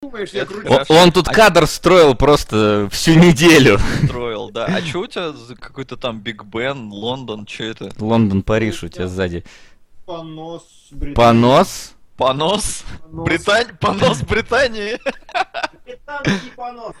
думаешь, я кручу? Он тут кадр строил просто всю неделю. Строил, да. А чё у тебя за какой-то там Биг Бен, Лондон, чё это? Лондон, Париж у тебя сзади. Понос Британии. Понос? Понос? Понос. Понос Британии? Британский понос.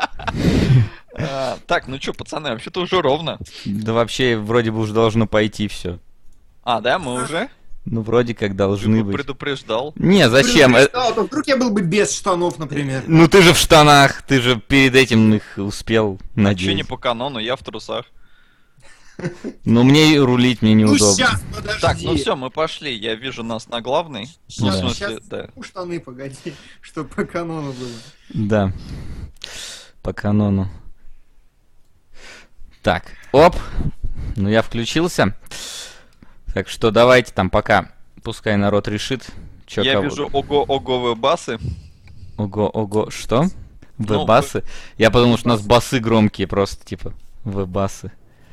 Так, ну чё, пацаны, вообще-то уже ровно. Да вообще, вроде бы уже должно пойти все. А, да, мы уже? Ну, вроде как Ты должны бы быть. предупреждал. Не, зачем? А то вдруг я был бы без штанов, например. Ну ты же в штанах, ты же перед этим их успел А чё не надеть. по канону, я в трусах. Но мне рулить мне Ну неудобно. сейчас, подожди. Так, ну все, мы пошли. Я вижу нас на главной. Ну, в Сейчас, смысле, сейчас, да. штаны, погоди, что по канону было. Да. По канону. Так, оп. Ну я включился. Так что давайте там пока. Пускай народ решит. Чё, Я кого- вижу ого-ого басы. Ого, что? Ну, В-басы? Я подумал, что у нас басы громкие просто, типа. В-басы.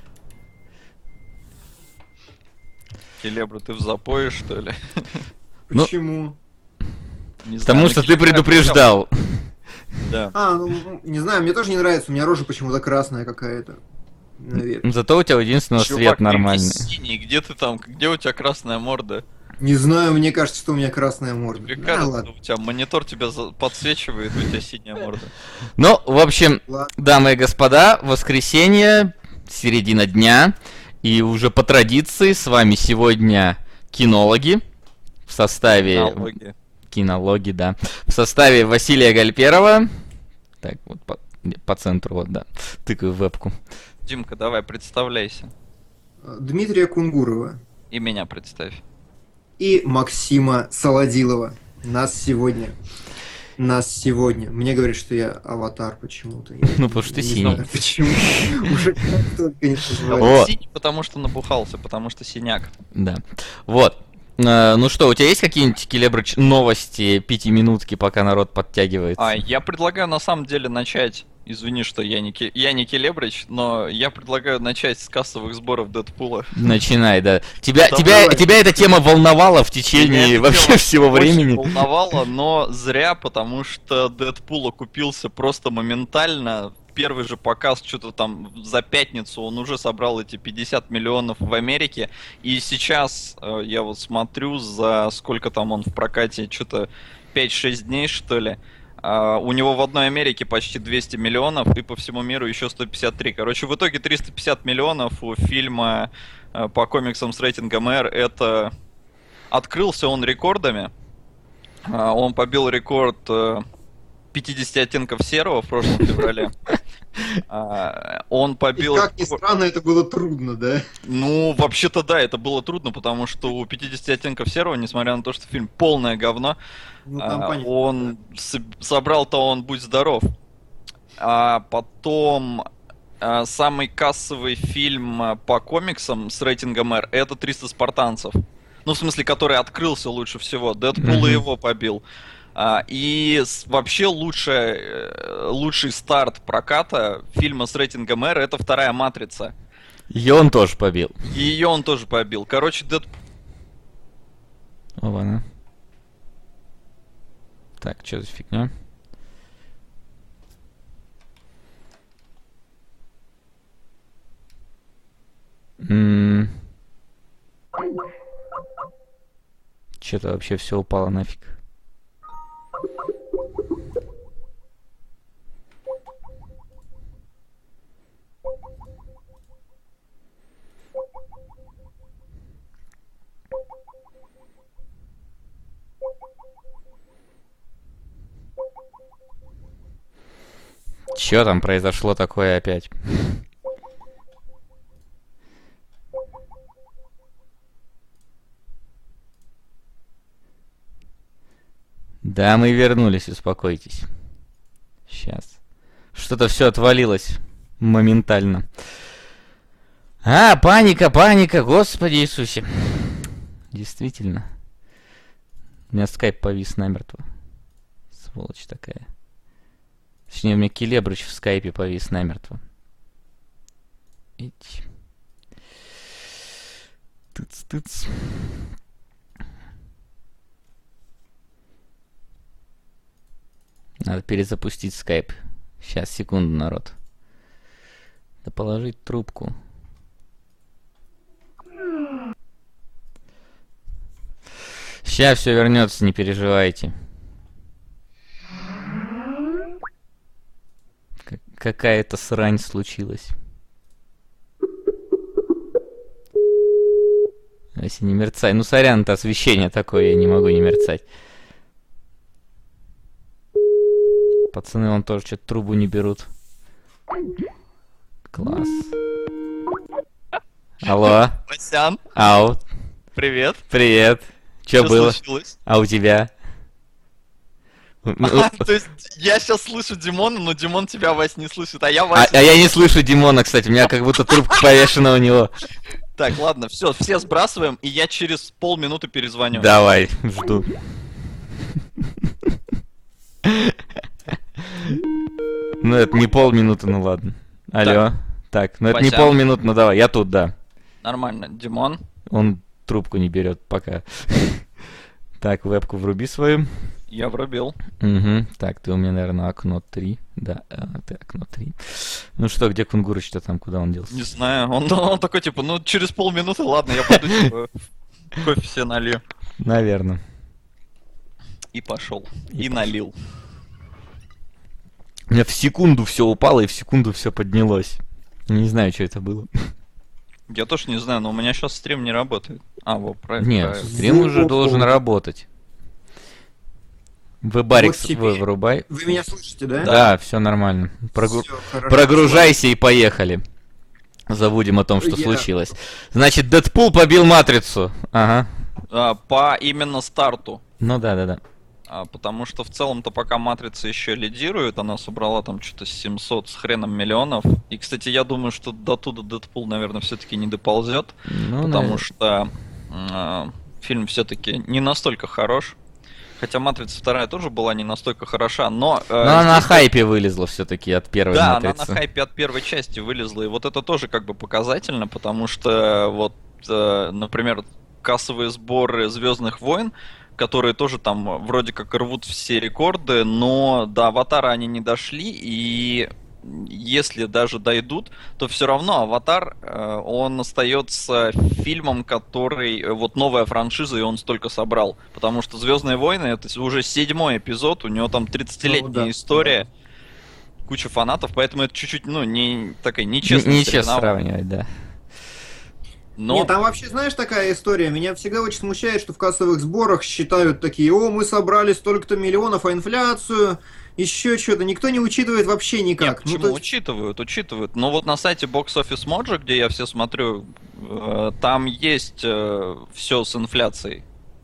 Келебра, ты в запое, что ли? Ну, Почему? Не знаю, Потому ну, что ты Келебра предупреждал. Да. Ну, не знаю, мне тоже не нравится, у меня рожа почему-то красная какая-то. Наверное. Зато у тебя единственного Чувак, свет ты нормальный. весь синий, где ты там? Где у тебя красная морда? Не знаю, мне кажется, что у меня красная морда. Мне Да, кажется, ладно. у тебя монитор тебя подсвечивает, у тебя синяя морда. Ну, в общем, Ладно. дамы и господа, воскресенье, середина дня. И уже по традиции с вами сегодня кинологи в составе... Аналоги. Кинологи, да. В составе Василия Гальперова. Так, вот по центру, вот, да. Тыкаю в вебку. Димка, давай, представляйся. Дмитрия Кунгурова И меня представь. и Максима Солодилова. Нас сегодня. Мне говорят, что я аватар почему-то. Я Ну, потому что ты не синий. знаю, почему. Уже как только не называют. О. Синий, потому что напухался, потому что синяк. Да. Вот. Ну что, у тебя есть какие-нибудь, Келебрыч, новости, пятиминутки, пока народ подтягивается? Я предлагаю на самом деле начать. Извини, что я не Келебрич, но я предлагаю начать с кассовых сборов Дэдпула. Начинай, да. Тебя Давай. эта тема волновала в течение Меня эта вообще тема всего очень времени? волновало, но зря, потому что Дэдпул окупился просто моментально. Первый же показ, что-то там за пятницу, он уже собрал эти 50 миллионов в Америке. И сейчас я вот смотрю, за сколько там он в прокате, что-то 5-6 дней, что ли. У него в одной Америке почти 200 миллионов, и по всему миру еще 153. Короче, в итоге 350 миллионов у фильма по комиксам с рейтингом R. Это... Открылся он рекордами. Он побил рекорд 50 оттенков серого в прошлом феврале. Он И побил... как ни странно, это было трудно, да? Ну, вообще-то да, это было трудно, потому что у 50 оттенков серого, несмотря на то, что фильм полное говно, Ну, там понятно. он собрал-то он «Будь здоров». А потом самый кассовый фильм по комиксам с рейтингом R — это «300 спартанцев». Ну, в смысле, который открылся лучше всего. Дэдпул и его побил. И вообще лучший старт проката фильма с рейтингом R — это вторая «Матрица». Ее он тоже побил. И ее он тоже побил. Короче, Ладно. Так, что за фигня? Что-то вообще все упало нафиг. Что там произошло такое опять? Да, мы вернулись, успокойтесь. Сейчас. Что-то все отвалилось моментально. Паника, Господи Иисусе. Действительно. У меня скайп повис намертво. Сволочь такая. Точнее, у меня Келебрыч в скайпе повис намертво. Ить. Тыц. Надо перезапустить скайп. Сейчас, секунду, народ. Да положить трубку. Сейчас все вернется, не переживайте. Какая-то срань случилась. Если не мерцай. Ну, сорян, это освещение такое, я не могу не мерцать. Пацаны, вон тоже что-то трубу не берут. Класс. Алло. Васян, Ау. привет. Привет. Что было? Случилось? А у тебя? То есть я сейчас слышу Димона, но Димон тебя, Вась, не слышит, а я Вася... А я не слышу Димона, кстати. У меня как будто трубка повешена у него. Так, ладно, все сбрасываем, и я через полминуты перезвоню. Давай, жду. Ну, это не полминуты, ну ладно. Алло. Так, ну это не Вася. полминуты, ну давай, я тут, да. Нормально, Димон. Он трубку не берет пока. Так, вебку вруби свою. Я врубил. Угу. Так, ты у меня, наверное, окно 3. Да, ты окно 3. Ну что, где Кунгурыч-то там, куда он делся? Не знаю, он такой, типа, ну через полминуты, ладно, я пойду, типа, кофе себе налью. Наверное. И пошел. И налил. У меня в секунду все упало и в секунду все поднялось. Не знаю, что это было. Я тоже не знаю, но у меня сейчас стрим не работает. А, вот, правильно. Нет, правильно. стрим уже должен работать. Вебарик Вот теперь свой вырубай. Вы меня слышите, да? Да, все нормально. Всё, хорошо. Прогружайся и поехали. Забудем о том, что Я- случилось. Значит, Дэдпул побил Матрицу. Ага. По именно старту. Ну да. Потому что в целом-то пока Матрица еще лидирует, она собрала там что-то 700 с хреном миллионов. И, кстати, я думаю, что до туда Дэдпул, наверное, все-таки не доползет. Ну, Потому что фильм все-таки не настолько хорош. Хотя Матрица 2 тоже была не настолько хороша, но... Но она на здесь- хайпе вылезла все-таки от первой Да, Матрицы. она на хайпе от первой части вылезла, и вот это тоже как бы показательно, потому что вот, например, кассовые сборы Звездных войн, которые тоже там вроде как рвут все рекорды, но до Аватара они не дошли, и если даже дойдут, то все равно Аватар, он остается фильмом, который вот новая франшиза, и он столько собрал. Потому что Звездные войны это уже 7-й эпизод, у него там 30-летняя Ну, да, история, куча фанатов, поэтому это чуть-чуть, ну, не такая нечестная Нечестно сравнивать, да. Но Нет, там вообще, знаешь, такая история. Меня всегда очень смущает, что в кассовых сборах считают такие: о, мы собрали столько-то миллионов, а инфляцию, еще что-то. Никто не учитывает вообще никак. Нет, почему? то есть- Учитывают. Но вот на сайте Box Office Mojo, где я все смотрю, там есть все с инфляцией.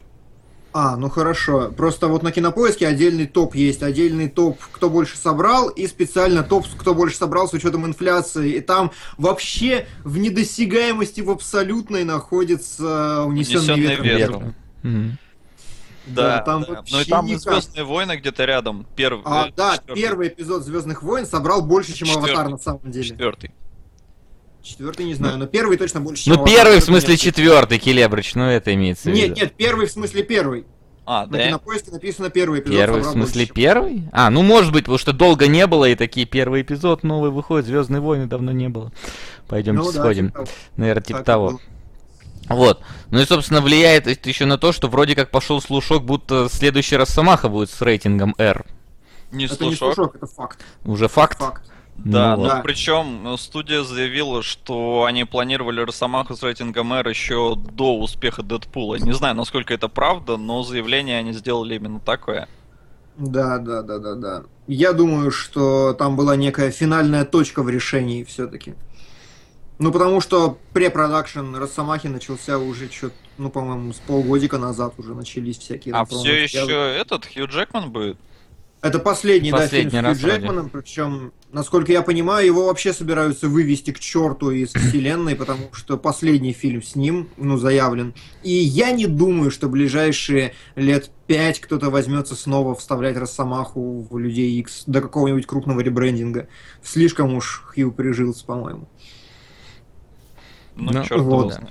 Ну хорошо. Просто вот на Кинопоиске отдельный топ есть. Отдельный топ, кто больше собрал, и специально топ, кто больше собрал с учетом инфляции. И там вообще в недосягаемости в абсолютной находится «Унесенные «Унесённые ветром». ветром». Мгм. Да, там Ну и вообще там и никак. Звездные войны где-то рядом. Первый. Да, четвёртый. первый эпизод «Звездных войн» собрал больше, чем Четвёртый. «Аватар» на самом деле. Четвертый. Четвертый не знаю, но первый точно больше, чем Ну, «Аватар». первый, в Это смысле, нет. четвертый, Келебрыч, ну это имеется в виду. Нет, первый в смысле первый. На Да? Кинопоиске написано первый эпизод. Первый, в собрал смысле, больше, чем- первый? Ну может быть, потому что долго не было, и такие первый эпизод новый выходит, Звездные войны давно не было. Пойдемте Ну да, сходим. типа того. Наверное, типа Так и того. было. Вот. Ну и, собственно, влияет это еще на то, что вроде как пошел слушок, будто следующий Росомаха будет с рейтингом R. Не Это не слушок. слушок, это факт. Уже факт? Факт. Да, Ну но вот. причем студия заявила, что они планировали Росомаху с рейтингом R еще до успеха Дэдпула. Не знаю, насколько это правда, но заявление они сделали именно такое. Да. Я думаю, что там была некая финальная точка в решении все-таки. Ну, потому что препродакшн Росомахи начался уже что-то, ну, по-моему, с полгодика назад уже начались всякие... А там все промо-материалы. еще этот Хью Джекман будет? Это последний, Последний фильм раз с Хью Джекманом, причем, насколько я понимаю, его вообще собираются вывести к черту из вселенной, потому что последний фильм с ним, заявлен. И я не думаю, что ближайшие лет 5 кто-то возьмется снова вставлять Росомаху в Людей Икс до какого-нибудь крупного ребрендинга. Слишком уж Хью прижился, по-моему. Ну, Ну, черт вот. его знает.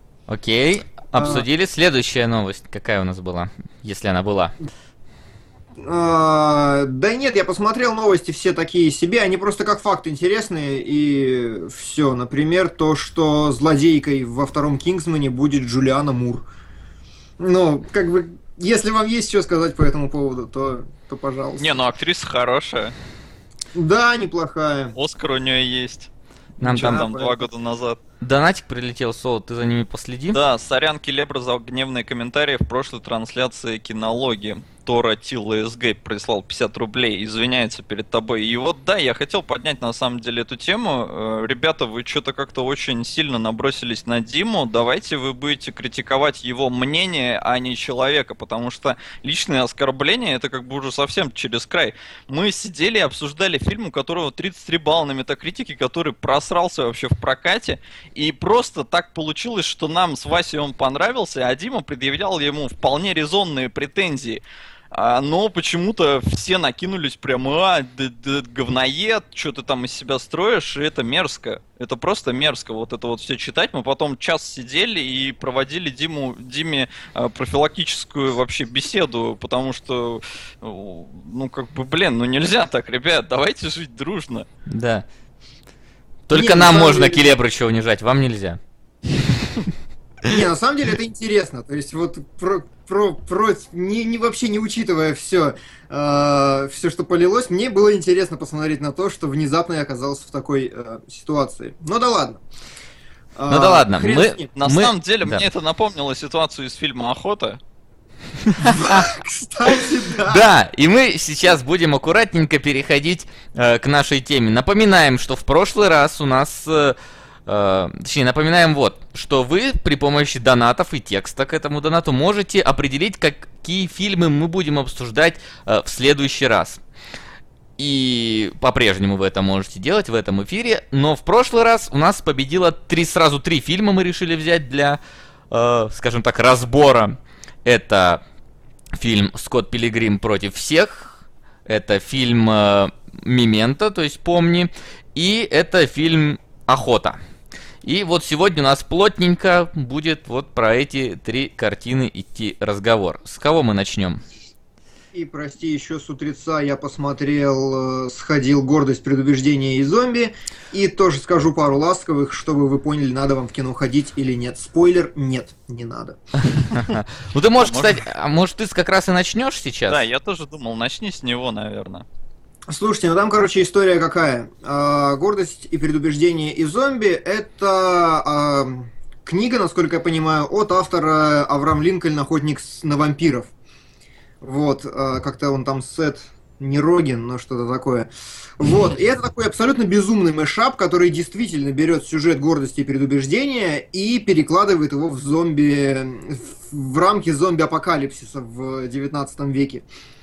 Окей. Обсудили. Следующая новость. Какая у нас была? Если она была. Да нет, я посмотрел новости все такие себе, они просто как факт интересные, и все. Например, то, что злодейкой во втором Кингсмане будет Джулиана Мур. Ну, как бы, если вам есть что сказать по этому поводу, то пожалуйста. Не, ну актриса хорошая. Да, неплохая. Оскар у нее есть. Нам Чё там там 2 года назад. донатик прилетел, Соло, ты за ними последи. Да, сорян, Келебра, за гневные комментарии в прошлой трансляции кинологии. Тора Тил СГ прислал 50 рублей, извиняется перед тобой. И вот да, я хотел поднять на самом деле эту тему. Ребята, вы что-то как-то очень сильно набросились на Диму. Давайте вы будете критиковать его мнение, а не человека, потому что личные оскорбления это как бы уже совсем через край. Мы сидели и обсуждали фильм, у которого 33 балла на метакритике, который просрался вообще в прокате. И просто так получилось, что нам с Васей он понравился, а Дима предъявлял ему вполне резонные претензии. Но почему-то все накинулись прямо, говноед, что ты там из себя строишь, и это мерзко. Это просто мерзко, вот это вот все читать. Мы потом час сидели и проводили Диме профилактическую вообще беседу, потому что, ну как бы, блин, ну нельзя так, ребят, давайте жить дружно. Да. Только нам можно Келебрыча унижать, вам нельзя. Не, на самом деле это интересно. То есть вот вообще не учитывая все, что полилось, мне было интересно посмотреть на то, что внезапно я оказался в такой ситуации. Ну да ладно. Ну да ладно. На самом деле мне это напомнило ситуацию из фильма «Охота». Кстати, да. Да, и мы сейчас будем аккуратненько переходить к нашей теме. Напоминаем, что в прошлый раз у нас... Точнее, напоминаем вот, что вы при помощи донатов и текста к этому донату можете определить, какие фильмы мы будем обсуждать в следующий раз. И по-прежнему вы это можете делать в этом эфире, но в прошлый раз у нас победило сразу три фильма мы решили взять для, скажем так, разбора. Это фильм «Скотт Пилигрим против всех», это фильм «Мементо», то есть «Помни», и это фильм «Охота». И вот сегодня у нас плотненько будет вот про эти три картины идти разговор. С кого мы начнем? И, прости, еще с утреца я посмотрел, сходил «Гордость, предубеждение и зомби». И тоже скажу пару ласковых, чтобы вы поняли, надо вам в кино ходить или нет. Спойлер, нет, не надо. Ну ты можешь, кстати, может ты как раз и начнешь сейчас? Да, я тоже думал, начни с него, наверное. Слушайте, ну там, короче, история какая. «Гордость и предубеждение и зомби» — это книга, насколько я понимаю, от автора Авраам Линкольн «Охотник на вампиров». Вот, как-то он там Сет не Рогин, но что-то такое. Вот, и это такой абсолютно безумный мэшап, который действительно берет сюжет «Гордости и предубеждения» и перекладывает его в зомби, в рамки зомби-апокалипсиса в 19 веке.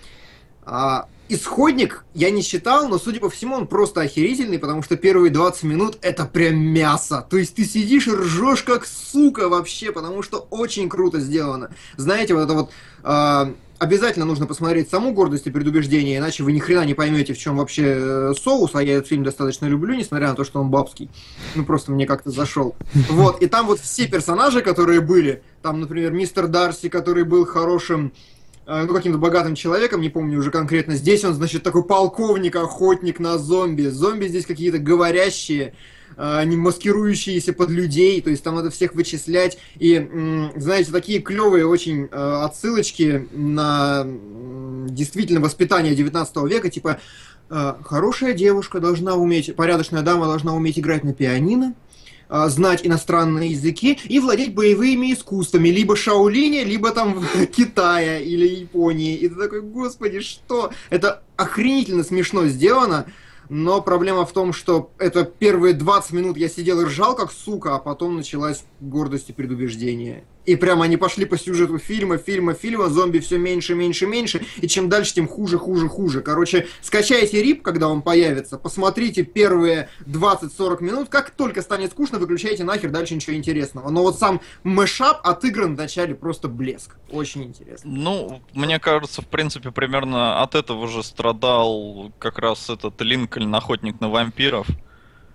Исходник я не считал, но, судя по всему, он просто охерительный, потому что первые 20 минут это прям мясо. То есть ты сидишь и ржешь как сука вообще, потому что очень круто сделано. Знаете, вот это вот... Обязательно нужно посмотреть саму «Гордость и предубеждение», иначе вы ни хрена не поймете, в чем вообще соус, а я этот фильм достаточно люблю, несмотря на то, что он бабский. Ну, просто мне как-то зашел. Вот, и там вот все персонажи, которые были, там, например, мистер Дарси, который был хорошим, ну, каким-то богатым человеком, не помню уже конкретно. Здесь он, значит, такой полковник, охотник на зомби. Зомби здесь какие-то говорящие, не маскирующиеся под людей, то есть там надо всех вычислять. И, знаете, такие клевые очень отсылочки на действительно воспитание 19 века, типа хорошая девушка должна уметь, порядочная дама должна уметь играть на пианино, знать иностранные языки и владеть боевыми искусствами, либо Шаолине, либо там в Китае или Японии. И ты такой, господи, что? Это охренительно смешно сделано, но проблема в том, что это первые 20 минут я сидел и ржал как сука, а потом началась «Гордость и предубеждение». И прямо они пошли по сюжету фильма, зомби все меньше, меньше, меньше, и чем дальше, тем хуже, хуже, хуже. Короче, скачайте рип, когда он появится, посмотрите первые 20-40 минут, как только станет скучно, выключайте нахер, дальше ничего интересного. Но вот сам мэшап отыгран в начале просто блеск. Очень интересно. Ну, мне кажется, в принципе, примерно от этого же страдал как раз этот Линкольн, охотник на вампиров.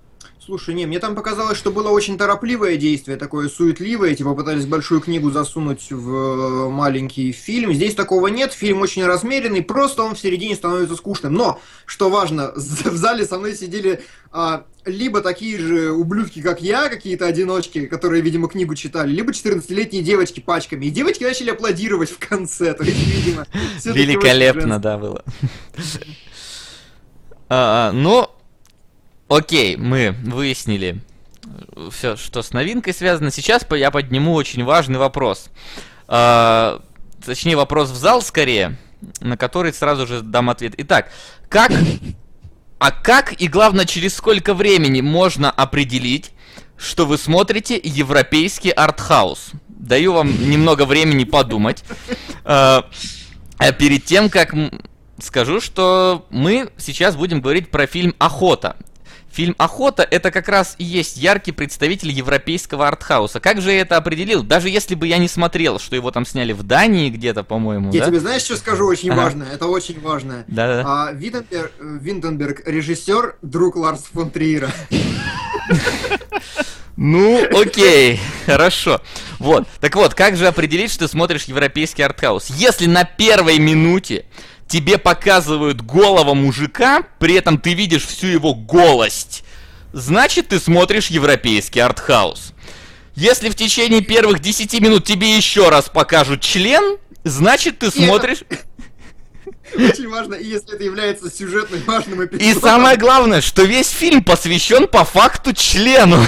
Слушай, не, мне там показалось, что было очень торопливое действие, такое суетливое, типа пытались большую книгу засунуть в маленький фильм. Здесь такого нет, фильм очень размеренный, просто он в середине становится скучным. Но, что важно, в зале со мной сидели либо такие же ублюдки, как я, какие-то одиночки, которые, видимо, книгу читали, либо 14-летние девочки пачками. И девочки начали аплодировать в конце, то есть, видимо... Великолепно, да, было. Ну... Окей, мы выяснили все, что с новинкой связано. Сейчас я подниму очень важный вопрос. Точнее, вопрос в зал скорее, на который сразу же дам ответ. Итак, как и, главное, через сколько времени можно определить, что вы смотрите европейский артхаус? Даю вам немного времени подумать. Перед тем, как скажу, что мы сейчас будем говорить про фильм «Охота». Фильм «Охота» — это как раз и есть яркий представитель европейского артхауса. Как же я это определил? Даже если бы я не смотрел, что его там сняли в Дании где-то, по-моему, Я да? тебе знаешь, что скажу очень важное? Это очень важное. Да-да. Винденберг — режиссер, друг Ларса фон Триера. Ну, окей, хорошо. Вот, так вот, как же определить, что ты смотришь европейский артхаус? Если на первой минуте тебе показывают голого мужика, при этом ты видишь всю его голость, значит, ты смотришь европейский артхаус. Если в течение первых 10 минут тебе еще раз покажут член, значит, ты смотришь... Очень важно, и если это является сюжетным важным эпизодом. И самое главное, что весь фильм посвящен по факту члену.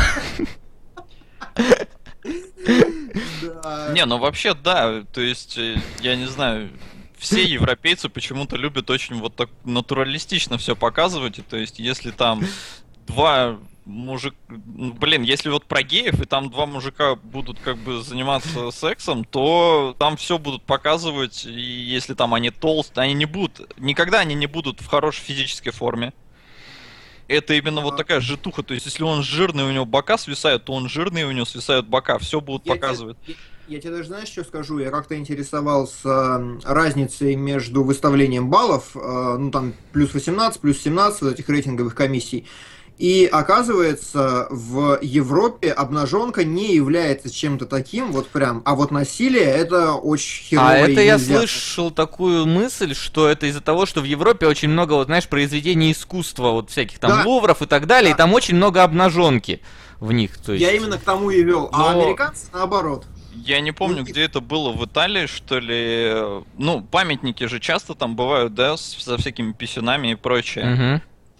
Не, ну вообще да, то есть, я не знаю... Все европейцы почему-то любят очень вот так натуралистично все показывать. И, то есть, если там два мужика... Блин, если вот про геев, и там два мужика будут как бы заниматься сексом, то там все будут показывать. И если там они толстые, они не будут... Никогда они не будут в хорошей физической форме. Это именно вот такая житуха. То есть, если он жирный, у него бока свисают, то он жирный, у него свисают бока. Все будут показывать. Я тебе даже, знаешь, что скажу? Я как-то интересовался разницей между выставлением баллов, ну там плюс 18, плюс 17 вот этих рейтинговых комиссий. И оказывается, в Европе обнаженка не является чем-то таким, вот прям, а вот насилие это очень херово. А это я слышал такую мысль, что это из-за того, что в Европе очень много, вот знаешь, произведений искусства, вот всяких там да. лувров и так далее, да. И там очень много обнаженки в них. То есть... Я именно к тому и вел, Но... а американцы наоборот. Я не помню, где это было, в Италии, что ли. Ну, памятники же часто там бывают, да, со всякими писюнами и прочее.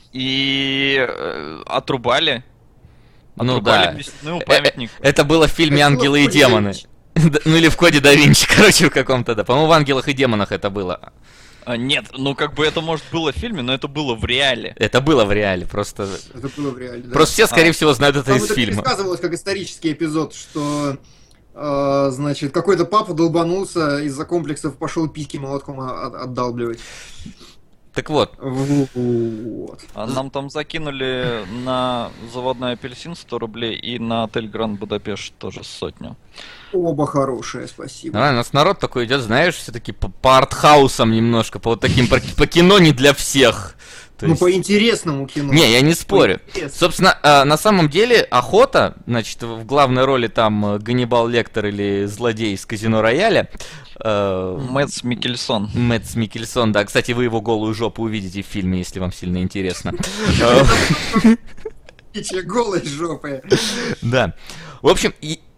И отрубали. Ну да. Писюны у памятник. Это было в фильме «Ангелы и демоны». Ну или в «Коде да Винчи», короче, в каком-то, да. По-моему, в «Ангелах и демонах» это было. Нет, ну как бы это может было в фильме, но это было в реале. Это было в реале, просто... Это было в реале, да. Просто все, скорее всего, знают это из фильма. Это пересказывалось как исторический эпизод, что... Значит, какой-то папа долбанулся, из-за комплексов пошел письки молотком отдалбливать. Так вот. А нам там закинули на заводной апельсин 100 рублей и на отель Гранд Будапешт тоже 100. Оба хорошие, спасибо. У нас народ такой идет, знаешь, все-таки по артхаусам немножко, по вот таким, по кино не для всех. То есть... по интересному кино. Не, я не спорю. Собственно, на самом деле, «Охота», значит, в главной роли там Ганнибал Лектор или злодей из «Казино Рояля». Мэтс Миккельсон. Мэтс Миккельсон, да. Кстати, вы его голую жопу увидите в фильме, если вам сильно интересно. Голой жопы. Да. В общем,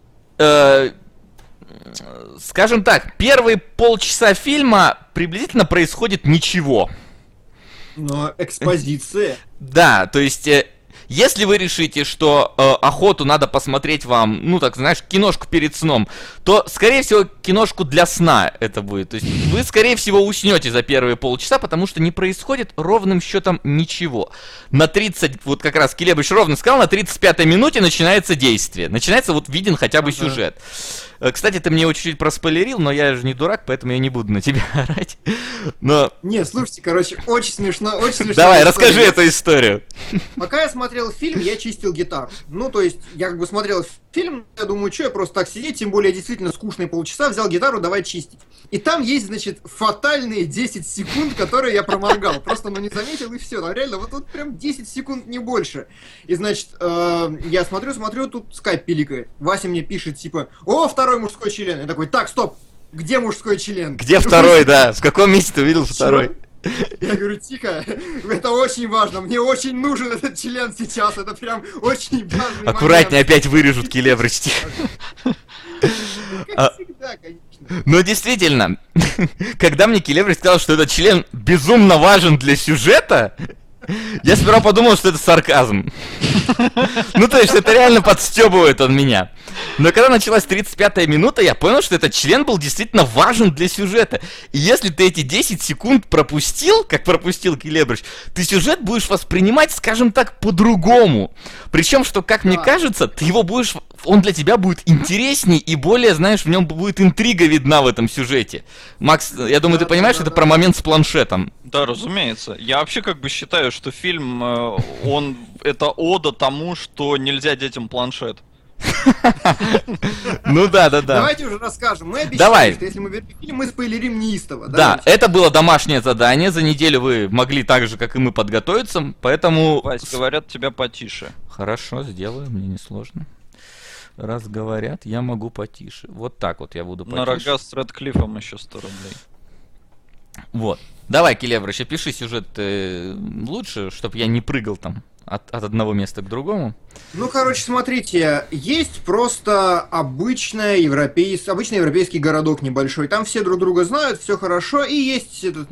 скажем так, первые полчаса фильма приблизительно происходит ничего. Но экспозиция. Да, то есть, если вы решите, что «Охоту» надо посмотреть вам, ну так, знаешь, киношку перед сном, то, скорее всего, киношку для сна это будет. То есть вы, скорее всего, уснете за первые полчаса, потому что не происходит ровным счетом ничего. На 30, вот как раз Келебыч ровно сказал, на 35-й минуте начинается действие. Начинается, вот виден хотя бы сюжет. Кстати, ты мне его чуть-чуть проспойлерил, но я же не дурак, поэтому я не буду на тебя орать. Но... Не, слушайте, короче, очень смешно, очень смешно. Давай, расскажи эту историю. Пока я смотрел фильм, я чистил гитару. Ну, то есть, я как бы смотрел фильм, я думаю, что я просто так сидеть, тем более действительно скучные полчаса, взял гитару, давай чистить. И там есть, значит, фатальные 10 секунд, которые я проморгал. Просто, не заметил, и все. Там реально, вот тут прям 10 секунд, не больше. И, значит, я смотрю, тут скайп пиликает. Вася мне пишет, типа, о, второй мужской член. Я такой, так, стоп, где мужской член? Где второй, да? В каком месте ты увидел второй? Я говорю, тихо, это очень важно, мне очень нужен этот член сейчас, это прям очень важный Аккуратнее, момент. опять вырежут Келебрыч. Как всегда, конечно. Но действительно, когда мне Келебрич сказал, что этот член безумно важен для сюжета, я сперва подумал, что это сарказм. Ну, то есть, это реально подстебывает он меня. Но когда началась 35-я минута, я понял, что этот член был действительно важен для сюжета. И если ты эти 10 секунд пропустил, как пропустил Келебрич, ты сюжет будешь воспринимать, скажем так, по-другому. Причем, что, как мне кажется, ты его будешь... Он для тебя будет интересней и более, знаешь, в нем будет интрига видна в этом сюжете. Макс, я думаю, ты понимаешь, это про момент с планшетом. Да, разумеется. Я вообще как бы считаю, что фильм, он это ода тому, что нельзя детям планшет. Ну да. Давайте уже расскажем. Мы обещали, Давай. что если мы берем фильм, мы спойлерим неистово. Да, Давайте. это было домашнее задание. За неделю вы могли так же, как и мы, подготовиться. Поэтому... Вась, говорят, тебя потише. Хорошо, сделаю, мне несложно. Раз говорят, я могу потише. Вот так вот я буду потише. На рога с Рэдклиффом еще 100 рублей. Вот. Давай, Келебрыч, опиши сюжет лучше, чтобы я не прыгал там от одного места к другому. Ну, короче, смотрите, есть просто обычный европейский городок небольшой. Там все друг друга знают, все хорошо. И есть этот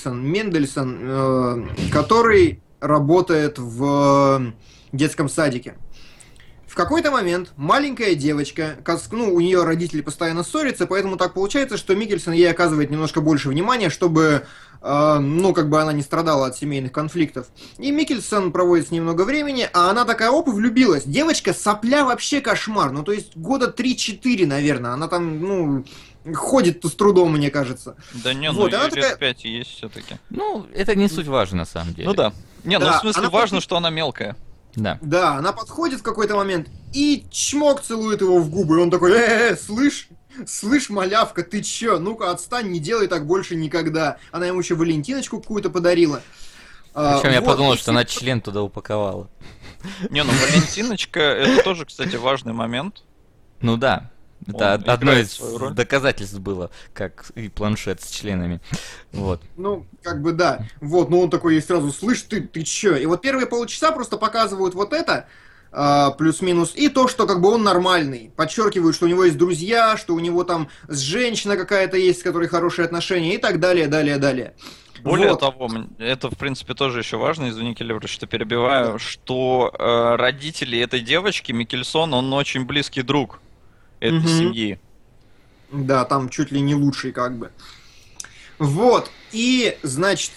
Мендельсон, который работает в детском садике. В какой-то момент маленькая девочка, у нее родители постоянно ссорятся, поэтому так получается, что Микельсон ей оказывает немножко больше внимания, чтобы, она не страдала от семейных конфликтов. И Микельсон проводит с ней много времени, а она такая, влюбилась. Девочка сопля вообще кошмар, то есть года 3-4, наверное, она там, ходит-то с трудом, мне кажется. Да не, вот, ей она лет 5 есть все-таки. Ну, это не суть важно, на самом деле. Ну да. Не, Да, в смысле важно, что она мелкая. Да. Да, она подходит в какой-то момент и чмок целует его в губы. И он такой, слышь, малявка, ты чё? Ну-ка, отстань, не делай так больше никогда. Она ему еще валентиночку какую-то подарила. Причем я подумал, что она член туда упаковала. Не, Валентиночка, это тоже, кстати, важный момент. Ну да. Это Он одно играет из свою роль. доказательств было, как и планшет с членами. Вот. Да. Вот, он такой ей сразу, слышь, ты чё? И вот первые полчаса просто показывают вот это, плюс-минус, и то, что как бы он нормальный. Подчеркивают, что у него есть друзья, что у него там с женщиной какая-то есть, с которой хорошие отношения, и так далее, далее. Более Вот. того, это, в принципе, тоже еще важно, извини, Келебрыч, что перебиваю, что родители этой девочки, Микельсон, он очень близкий друг этой семьи. Да, там чуть ли не лучший как бы. Вот, и, значит,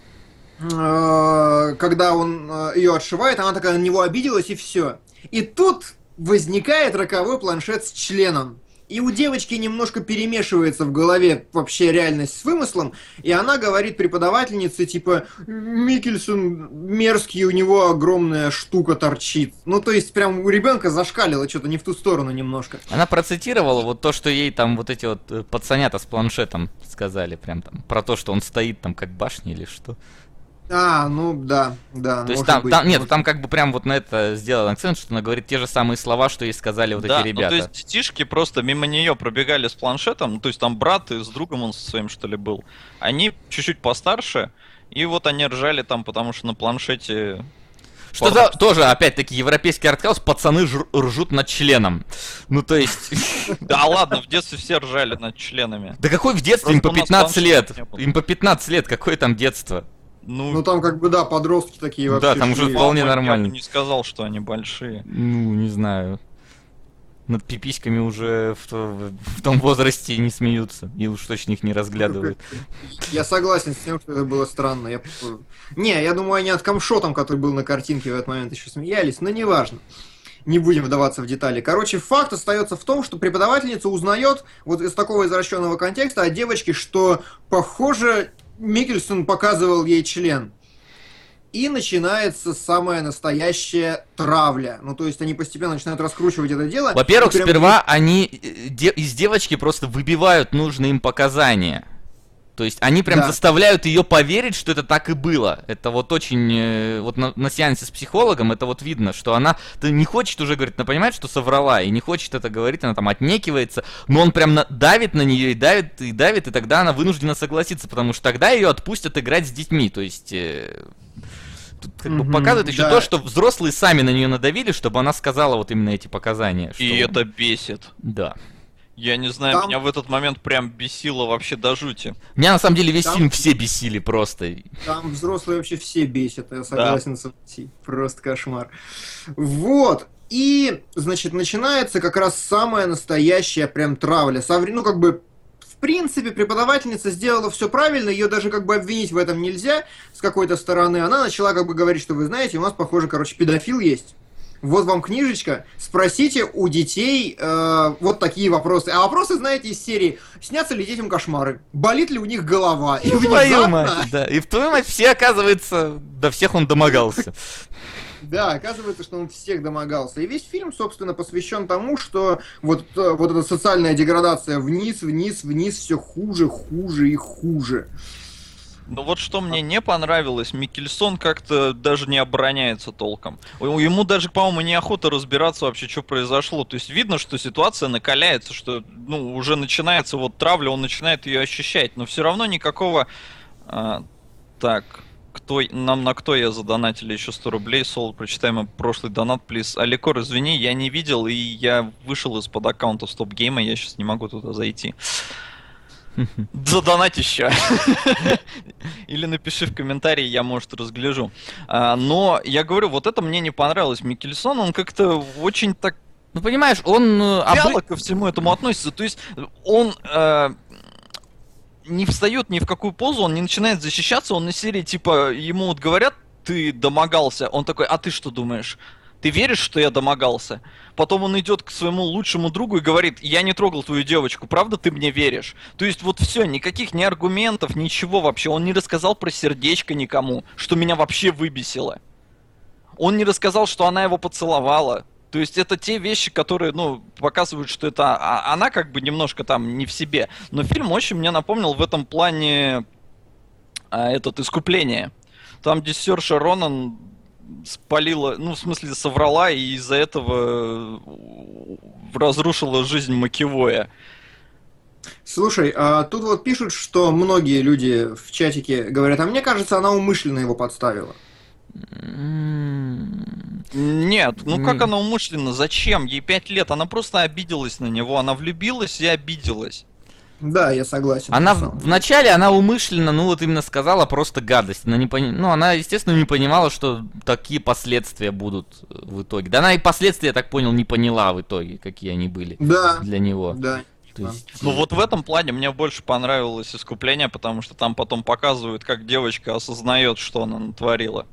когда он ее отшивает, она такая на него обиделась, и все. И тут возникает роковой планшет с членом. И у девочки немножко перемешивается в голове вообще реальность с вымыслом, и она говорит преподавательнице, типа, Микельсон мерзкий, у него огромная штука торчит. То есть прям у ребенка зашкалило что-то не в ту сторону немножко. Она процитировала вот то, что ей там вот эти вот пацанята с планшетом сказали, прям там, про то, что он стоит там как башня или что. Да. То есть там как бы прям вот на это сделан акцент, что она говорит те же самые слова, что ей сказали вот эти ребята. То есть детишки просто мимо нее пробегали с планшетом, то есть там брат и с другом он со своим, что ли, был. Они чуть-чуть постарше, и вот они ржали там, потому что на планшете... Что-то тоже, опять-таки, европейский артхаус, пацаны ржут над членом. То есть... Да ладно, в детстве все ржали над членами. Да какой в детстве? Им по 15 лет. Им по 15 лет, какое там детство? Там как бы, да, подростки такие вообще. Да, там уже вполне нормально. Я бы не сказал, что они большие. Не знаю. Над пиписьками уже в том возрасте не смеются. И уж точно их не разглядывают. Я согласен с тем, что это было странно. Я думаю, они над камшотом, который был на картинке в этот момент, еще смеялись, но неважно. Не будем вдаваться в детали. Короче, факт остается в том, что преподавательница узнает вот из такого извращенного контекста от девочки, что, похоже, Микельсон показывал ей член. и начинается самая настоящая травля. Ну, то есть они постепенно начинают раскручивать это дело. Во-первых, прям... сперва они из девочки просто выбивают нужные им показания. То есть они прям заставляют ее поверить, что это так и было. Это вот очень... Вот на сеансе с психологом это вот видно, что она не хочет уже говорить, она понимает, что соврала, и не хочет это говорить, она там отнекивается, но он прям давит на нее и давит, и давит, и тогда она вынуждена согласиться, потому что тогда ее отпустят играть с детьми. То есть... Тут как бы показывает еще то, что взрослые сами на нее надавили, чтобы она сказала вот именно эти показания. И это бесит. Да. Я не знаю, меня в этот момент прям бесило вообще до жути. Меня на самом деле весь фильм все бесили просто. Там взрослые вообще все бесят, я согласен с этим. Просто кошмар. Вот. И, значит, начинается как раз самая настоящая прям травля. Ну, как бы, в принципе, преподавательница сделала все правильно, ее даже как бы обвинить в этом нельзя с какой-то стороны. Она начала как бы говорить, что вы знаете, у нас, похоже, короче, педофил есть. Вот вам книжечка, спросите у детей вот такие вопросы. А вопросы, знаете, из серии: снятся ли детям кошмары? Болит ли у них голова? И твою мать, да. И в твою мать все, оказывается, до всех он домогался. Да, оказывается, что он всех домогался. И весь фильм, собственно, посвящен тому, что вот эта социальная деградация вниз, вниз, вниз, все хуже, хуже и хуже. Ну вот что мне не понравилось, Миккельсон как-то даже не обороняется толком. Ему даже, по-моему, неохота разбираться вообще, что произошло. То есть видно, что ситуация накаляется, что ну, уже начинается вот травля, он начинает ее ощущать. Но все равно никакого... Так, на кто я задонатили еще 100 рублей? Сол, прочитаем прошлый донат, плиз. Аликор, извини, я не видел, и я вышел из-под аккаунта Стоп-гейма, я сейчас не могу туда зайти. Задонать еще. Или напиши в комментарии, я, может, разгляжу. Но я говорю, вот это мне не понравилось. Миккельсон, он как-то очень так... Ну, понимаешь, он... вяло ко всему этому относится. То есть он... не встает ни в какую позу, он не начинает защищаться, он из серии, типа, ему вот говорят, ты домогался, он такой, а ты что думаешь? Ты веришь, что я домогался? Потом он идет к своему лучшему другу и говорит, я не трогал твою девочку, правда ты мне веришь? То есть вот все, никаких ни аргументов, ничего вообще. Он не рассказал про сердечко никому, что меня вообще выбесило. Он не рассказал, что она его поцеловала. То есть это те вещи, которые, ну, показывают, что это она как бы немножко там не в себе. Но фильм очень мне напомнил в этом плане «Искупление». Там, где Сёрша Ронан спалила, ну, в смысле, соврала, и из-за этого разрушила жизнь Макэвоя. Слушай, тут вот пишут, что многие люди в чатике говорят, а мне кажется, она умышленно его подставила. Нет, ну как она умышленно? Зачем? Ей 5 лет, она просто обиделась на него, она влюбилась и обиделась. Да, я согласен. Она вначале она умышленно, ну вот именно сказала просто гадость. Она ну, она, естественно, не понимала, что такие последствия будут в итоге. Да она и последствия, я так понял, не поняла в итоге, какие они были для него. Да. Ну вот в этом плане мне больше понравилось «Искупление», потому что там потом показывают, как девочка осознает, что она натворила.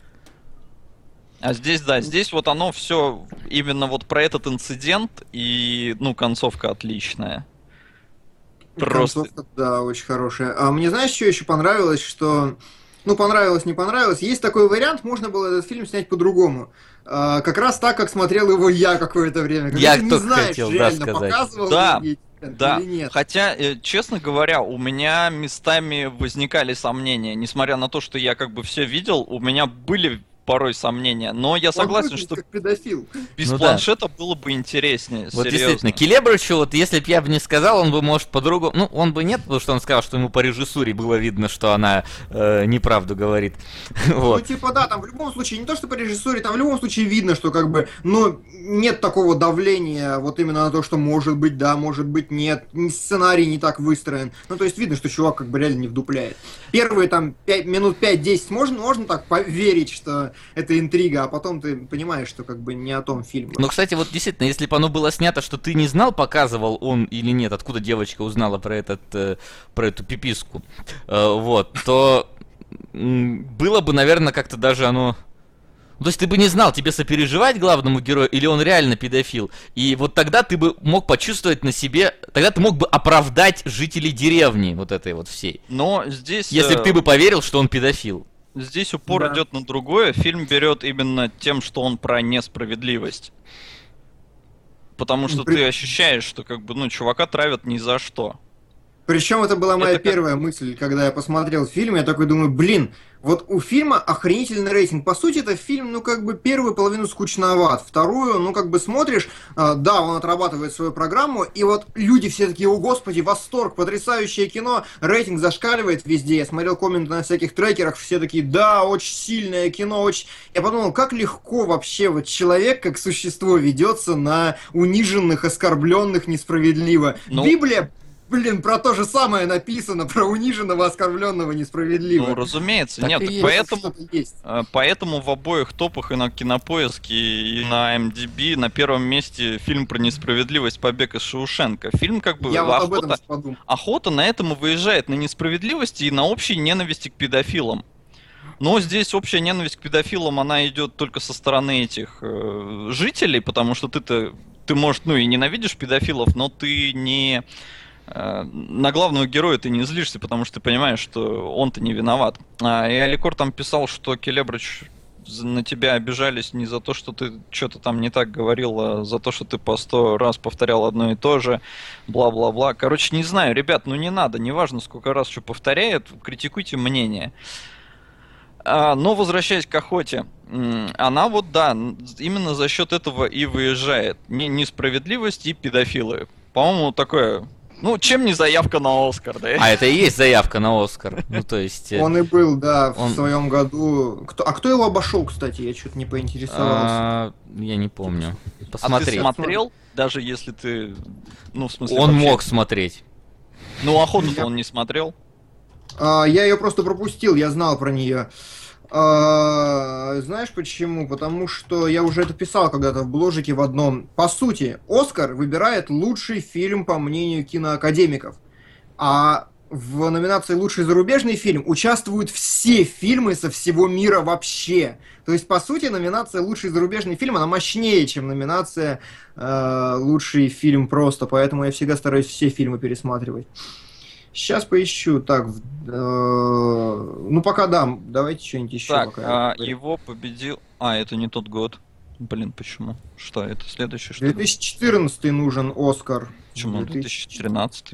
А здесь, да, здесь вот оно все именно вот про этот инцидент, и, ну, концовка отличная. Просто... Концовка, да, очень хорошая. А мне, знаешь, что еще понравилось, что... Ну, понравилось, не понравилось. Есть такой вариант, можно было этот фильм снять по-другому. Как раз так, как смотрел его я какое-то время. Когда я ты не знаешь, хотел, реально, да, сказать. показывал да, или нет. Хотя, честно говоря, у меня местами возникали сомнения. Несмотря на то, что я как бы все видел, у меня были... порой сомнения, но я согласен, что как педофил. Без планшета было бы интереснее, вот серьезно. Действительно, Келебрычу, вот если бы я бы не сказал, он бы, может, по-другому... Ну, он бы нет, потому что он сказал, что ему по режиссуре было видно, что она неправду говорит. Ну, типа, да, там в любом случае, не то, что по режиссуре, там в любом случае видно, что как бы, ну, нет такого давления вот именно на то, что может быть да, может быть нет, сценарий не так выстроен. Ну, то есть видно, что чувак как бы реально не вдупляет. Первые там минут 5-10 можно так поверить, что это интрига, а потом ты понимаешь, что как бы не о том фильме. Ну, кстати, вот действительно, если бы оно было снято, что ты не знал, показывал он или нет, откуда девочка узнала про эту пиписку, вот, то было бы, наверное, как-то даже оно... То есть ты бы не знал, тебе сопереживать главному герою, или он реально педофил. И вот тогда ты бы мог почувствовать на себе, тогда ты мог бы оправдать жителей деревни вот этой вот всей. Но здесь... Если бы ты бы поверил, что он педофил. здесь упор Да. идет на другое. Фильм берет именно тем, что он про несправедливость. Потому что ты ощущаешь, что как бы, ну, чувака травят ни за что. Причем это была моя Это как- первая мысль, когда я посмотрел фильм, я такой думаю, блин, вот у фильма охренительный рейтинг. По сути, это фильм, ну, как бы первую половину скучноват, вторую, ну, как бы смотришь, да, он отрабатывает свою программу, и вот люди все такие, о, господи, восторг, потрясающее кино, рейтинг зашкаливает везде. Я смотрел комменты на всяких трекерах, все такие, да, очень сильное кино, очень... Я подумал, как легко вообще вот человек, как существо, ведется на униженных, оскорбленных несправедливо. Ну- Библия, блин, про то же самое написано, про униженного, оскорбленного, несправедливо. Ну, разумеется, Так нет, и есть. поэтому... Что-то есть. Поэтому в обоих топах и на Кинопоиске, и на MDB на первом месте фильм про несправедливость «Побег из Шоушенка». Фильм как бы Я вот об этом охота, подумал. охота на этом и выезжает, на несправедливости и на общей ненависти к педофилам. Но здесь общая ненависть к педофилам, она идет только со стороны этих жителей, потому что ты, может, ну и ненавидишь педофилов, но ты не... на главного героя ты не злишься, потому что ты понимаешь, что он-то не виноват. И Аликор там писал, что Келебрыч на тебя обижались не за то, что ты что-то там не так говорил, а за то, что ты по 100 раз повторял одно и то же, бла-бла-бла. Короче, не знаю, ребят, ну не надо, неважно, сколько раз что повторяет, критикуйте мнение. Но возвращаясь к охоте, она вот, да, именно за счет этого и выезжает. Несправедливость и педофилы. По-моему, такое... Ну, чем не заявка на Оскар, да? А это и есть заявка на Оскар. Ну, то есть... Он и был, да, в он- своем году. Кто его обошел, кстати? Я что-то не поинтересовался. Я не помню. А ты Посмотри. смотрел, даже если ты... Ну, в смысле, Он вообще- мог смотреть. Ну, охоту-то он не смотрел. Я ее просто пропустил, я знал про нее. Знаешь почему? Потому что я уже это писал когда-то в бложике в одном. По сути, Оскар выбирает лучший фильм по мнению киноакадемиков. А в номинации «Лучший зарубежный фильм» участвуют все фильмы со всего мира вообще. То есть, по сути, номинация «Лучший зарубежный фильм», она мощнее, чем номинация «Лучший фильм» просто. Поэтому я всегда стараюсь все фильмы пересматривать. Сейчас поищу. Так, ну пока дам. Давайте что-нибудь еще. Так, пока. его победил... это не тот год. Блин, почему? Что, это следующий, что ли? 2014 нужен Оскар. Почему? 2013?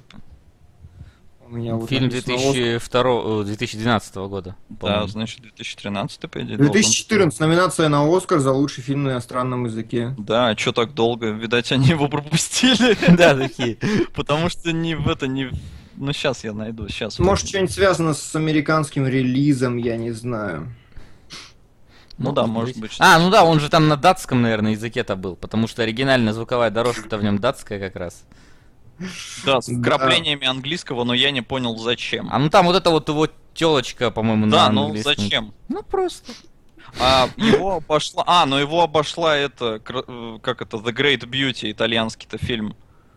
У меня вот Фильм написано Оскар. 2012 года. Да, по-моему. значит, 2013, по идее, должен. 2014 номинация на Оскар за лучший фильм на иностранном языке. Да, а чё так долго? Видать, они его пропустили. Да, такие. Потому что не в это, не... Ну, сейчас я найду, сейчас. Может, что-нибудь связано с американским релизом, я не знаю. Ну да, может быть. Ну да, он же там на датском, наверное, языке-то был, потому что оригинальная звуковая дорожка-то в нем датская как раз. Да, с Да. вкраплениями английского, но я не понял, зачем. Ну там вот эта вот его телочка, по-моему, Да, на ну английском. зачем? Ну просто. Его обошла... но его обошла это... Как это? The Great Beauty, итальянский-то фильм.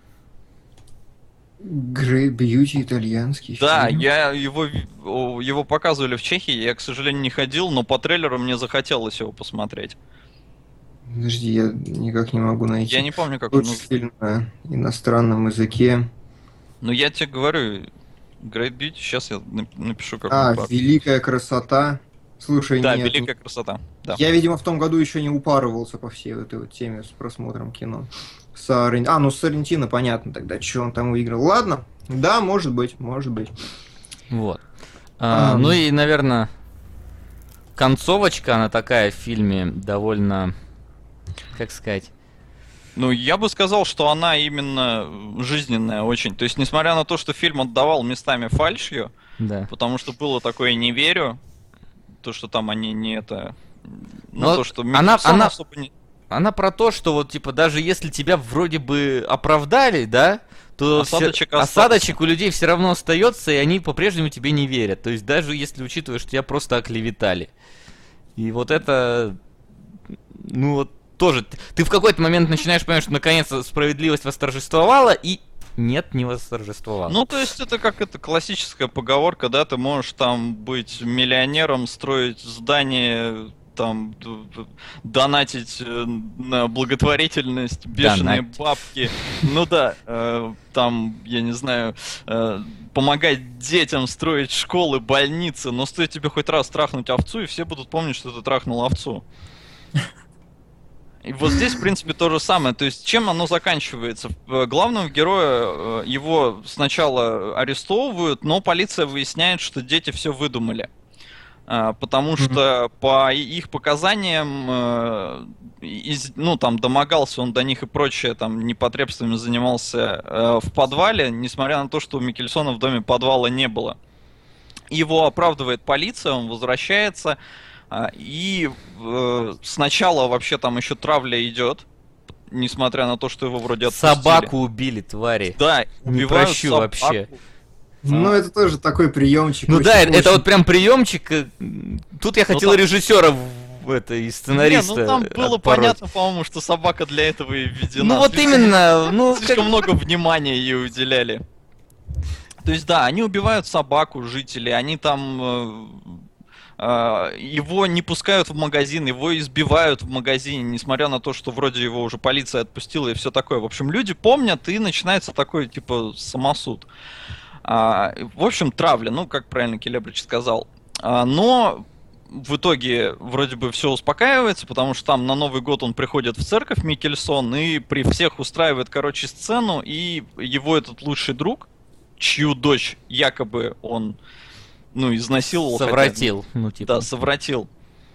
Great Beauty итальянский Да, фильм. его показывали в Чехии, я, к сожалению, не ходил, но по трейлеру мне захотелось его посмотреть. Подожди, я никак не могу найти. Я не помню, как он... Лучший фильм на иностранном языке. Ну, я тебе говорю, Great Beauty, сейчас я напишу, как он по- Великая красота. Слушай, Да, нет, великая красота. Да. я, видимо, в том году еще не упарывался по всей этой вот теме с просмотром кино. С Соррентино, понятно тогда, что он там выиграл. Ладно, да, может быть, может быть. Вот. Ну и, наверное, концовочка, она такая в фильме довольно, как сказать... Ну, я бы сказал, что она именно жизненная очень. То есть, несмотря на то, что фильм отдавал местами фальшью, Да. потому что было такое «не верю», то, что там они не это... Ну, Но то, что она- Микельсон она- особо не... Она про то, что вот, типа, даже если тебя вроде бы оправдали, да, то Осадочек остался. осадочек у людей все равно остается, и они по-прежнему тебе не верят. То есть даже если учитывая, что тебя просто оклеветали. И вот это, ну вот тоже, ты в какой-то момент начинаешь понимать, что наконец-то справедливость восторжествовала, и нет, не восторжествовала. Ну, то есть, это как это классическая поговорка, да, ты можешь там быть миллионером, строить здание там донатить на благотворительность, бешеные бабки. Ну да, там, я не знаю, помогать детям строить школы, больницы, но стоит тебе хоть раз трахнуть овцу, и все будут помнить, что ты трахнул овцу. И вот здесь, в принципе, то же самое. То есть, чем оно заканчивается? Главного героя, его сначала арестовывают, но полиция выясняет, что дети все выдумали. Потому что по их показаниям, ну, там, домогался он до них и прочее, там, непотребствами занимался в подвале, несмотря на то, что у Миккельсона в доме подвала не было. Его оправдывает полиция, он возвращается, и сначала вообще там еще травля идет, несмотря на то, что его вроде отпустили. Собаку убили, твари. Да, убивают прощу собаку. Вообще. Ну, это тоже такой приемчик. Ну да, это очень... вот прям приемчик. Тут я хотел там... режиссера и сценариста. Не, ну там было понятно, по-моему, что собака для этого и введена. Ну вот именно. Ну, слишком много внимания ей уделяли. То есть да, они убивают собаку, жители, они там... его не пускают в магазин, его избивают в магазине, несмотря на то, что вроде его уже полиция отпустила и все такое. В общем, люди помнят, и начинается такой, типа, самосуд. В общем, травля, ну, как правильно Келебрич сказал. Но в итоге вроде бы все успокаивается, потому что там на Новый год он приходит в церковь, Миккельсон, и при всех устраивает, короче, сцену, и его этот лучший друг, чью дочь якобы он, ну, изнасиловал. Совратил. Хотя, ну, типа. Да, совратил.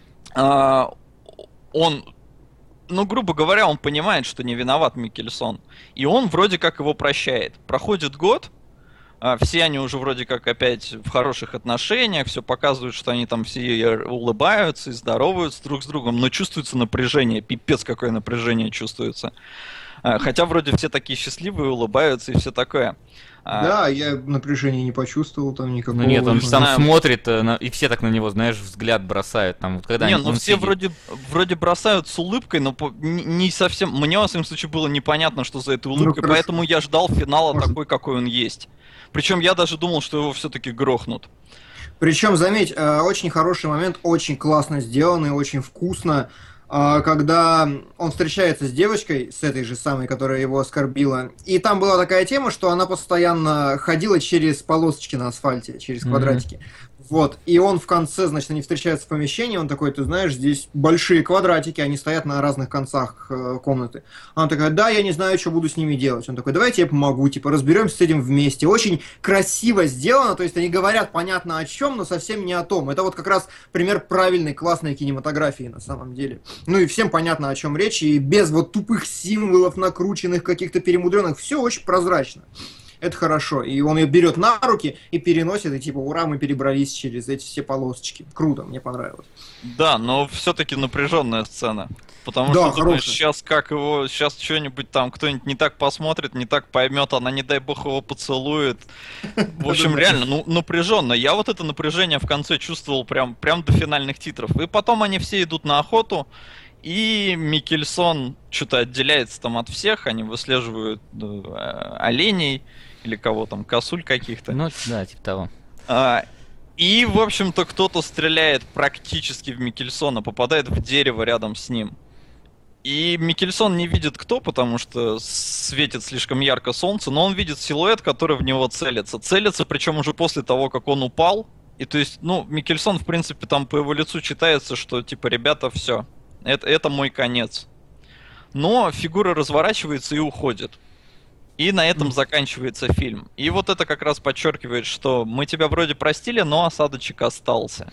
Он, ну, грубо говоря, он понимает, что не виноват Миккельсон. И он вроде как его прощает. Проходит год, все они уже вроде как опять в хороших отношениях, все показывают, что они там все улыбаются и здороваются друг с другом, но чувствуется напряжение, пипец какое напряжение чувствуется. Хотя вроде все такие счастливые, улыбаются и все такое. Да, я напряжения не почувствовал там никакого. Ну нет, он же там смотрит, и все так на него, знаешь, взгляд бросают. Там, вот, когда не, ну все сидит. вроде бросают с улыбкой, но не совсем... Мне, во всяком случае, было непонятно, что за этой улыбкой, поэтому я ждал финала такой, какой он есть. Причем я даже думал, что его все-таки грохнут. Причем, заметь, очень хороший момент, очень классно сделанный, очень вкусно. Когда он встречается с девочкой, с этой же самой, которая его оскорбила, и там была такая тема, что она постоянно ходила через полосочки на асфальте, через квадратики. Вот, и он в конце, значит, они встречаются в помещении, он такой, ты знаешь, здесь большие квадратики, они стоят на разных концах комнаты. Она такая, да, я не знаю, что буду с ними делать. Он такой, давайте я помогу, типа, разберемся с этим вместе. Очень красиво сделано, то есть они говорят понятно о чем, но совсем не о том. Это вот как раз пример правильной, классной кинематографии на самом деле. Ну и всем понятно, о чем речь, и без вот тупых символов, накрученных, каких-то перемудренных, все очень прозрачно. Это хорошо. И он ее берет на руки и переносит, и типа, ура, мы перебрались через эти все полосочки. Круто, мне понравилось. Да, но все-таки напряженная сцена. Потому да, что думаешь, сейчас что-нибудь там кто-нибудь не так посмотрит, не так поймет, она, не дай бог, его поцелует. В общем, реально, ну, напряженно. Я вот это напряжение в конце чувствовал прям до финальных титров. И потом они все идут на охоту, и Миккельсон что-то отделяется там от всех, они выслеживают оленей, или кого там, косуль каких-то. Ну, да, типа того. И, в общем-то, кто-то стреляет практически в Миккельсона, попадает в дерево рядом с ним. И Миккельсон не видит кто, потому что светит слишком ярко солнце, но он видит силуэт, который в него целится. Целится, причем уже после того, как он упал. И то есть, ну, Миккельсон, в принципе, там по его лицу читается, что, типа, ребята, все, это мой конец. Но фигура разворачивается и уходит. И на этом заканчивается фильм. И вот это как раз подчеркивает, что мы тебя вроде простили, но осадочек остался.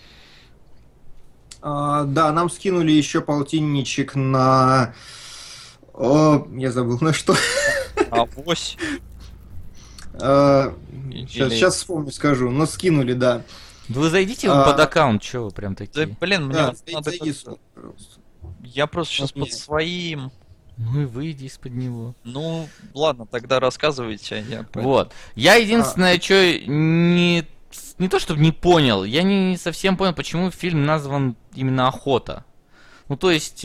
Да, нам скинули еще полтинничек на... я забыл, на что. Авось. Сейчас вспомню, скажу. Но скинули, да. Да вы зайдите под аккаунт, что вы прям такие? Да, блин, мне Да, надо... Я просто сейчас под своим... Ну и выйди из-под него. Ну, ладно, тогда рассказывайте. Вот. Я единственное, что не то чтобы не понял, я не совсем понял, почему фильм назван именно «Охота». Ну, то есть...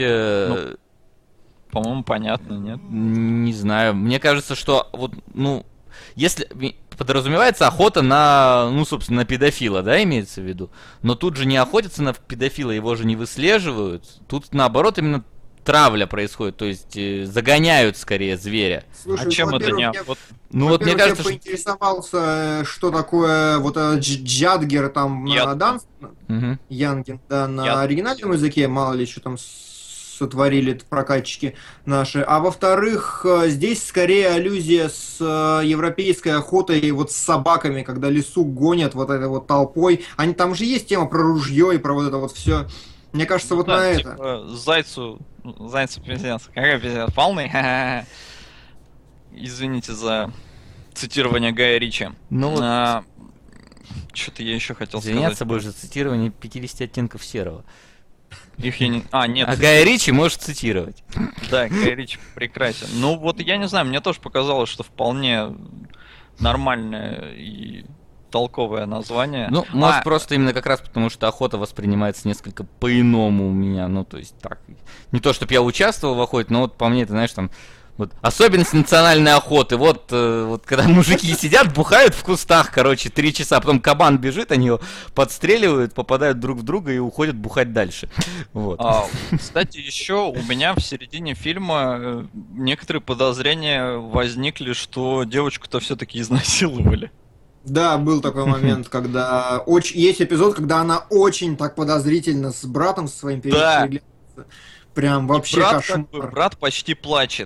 по-моему, понятно, нет? Не знаю. Мне кажется, что вот, ну... Если... подразумевается охота на, ну, собственно, на педофила, да, имеется в виду. Но тут же не охотятся на педофила, его же не выслеживают. Тут, наоборот, именно травля происходит, то есть загоняют скорее зверя. Слушай, А чем это не... Ну вот мне кажется, я поинтересовался, что такое вот Джадгер там на данс, Янген, да, на оригинальном языке, мало ли что там сотворили прокатчики наши. А во-вторых, здесь скорее аллюзия с европейской охотой вот с собаками, когда лесу гонят вот этой вот толпой. Там же есть тема про ружье и про вот это вот все. Мне кажется, вот на типа, это. Зайцу пиздец. Какой пиздец? Полный? Извините за цитирование Гая Ричи. Ну вот... Что-то я еще хотел сказать. Извиняться будешь за цитирование 50 оттенков серого. Их я не... нет. А Гая Ричи можешь цитировать. Да, Гай Ричи прекрасен. Ну вот я не знаю, мне тоже показалось, что вполне нормальное и толковое название. Ну, может, просто именно как раз потому, что охота воспринимается несколько по-иному у меня. Ну, то есть так. Не то, чтобы я участвовал в охоте, но вот по мне, ты знаешь, там. Вот. Особенность национальной охоты. Вот когда мужики сидят, бухают в кустах, короче, 3 часа, потом кабан бежит, они его подстреливают, попадают друг в друга и уходят бухать дальше. Вот. Кстати, еще у меня в середине фильма некоторые подозрения возникли, что девочку-то все-таки изнасиловали. Да, был такой момент, когда есть эпизод, когда она очень так подозрительно с братом своим переглядывается. Прям вообще кошмар. Брат почти плачет.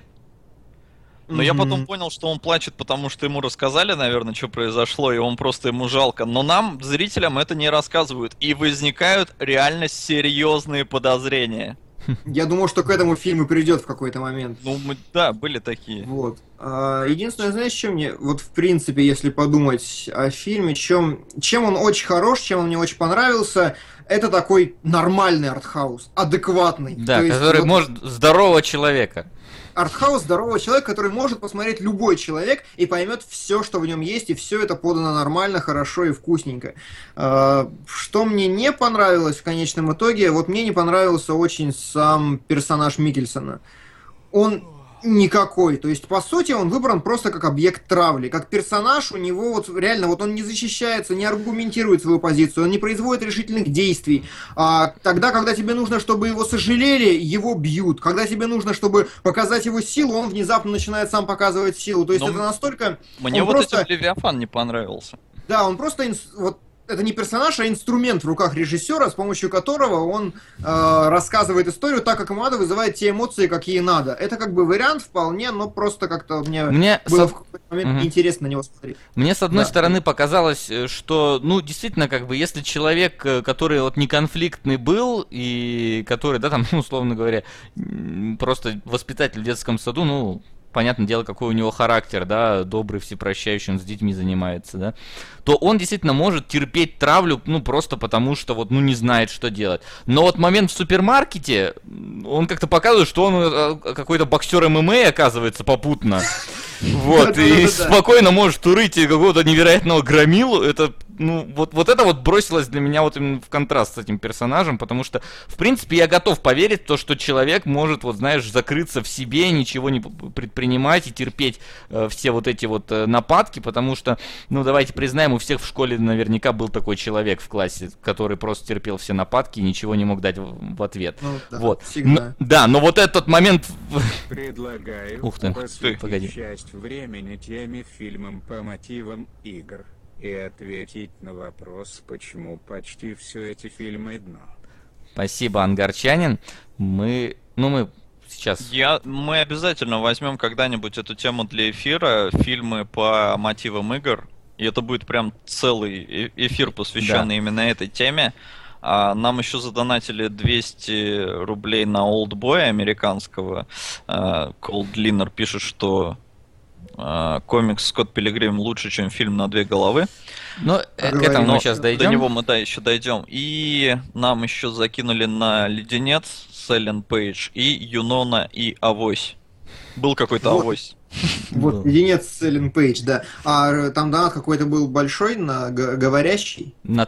Но я потом понял, что он плачет, потому что ему рассказали, наверное, что произошло, и он просто ему жалко. Но нам, зрителям, это не рассказывают. И возникают реально серьезные подозрения. Я думал, что к этому фильм и придет в какой-то момент. Ну, да, были такие. Вот. Единственное, знаешь, что мне, вот в принципе, если подумать о фильме, чем он очень хорош, чем он мне очень понравился, это такой нормальный артхаус, адекватный. Да, который может здорового человека. Артхаус здорового человека, который может посмотреть любой человек и поймет все, что в нем есть, и все это подано нормально, хорошо и вкусненько. Что мне не понравилось в конечном итоге, вот мне не понравился очень сам персонаж Миккельсона. Он никакой. То есть, по сути, он выбран просто как объект травли. Как персонаж у него вот реально вот он не защищается, не аргументирует свою позицию, он не производит решительных действий. Тогда, когда тебе нужно, чтобы его сожалели, его бьют. Когда тебе нужно, чтобы показать его силу, он внезапно начинает сам показывать силу. То есть, это настолько... Мне вот просто... этим Левиафан не понравился. Да, он просто... Это не персонаж, а инструмент в руках режиссера, с помощью которого он рассказывает историю так, как ему надо, вызывает те эмоции, какие надо. Это как бы вариант вполне, но просто как-то мне было в какой-то момент неинтересно на него смотреть. Мне с одной стороны показалось, что, ну, действительно, как бы, если человек, который вот не конфликтный был, и который, да, там, ну, условно говоря, просто воспитатель в детском саду, ну... Понятное дело, какой у него характер, да, добрый, всепрощающий, он с детьми занимается, да, то он действительно может терпеть травлю, ну, просто потому что вот, ну, не знает, что делать. Но вот момент в супермаркете, он как-то показывает, что он какой-то боксер ММА, оказывается, попутно. Вот, и спокойно может турыть какого-то невероятного громилу, это... Ну, вот это вот бросилось для меня вот именно в контраст с этим персонажем, потому что, в принципе, я готов поверить в то, что человек может, вот знаешь, закрыться в себе, ничего не предпринимать и терпеть все вот эти вот нападки, потому что, ну, давайте признаем, у всех в школе наверняка был такой человек в классе, который просто терпел все нападки и ничего не мог дать в ответ. Ну, да, вот. Но вот этот момент... Предлагаю посвятить часть времени теме фильмам по мотивам игр. И ответить на вопрос, почему почти все эти фильмы дно. Спасибо, Ангарчанин. Мы сейчас... Мы обязательно возьмем когда-нибудь эту тему для эфира, фильмы по мотивам игр. И это будет прям целый эфир, посвященный именно этой теме. Нам еще задонатили 200 рублей на Олдбоя американского. Cold Liner пишет, что... комикс «Скотт Пилигрим» лучше, чем фильм «На две головы». Но к этому мы сейчас дойдем. До него мы, еще дойдем. И нам еще закинули на леденец Селен Пейдж и Юнона и Авось. Был какой-то Авось. Вот, леденец Селен Пейдж, да. А там донат какой-то был большой, говорящий? На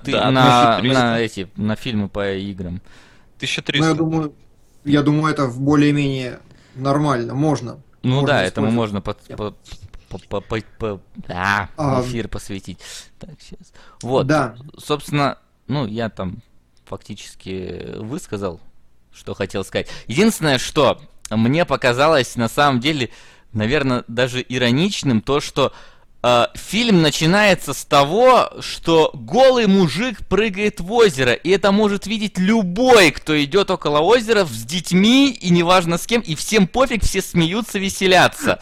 фильмы по играм. 1300. Ну, я думаю, это более-менее нормально, можно. Ну да, этому можно эфир посвятить. Так, сейчас. Вот, Да. Собственно, я там фактически высказал, что хотел сказать. Единственное, что мне показалось на самом деле, наверное, даже ироничным, то, что фильм начинается с того, что голый мужик прыгает в озеро, и это может видеть любой, кто идет около озера с детьми, и неважно с кем, и всем пофиг, все смеются, веселятся.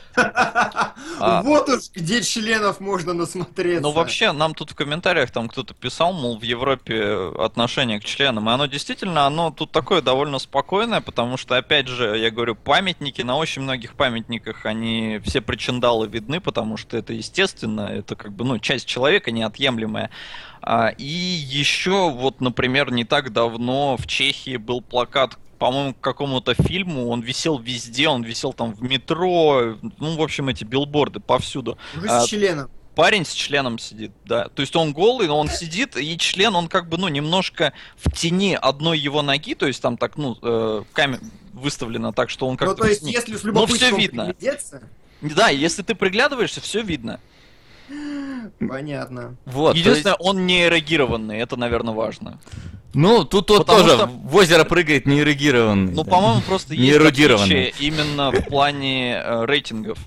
Вот уж где членов можно насмотреться. Ну вообще, нам тут в комментариях там кто-то писал, мол, в Европе отношение к членам, и оно действительно, оно тут такое довольно спокойное, потому что, опять же, я говорю, памятники, на очень многих памятниках, они все причиндалы видны, потому что это естественно, это как бы, часть человека неотъемлемая. И еще, вот, например, не так давно в Чехии был плакат, по-моему, к какому-то фильму, он висел везде, он висел там в метро, в общем, эти билборды повсюду. Уже с членом. Парень с членом сидит, да. То есть он голый, но он сидит, и член, он как бы, немножко в тени одной его ноги, то есть там так, камера выставлена так, что он как-то... то есть, если с любопытством приглядеться... Да, если ты приглядываешься, все видно. Понятно. Вот, единственное, он не эрегированный, это, наверное, важно. Тут тоже в озеро прыгает неэрегированный. По-моему, просто есть отличие именно в плане рейтингов.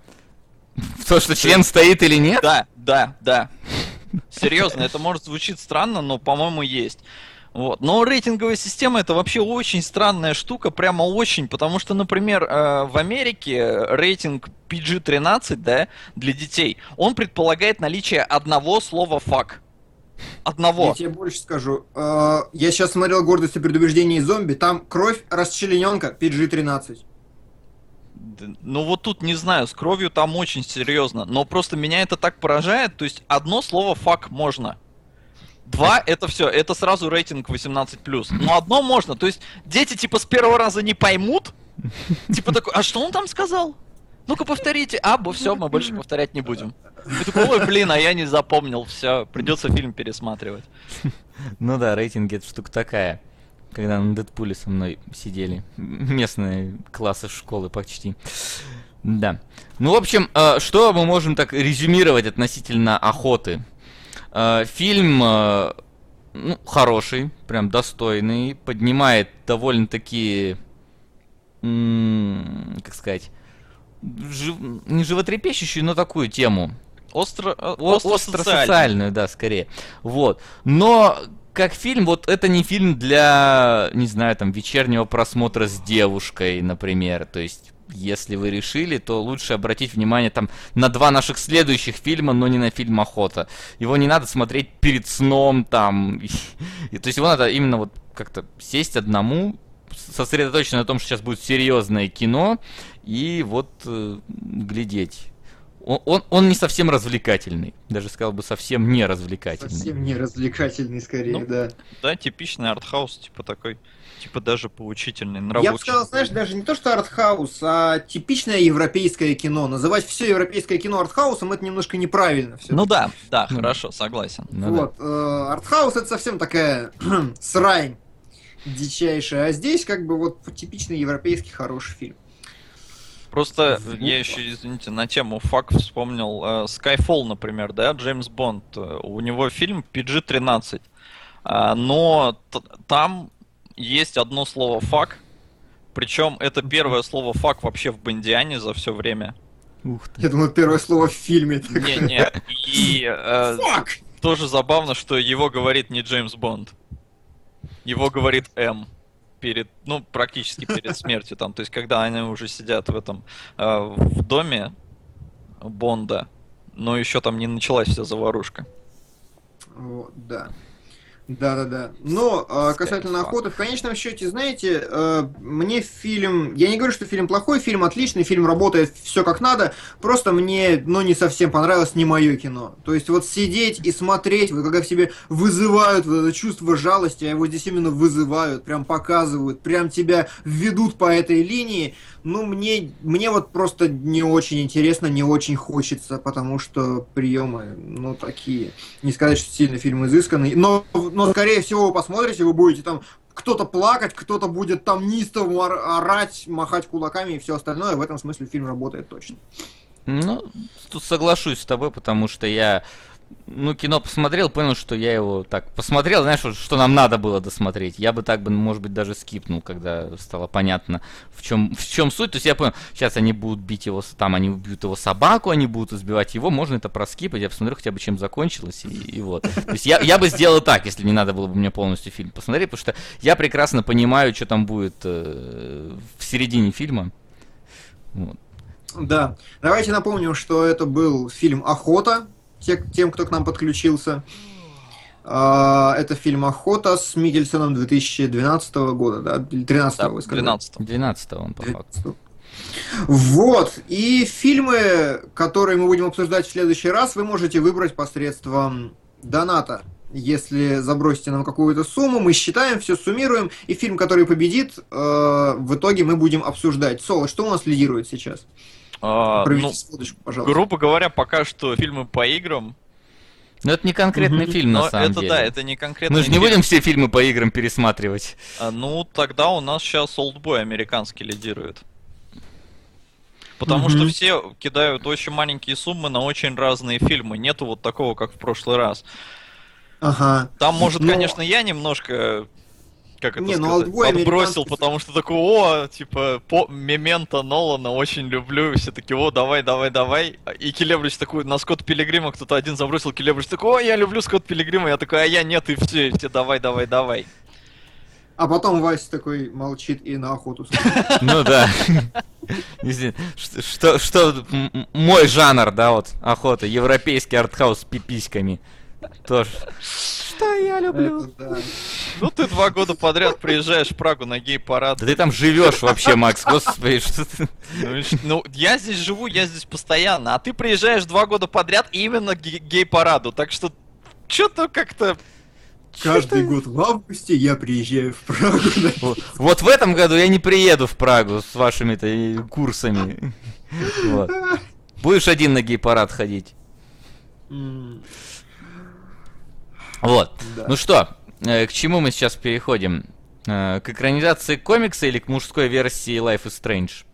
То, что член стоит или нет? Да. Серьезно, это может звучит странно, но, по-моему, есть. Вот. Но рейтинговая система это вообще очень странная штука, прямо очень, потому что, например, в Америке рейтинг PG-13, да, для детей, он предполагает наличие одного слова «fuck». Одного. Я тебе больше скажу. Я сейчас смотрел «Гордость и предубеждение» и «Зомби», там кровь расчлененка PG-13. Вот тут не знаю, с кровью там очень серьезно, но просто меня это так поражает, то есть одно слово «fuck» можно. Два, это все, это сразу рейтинг 18+. Но одно можно, то есть дети типа с первого раза не поймут, типа такой, а что он там сказал? Ну-ка повторите, все, мы больше повторять не будем. И такой, ой, блин, а я не запомнил, все, придется фильм пересматривать. Ну да, рейтинги это штука такая. Когда на Дэдпуле со мной сидели местные классы школы почти. Да. В общем, что мы можем так резюмировать относительно «Охоты»? Фильм хороший, прям достойный, поднимает довольно-таки, как сказать, не животрепещущую, но такую тему. Остро-социальную, да, скорее. Вот. Но как фильм, это не фильм для, не знаю, там, вечернего просмотра с девушкой, например. То есть, если вы решили, то лучше обратить внимание там на 2 наших следующих фильма, но не на фильм «Охота». Его не надо смотреть перед сном там. То есть его надо именно как-то сесть одному, сосредоточиться на том, что сейчас будет серьезное кино, и глядеть. Он не совсем развлекательный. Даже сказал бы, совсем не развлекательный. Совсем не развлекательный, скорее, да. Да, типичный артхаус, типа такой, типа даже поучительный, Я бы сказал, знаешь, даже не то, что артхаус, а типичное европейское кино. Называть все европейское кино артхаусом, это немножко неправильно. Да, хорошо, согласен. Артхаус это совсем такая срань дичайшая, а здесь как бы типичный европейский хороший фильм. Просто я еще, извините, на тему «fuck» вспомнил Skyfall, например, да, Джеймс Бонд. У него фильм PG-13, но там есть одно слово «fuck», причем это первое слово «fuck» вообще в Бондиане за все время. Ух ты. Я думал, первое слово в фильме. Не. И тоже забавно, что его говорит не Джеймс Бонд. Его говорит М. Практически перед смертью там, то есть когда они уже сидят в этом в доме Бонда, но еще там не началась вся заварушка. Да. Но касательно «Охоты», в конечном счете, знаете, мне фильм... Я не говорю, что фильм плохой, фильм отличный, фильм работает все как надо, просто мне, не совсем понравилось, не мое кино. То есть сидеть и смотреть, когда в себе вызывают это чувство жалости, а его здесь именно вызывают, прям показывают, прям тебя ведут по этой линии, мне просто не очень интересно, не очень хочется, потому что приемы, такие. Не сказать, что сильно фильм изысканный, но скорее всего вы посмотрите, вы будете там кто-то плакать, кто-то будет там неистово орать, махать кулаками и все остальное. В этом смысле фильм работает точно. Ну, тут соглашусь с тобой, потому что я, кино посмотрел, понял, что я его так посмотрел, знаешь, что нам надо было досмотреть. Я бы так бы, может быть, даже скипнул, когда стало понятно, в чем суть. То есть я понял, сейчас они будут бить его, там они убьют его собаку, они будут избивать его, можно это проскипать, я посмотрю хотя бы, чем закончилось, и вот. То есть я бы сделал так, если не надо было бы мне полностью фильм посмотреть, потому что я прекрасно понимаю, что там будет в середине фильма. Вот. Да. Давайте напомним, что это был фильм «Охота», тем, кто к нам подключился. Это фильм «Охота» с Миккельсоном 2012 года, да? 13-го, вы сказали? 12-го он, по факту. Вот. И фильмы, которые мы будем обсуждать в следующий раз, вы можете выбрать посредством доната. Если забросите нам какую-то сумму, мы считаем, все суммируем, и фильм, который победит, в итоге мы будем обсуждать. Соло, что у нас лидирует сейчас? Проведите сводочку, пожалуйста. Грубо говоря, пока что фильмы по играм. Но это не конкретный фильм, на самом деле. Да, это не конкретный фильм. Мы же не будем все фильмы по играм пересматривать. Ну, тогда у нас сейчас «Олдбой» американский лидирует. Потому что все кидают очень маленькие суммы на очень разные фильмы. Нету вот такого, как в прошлый раз. Ага. Там, может, конечно, я немножко, как это сказать, американский... подбросил, потому что такой, типа, «Мементо» Нолана очень люблю, и все такие, давай. И Келебрич такой, на Скотта Пилигрима кто-то один забросил, Келебрич такой, я люблю Скотта Пилигрима, я такой, а я нет, и все давай. А потом Вася такой молчит и на охоту. Ну да. Что мой жанр, да, вот, охота, европейский артхаус с пиписьками. Тоже. Что я люблю? Ну ты 2 года подряд приезжаешь в Прагу на гей-парад. Да ты там живешь вообще, Макс, господи, что ты... Ну, я здесь живу, я здесь постоянно, а ты приезжаешь 2 года подряд именно к гей-параду, так что что-то как-то... Каждый год в августе я приезжаю в Прагу. Вот в этом году я не приеду в Прагу с вашими-то курсами. Будешь один на гей-парад ходить. Вот. Да. Ну что, к чему мы сейчас переходим? К экранизации комикса или к мужской версии Life is Strange?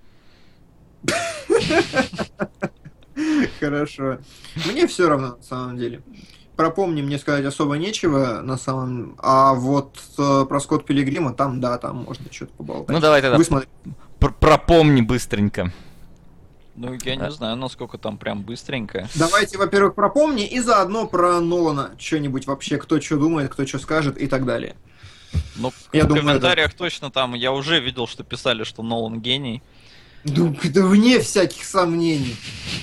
Хорошо. Мне все равно, на самом деле. Про «Помни» мне сказать особо нечего, на самом... А вот про Скотта Пилигрима, там можно что-то поболтать. Ну давай тогда про «Помни» быстренько. Ну, я не знаю, насколько там прям быстренько. Давайте, во-первых, про «Помни» и заодно про Нолана что-нибудь вообще, кто что думает, кто что скажет и так далее. Ну, в комментариях точно там, я уже видел, что писали, что Нолан гений. Да вне всяких сомнений.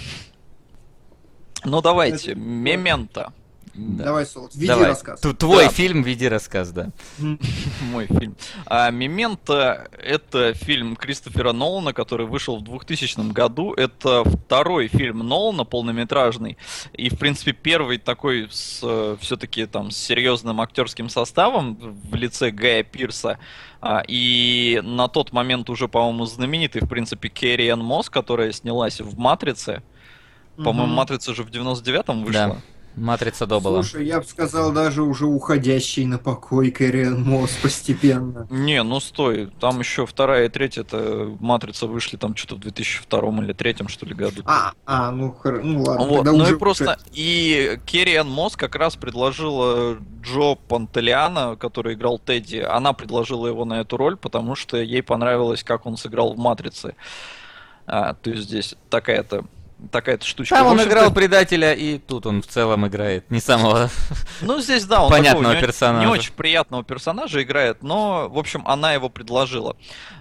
Ну, давайте, «Мементо». Да. Давай, Солод, веди рассказ. Твой фильм, веди рассказ, да. Мой фильм. «Мементо» — это фильм Кристофера Нолана, который вышел в 2000 году. Это второй фильм Нолана, полнометражный. И, в принципе, первый такой все-таки там с серьезным актерским составом в лице Гая Пирса. И на тот момент уже, по-моему, знаменитый, в принципе, Керри Энн Мосс, которая снялась в «Матрице». По-моему, «Матрица» же в 99-м вышла. Да. «Матрица» до была. Слушай, я бы сказал, даже уже уходящий на покой Керри Энн Мосс постепенно. Не, ну стой, там еще 2 и 3 это «Матрица» вышли там что-то в 2002 или 2003, что ли, году. Ну ладно. Вот, ну уже... и просто, и Керри Энн Мосс как раз предложила Джо Пантелеано, который играл Тедди, она предложила его на эту роль, потому что ей понравилось, как он сыграл в «Матрице». То есть здесь такая-то штучка. Там он играл предателя, и тут он в целом играет не самого здесь, да, он понятного персонажа. Не очень приятного персонажа играет, но, в общем, она его предложила.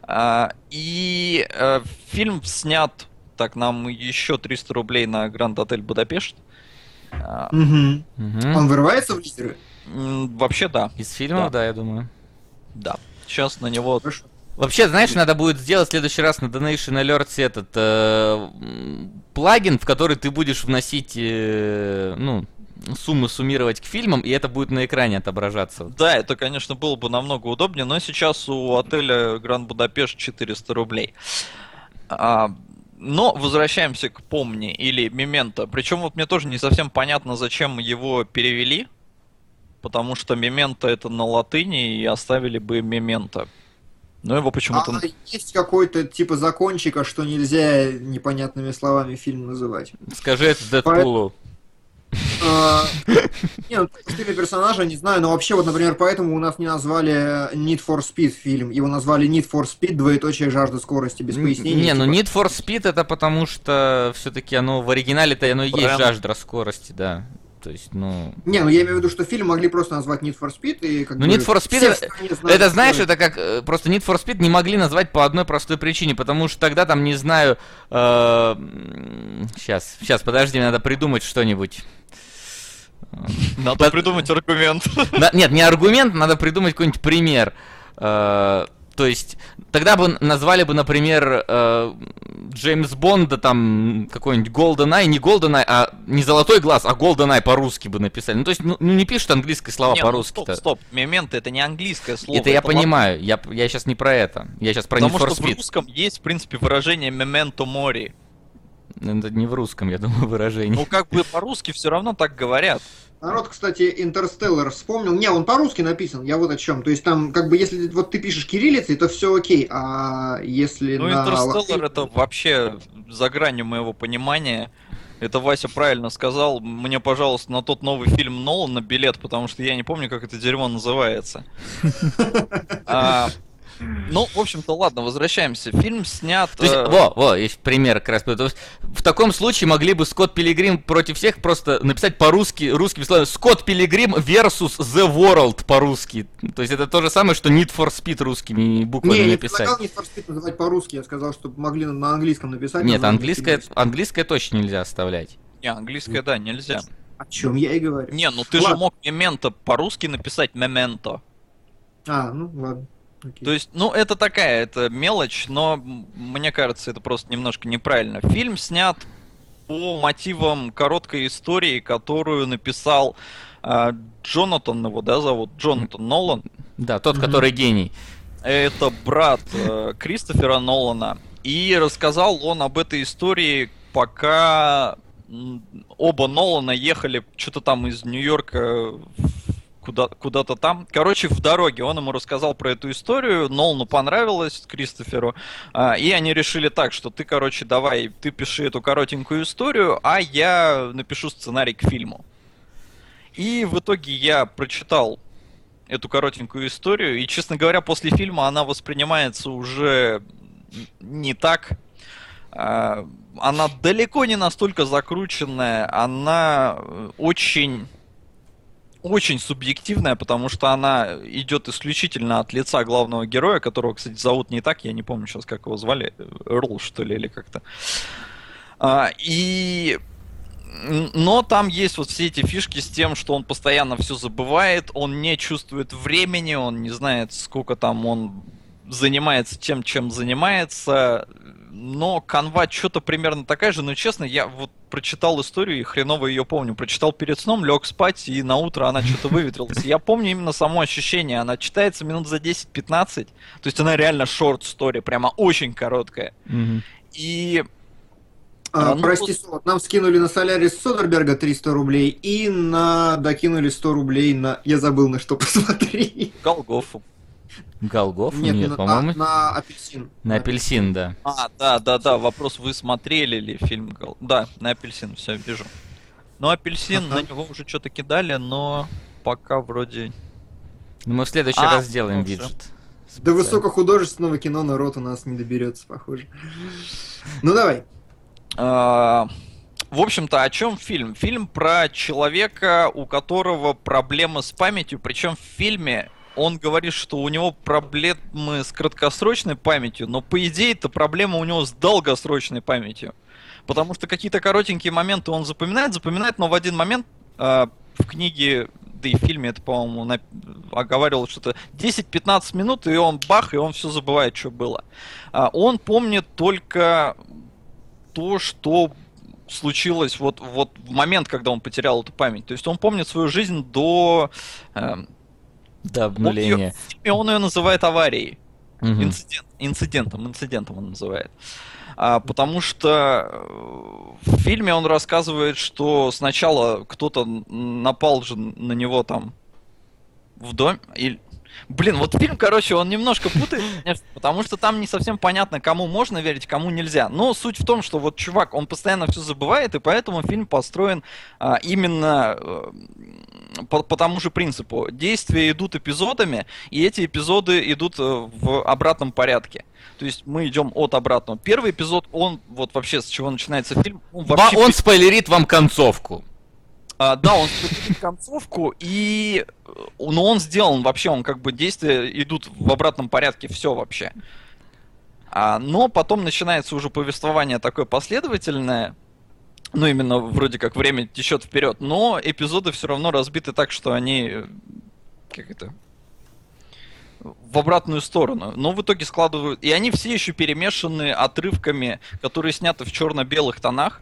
И фильм снят, так, нам еще 300 рублей на Гранд Отель Будапешт. Он вырывается в лидеры? Вообще, да. Из фильмов, да, я думаю. Да. Сейчас на него... Хорошо. Вообще, знаешь, надо будет сделать в следующий раз на Donation Alerts этот плагин, в который ты будешь вносить, суммы суммировать к фильмам, и это будет на экране отображаться. Да, это, конечно, было бы намного удобнее, но сейчас у отеля Гранд Будапешт 400 рублей. Но возвращаемся к «Помни» или «Мементо». Причем вот мне тоже не совсем понятно, зачем его перевели, потому что «Мементо» это на латыни, и оставили бы «Мементо». Но его почему-то... Есть какой-то типа закончика, что нельзя непонятными словами фильм называть. Скажи это Дэдпулу. Не, ну, стиле персонажа, не знаю, но вообще, вот, например, поэтому у нас не назвали Need for Speed фильм. Его назвали Need for Speed, двоеточие, жажда скорости, без пояснений. Не, ну Need for Speed это потому что все-таки оно в оригинале-то оно и есть жажда скорости, да. То есть, ну... Не, ну я имею в виду, что фильм могли просто назвать Need for Speed и как бы... Ну Need for Speed, это знаешь, это как... Просто Need for Speed не могли назвать по одной простой причине, потому что тогда там, не знаю... Сейчас, подожди, мне надо придумать что-нибудь. Надо придумать аргумент. Нет, не аргумент, надо придумать какой-нибудь пример. То есть, тогда бы назвали бы, например, Джеймс Бонда, там, какой-нибудь GoldenEye, не GoldenEye, а не Золотой глаз, а GoldenEye по-русски бы написали. Ну, то есть, ну не пишут английские слова по-русски-то. Стоп, Мементо, это не английское слово. Это я понимаю, я сейчас не про это, я сейчас про Need for Speed. Потому что в русском есть, в принципе, выражение «Memento Mori». Это не в русском, я думаю, выражение. Ну, как бы по-русски все равно так говорят. Народ, кстати, Интерстеллар вспомнил. Не, он по-русски написан, я вот о чем. То есть там, как бы, если вот ты пишешь кириллицей, то все окей, а если ну, Интерстеллар это вообще за гранью моего понимания. Это Вася правильно сказал. Мне, пожалуйста, на тот новый фильм Нолана билет, потому что я не помню, как это дерьмо называется. Ну, в общем-то, ладно, возвращаемся. Фильм снят... есть пример как раз. То есть, в таком случае могли бы Скотт Пилигрим против всех просто написать по-русски, русскими словами, Скотт Пилигрим versus The World по-русски. То есть это то же самое, что Need for Speed русскими буквами написать. Я не предлагал Need for Speed называть по-русски, я сказал, что могли на английском написать. Нет, английское точно нельзя оставлять. Не, английское, да, нельзя. О чем я и говорю. Не, ну ты же мог Мементо по-русски написать Мементо. Ну ладно. Okay. То есть, ну, это такая, это мелочь, но мне кажется, это просто немножко неправильно. Фильм снят по мотивам короткой истории, которую написал Джонатан, его, да, зовут? Джонатан Нолан. Да, тот, который гений. Это брат Кристофера Нолана. И рассказал он об этой истории, пока оба Нолана ехали что-то там из Нью-Йорка куда-то там. Короче, в дороге он ему рассказал про эту историю, Нолану понравилось, Кристоферу, и они решили так, что ты, короче, давай, ты пиши эту коротенькую историю, а я напишу сценарий к фильму. И в итоге я прочитал эту коротенькую историю, и, честно говоря, после фильма она воспринимается уже не так. Она далеко не настолько закрученная, она очень субъективная, потому что она идет исключительно от лица главного героя, которого, кстати, зовут не так, я не помню сейчас, как его звали, Эрл, что ли, или как-то. Но там есть вот все эти фишки с тем, что он постоянно все забывает, он не чувствует времени, он не знает, сколько там он занимается тем, чем занимается, но канва что-то примерно такая же, но честно, я вот прочитал историю и хреново ее помню. Прочитал перед сном, лег спать, и на утро она что-то выветрилась. Я помню именно само ощущение, она читается минут за 10-15, то есть она реально шорт-стори, прямо очень короткая. И... прости, нам скинули на Солярис Содерберга 300 рублей и докинули 100 рублей на... Я забыл, на что посмотреть. Голгофу. Голгофу? Нет, по-моему. На апельсин. На апельсин, да. Да. Вопрос, вы смотрели ли фильм Да, на апельсин, все, вижу. Ну, апельсин, на него уже что-то кидали, но пока вроде... Ну, мы в следующий раз сделаем виджет. До высокохудожественного кино народ у нас не доберется, похоже. Ну, давай. В общем-то, о чем фильм? Фильм про человека, у которого проблемы с памятью, причем в фильме он говорит, что у него проблемы с краткосрочной памятью, но по идее это проблема у него с долгосрочной памятью. Потому что какие-то коротенькие моменты он запоминает, но в один момент в книге, да и в фильме это, по-моему, оговаривал что-то 10-15 минут, и он бах, и он все забывает, что было. Он помнит только то, что случилось вот в момент, когда он потерял эту память. То есть он помнит свою жизнь до обнуления. Он ее называет аварией. Инцидентом он называет. Потому что в фильме он рассказывает, что сначала кто-то напал же на него там в доме. Блин, вот фильм, короче, он немножко путает, конечно, потому что там не совсем понятно, кому можно верить, кому нельзя. Но суть в том, что вот чувак, он постоянно все забывает, и поэтому фильм построен именно по тому же принципу. Действия идут эпизодами, и эти эпизоды идут в обратном порядке. То есть мы идем от обратного. Первый эпизод, он вот вообще с чего начинается фильм? Он спойлерит вам концовку. Да, он спойлерит концовку, но он сделан вообще, он как бы действия идут в обратном порядке, все вообще. Но потом начинается уже повествование такое последовательное, ну именно вроде как время течет вперед, но эпизоды все равно разбиты так, что они в обратную сторону, но в итоге складывают, и они все еще перемешаны отрывками, которые сняты в черно-белых тонах.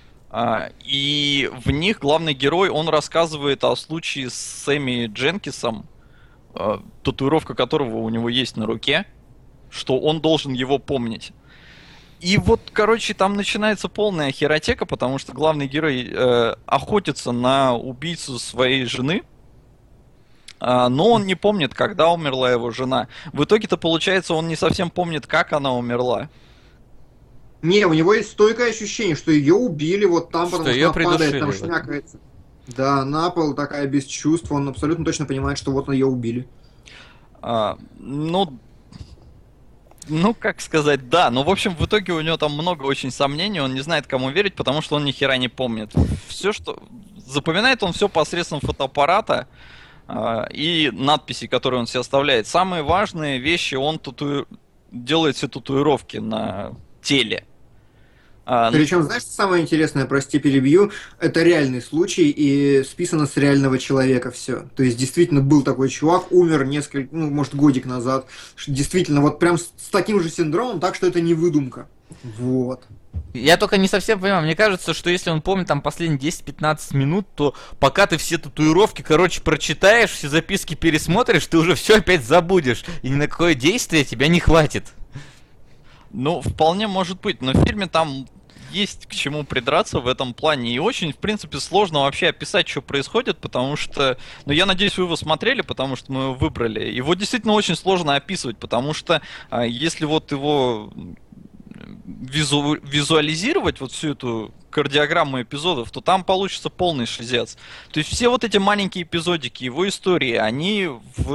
И в них главный герой, он рассказывает о случае с Сэмми Дженкисом, татуировка которого у него есть на руке, что он должен его помнить. И вот, короче, там начинается полная херотека, потому что главный герой охотится на убийцу своей жены, но он не помнит, когда умерла его жена. В итоге-то, получается, он не совсем помнит, как она умерла. Не, у него есть стойкое ощущение, что ее убили вот там, потому что она падает, там шмякается. Да, на пол такая без чувств, он абсолютно точно понимает, что вот ее убили. Ну, как сказать, да. Но, в общем, в итоге у него там много очень сомнений, он не знает, кому верить, потому что он ни хера не помнит. Все, что... Запоминает он все посредством фотоаппарата и надписи, которые он себе оставляет. Самые важные вещи, он делает все татуировки на теле. Причем, знаешь, что самое интересное, прости, перебью, это реальный случай и списано с реального человека все. То есть, действительно, был такой чувак, умер несколько, может, годик назад. Действительно, вот прям с таким же синдромом, так что это не выдумка. Вот. Я только не совсем понимаю, мне кажется, что если он помнит там последние 10-15 минут, то пока ты все татуировки, прочитаешь, все записки пересмотришь, ты уже все опять забудешь, и ни на какое действие тебя не хватит. Ну, вполне может быть, но в фильме там есть к чему придраться в этом плане, и очень, в принципе, сложно вообще описать, что происходит, потому что, я надеюсь, вы его смотрели, потому что мы его выбрали. Его действительно очень сложно описывать, потому что если вот его визуализировать, вот всю эту кардиограмму эпизодов, то там получится полный шизец. То есть все вот эти маленькие эпизодики, его истории, они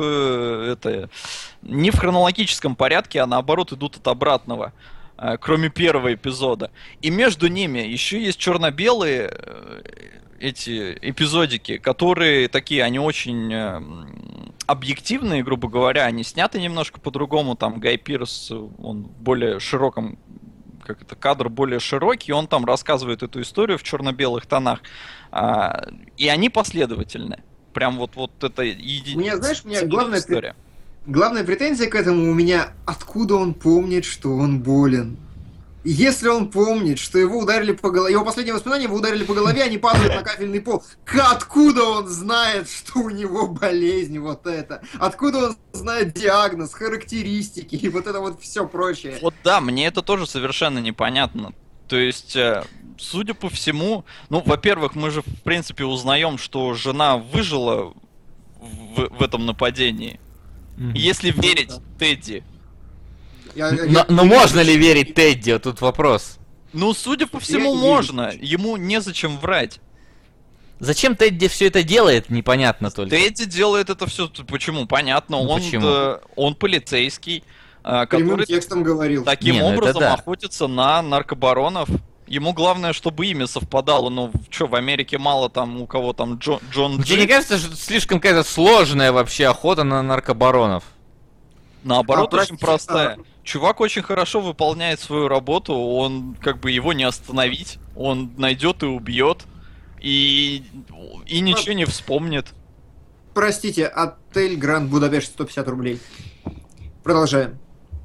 не в хронологическом порядке, а наоборот идут от обратного, кроме первого эпизода. И между ними еще есть черно-белые эти эпизодики, которые такие, они очень объективные, грубо говоря, они сняты немножко по-другому, там Гай Пирс, он в более широком, кадр более широкий, он там рассказывает эту историю в черно-белых тонах, и они последовательны. Прям вот это единственная главная история. Главная претензия к этому у меня, откуда он помнит, что он болен. Если он помнит, что его ударили по голове, его последнее воспоминание, его ударили по голове, они падают на кафельный пол. Откуда он знает, что у него болезнь вот это? Откуда он знает диагноз, характеристики и вот это вот все прочее? Вот да, мне это тоже совершенно непонятно. То есть, судя по всему, во-первых, мы же в принципе узнаем, что жена выжила в этом нападении. Если верить Тедди. Но можно ли верить Тедди? Тут вопрос. Судя по всему, можно. Ему незачем врать. Зачем Тедди все это делает, непонятно только. Тедди делает это все. Почему? Понятно. Он полицейский, который текстом говорил. Таким образом охотится на наркобаронов. Ему главное, чтобы имя совпадало. В Америке мало там у кого там Джон Джи. Тебе не кажется, что это слишком какая-то сложная вообще охота на наркобаронов? Наоборот, очень простая. Чувак очень хорошо выполняет свою работу, он его не остановить, он найдет и убьет, и ничего не вспомнит. Простите, отель Гранд Будапешт 150 рублей. Продолжаем.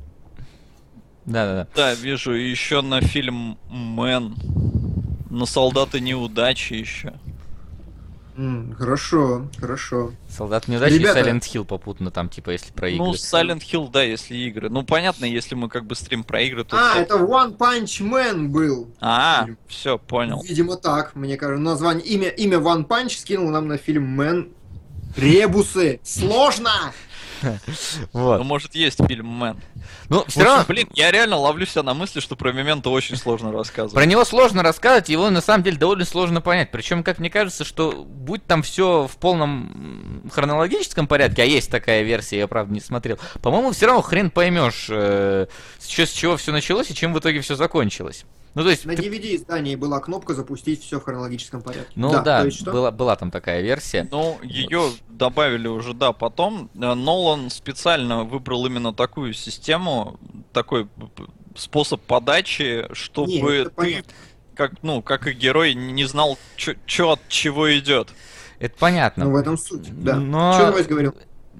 Да. Да, вижу, еще на фильм «Мэн», на «Солдаты неудачи» еще. Хорошо. Солдат неудачи и Silent Hill попутно там, если про игры. Silent Hill, да, если игры. Понятно, если мы стрим про игры, то... это One Punch Man был. Все, понял. Видимо так, мне кажется. Название, имя One Punch скинул нам на фильм Мэн. Ребусы! Сложно! Вот. Ну, может, есть фильм «Мэн». Ну, все равно... Блин, я реально ловлю себя на мысли, что про Мементо очень сложно рассказывать. Про него сложно рассказывать, его на самом деле довольно сложно понять. Причем, как мне кажется, что будь там все в полном хронологическом порядке, а есть такая версия, я правда не смотрел, по-моему, все равно хрен поймешь, с чего все началось и чем в итоге все закончилось. Ну, то есть, на DVD-издании была кнопка запустить все в хронологическом порядке. Ну да, была там такая версия. Ну, ее добавили уже, да, потом. Нолан специально выбрал именно такую систему, такой способ подачи, чтобы ты, как и герой, не знал, что от чего идет. Это понятно. Ну, в этом суть, да. Но... Что ты говорил?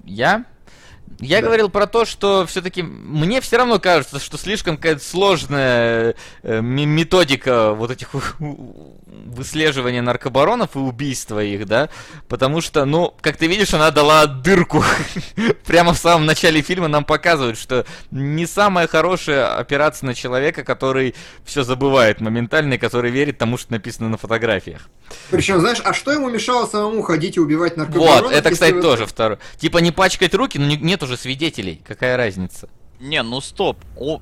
Я говорил про то, что все-таки мне все равно кажется, что слишком какая-то сложная методика вот этих выслеживания наркобаронов и убийства их, да, потому что, ну, как ты видишь, она дала дырку. Прямо в самом начале фильма нам показывают, что не самая хорошая операция на человека, который все забывает моментально и который верит тому, что написано на фотографиях. Причем, знаешь, а что ему мешало самому ходить и убивать наркобаронов? Вот, это, кстати, тоже второе. Типа не пачкать руки, но нет уже свидетелей. Какая разница? Не, ну стоп.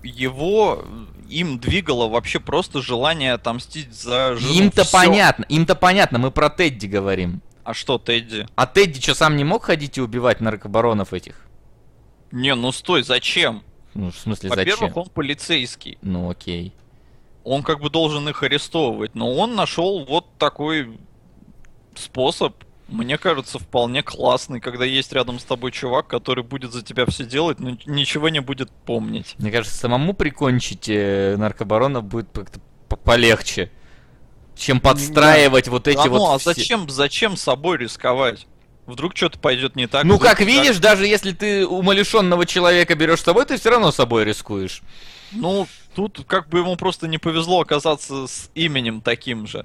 Им двигало вообще просто желание отомстить за жену. Им-то понятно, мы про Тедди говорим. А что Тедди? А Тедди что, сам не мог ходить и убивать наркобаронов этих? Не, ну стой, зачем? Ну, в смысле, зачем? Во-первых, он полицейский. Ну, окей. Он как бы должен их арестовывать, но он нашел вот такой способ, мне кажется, вполне классный, когда есть рядом с тобой чувак, который будет за тебя все делать, но ничего не будет помнить. Мне кажется, самому прикончить наркобарона будет как-то полегче, чем подстраивать вот эти вот... Ну, а зачем собой рисковать? Вдруг что-то пойдет не так. Ну, как видишь, даже если ты умалишенного человека берешь с собой, ты все равно собой рискуешь. Ну, тут как бы ему просто не повезло оказаться с именем таким же.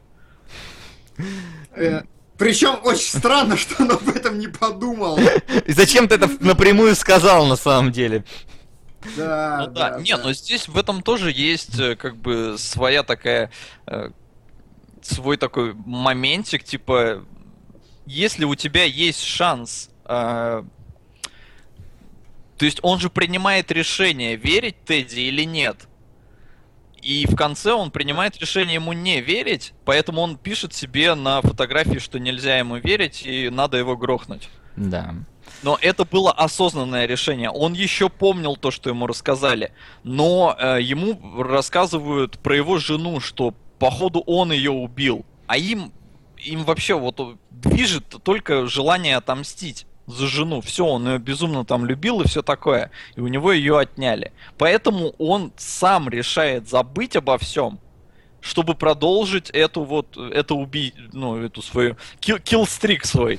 Причем очень странно, что он об этом не подумал. И зачем ты это напрямую сказал на самом деле? Да, ну, да. Не, но здесь в этом тоже есть как бы своя такая... свой такой моментик, типа... Если у тебя есть шанс... то есть он же принимает решение, верить Тедди или нет. И в конце он принимает решение ему не верить, поэтому он пишет себе на фотографии, что нельзя ему верить и надо его грохнуть. Да. Но это было осознанное решение. Он еще помнил то, что ему рассказали. Но ему рассказывают про его жену, что походу он ее убил. А им вообще вот движет только желание отомстить за жену. Все, он ее безумно там любил и все такое. И у него ее отняли. Поэтому он сам решает забыть обо всем, чтобы продолжить эту свою киллстрик свой.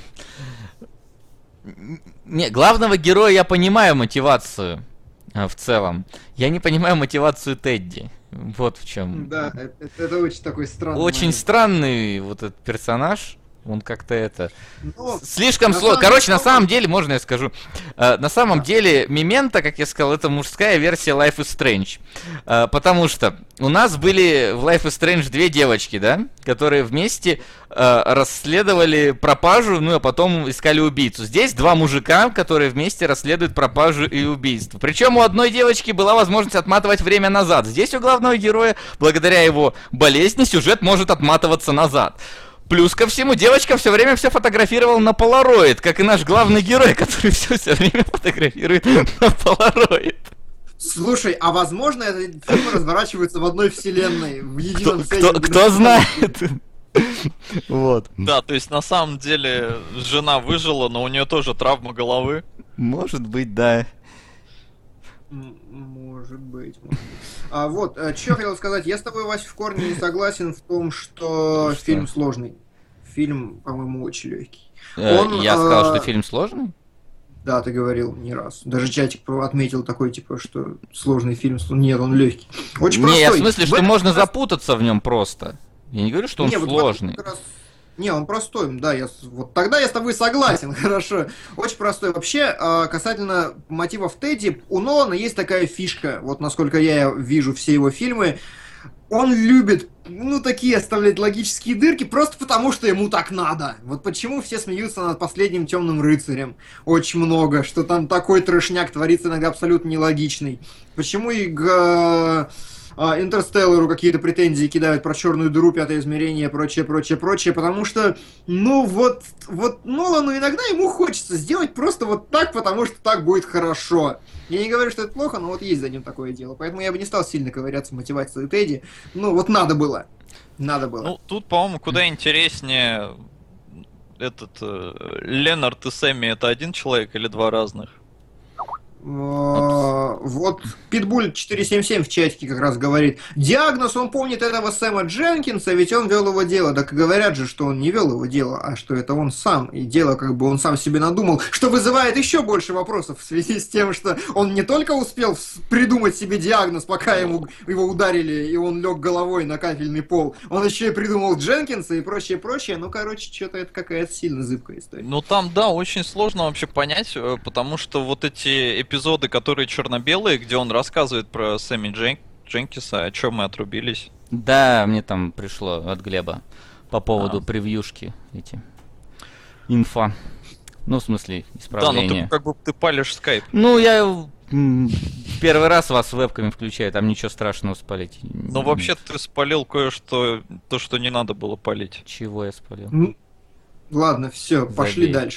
Не, главного героя я понимаю мотивацию в целом. Я не понимаю мотивацию Тедди. Вот в чем. Да, это очень такой странный. Очень момент. Странный вот этот персонаж. Он как-то это... Но слишком сложно. Короче, на самом деле, можно я скажу? На самом деле, Мементо, как я сказал, это мужская версия Life is Strange. Потому что у нас были в Life is Strange две девочки, да? Которые вместе расследовали пропажу, ну а потом искали убийцу. Здесь два мужика, которые вместе расследуют пропажу и убийство. Причем у одной девочки была возможность отматывать время назад. Здесь у главного героя, благодаря его болезни, сюжет может отматываться назад. Плюс ко всему, девочка все время все фотографировала на полароид, как и наш главный герой, который все время фотографирует на полароид. Слушай, а возможно, этот фильм разворачивается в одной вселенной, в едином кто знает? Вот. Да, то есть на самом деле жена выжила, но у нее тоже травма головы. Может быть, да. Может быть. А вот, что хотел сказать. Я с тобой, Вася, в корне не согласен в том, что фильм сложный. Фильм, по-моему, очень легкий. Я сказал, что фильм сложный? Да, ты говорил не раз. Даже чатик отметил такой, типа, что сложный фильм. Нет, он легкий. Очень простой. Не, я в смысле, что можно запутаться в нем просто. Я не говорю, что он сложный. Не, он простой, да, вот тогда я с тобой согласен, хорошо. Очень простой. Вообще, касательно мотивов Тедди, у Нолана есть такая фишка, вот насколько я вижу все его фильмы, он любит, ну, такие оставлять логические дырки, просто потому, что ему так надо. Вот почему все смеются над последним Темным рыцарем. Очень много, что там такой трешняк творится иногда абсолютно нелогичный. Почему и к Интерстеллару какие-то претензии кидают про черную дыру, пятое измерение, прочее, прочее, прочее, потому что, ну, вот Нолану иногда ему хочется сделать просто вот так, потому что так будет хорошо. Я не говорю, что это плохо, но вот есть за ним такое дело. Поэтому я бы не стал сильно ковыряться в мотивации Тедди. Ну, вот надо было. Надо было. Ну, тут, по-моему, куда интереснее Ленард и Сэмми — это один человек или два разных? Вот Питбуль 477 в чатике как раз говорит: диагноз, он помнит этого Сэма Дженкинса, ведь он вел его дело. Так говорят же, что он не вел его дело, а что это он сам. И дело как бы он сам себе надумал, что вызывает еще больше вопросов в связи с тем, что он не только успел придумать себе диагноз, пока его ударили, и он лег головой на кафельный пол, он еще и придумал Дженкинса и прочее, прочее. Ну, короче, что-то это какая-то сильно зыбкая история. Ну, там, да, очень сложно вообще понять, потому что вот эти эпизоды, которые черно-белые, где он рассказывает про Сэмми Дженкинса, о чем мы отрубились. Да, мне там пришло от Глеба по поводу превьюшки эти. Инфа. Ну, в смысле, исправление. Да, ну ты как бы ты палишь скайп. Ну, я первый раз вас вебками включаю, там ничего страшного спалить. Ну, вообще ты спалил кое-что, то, что не надо было палить. Чего я спалил? Ну, ладно, все, пошли дальше.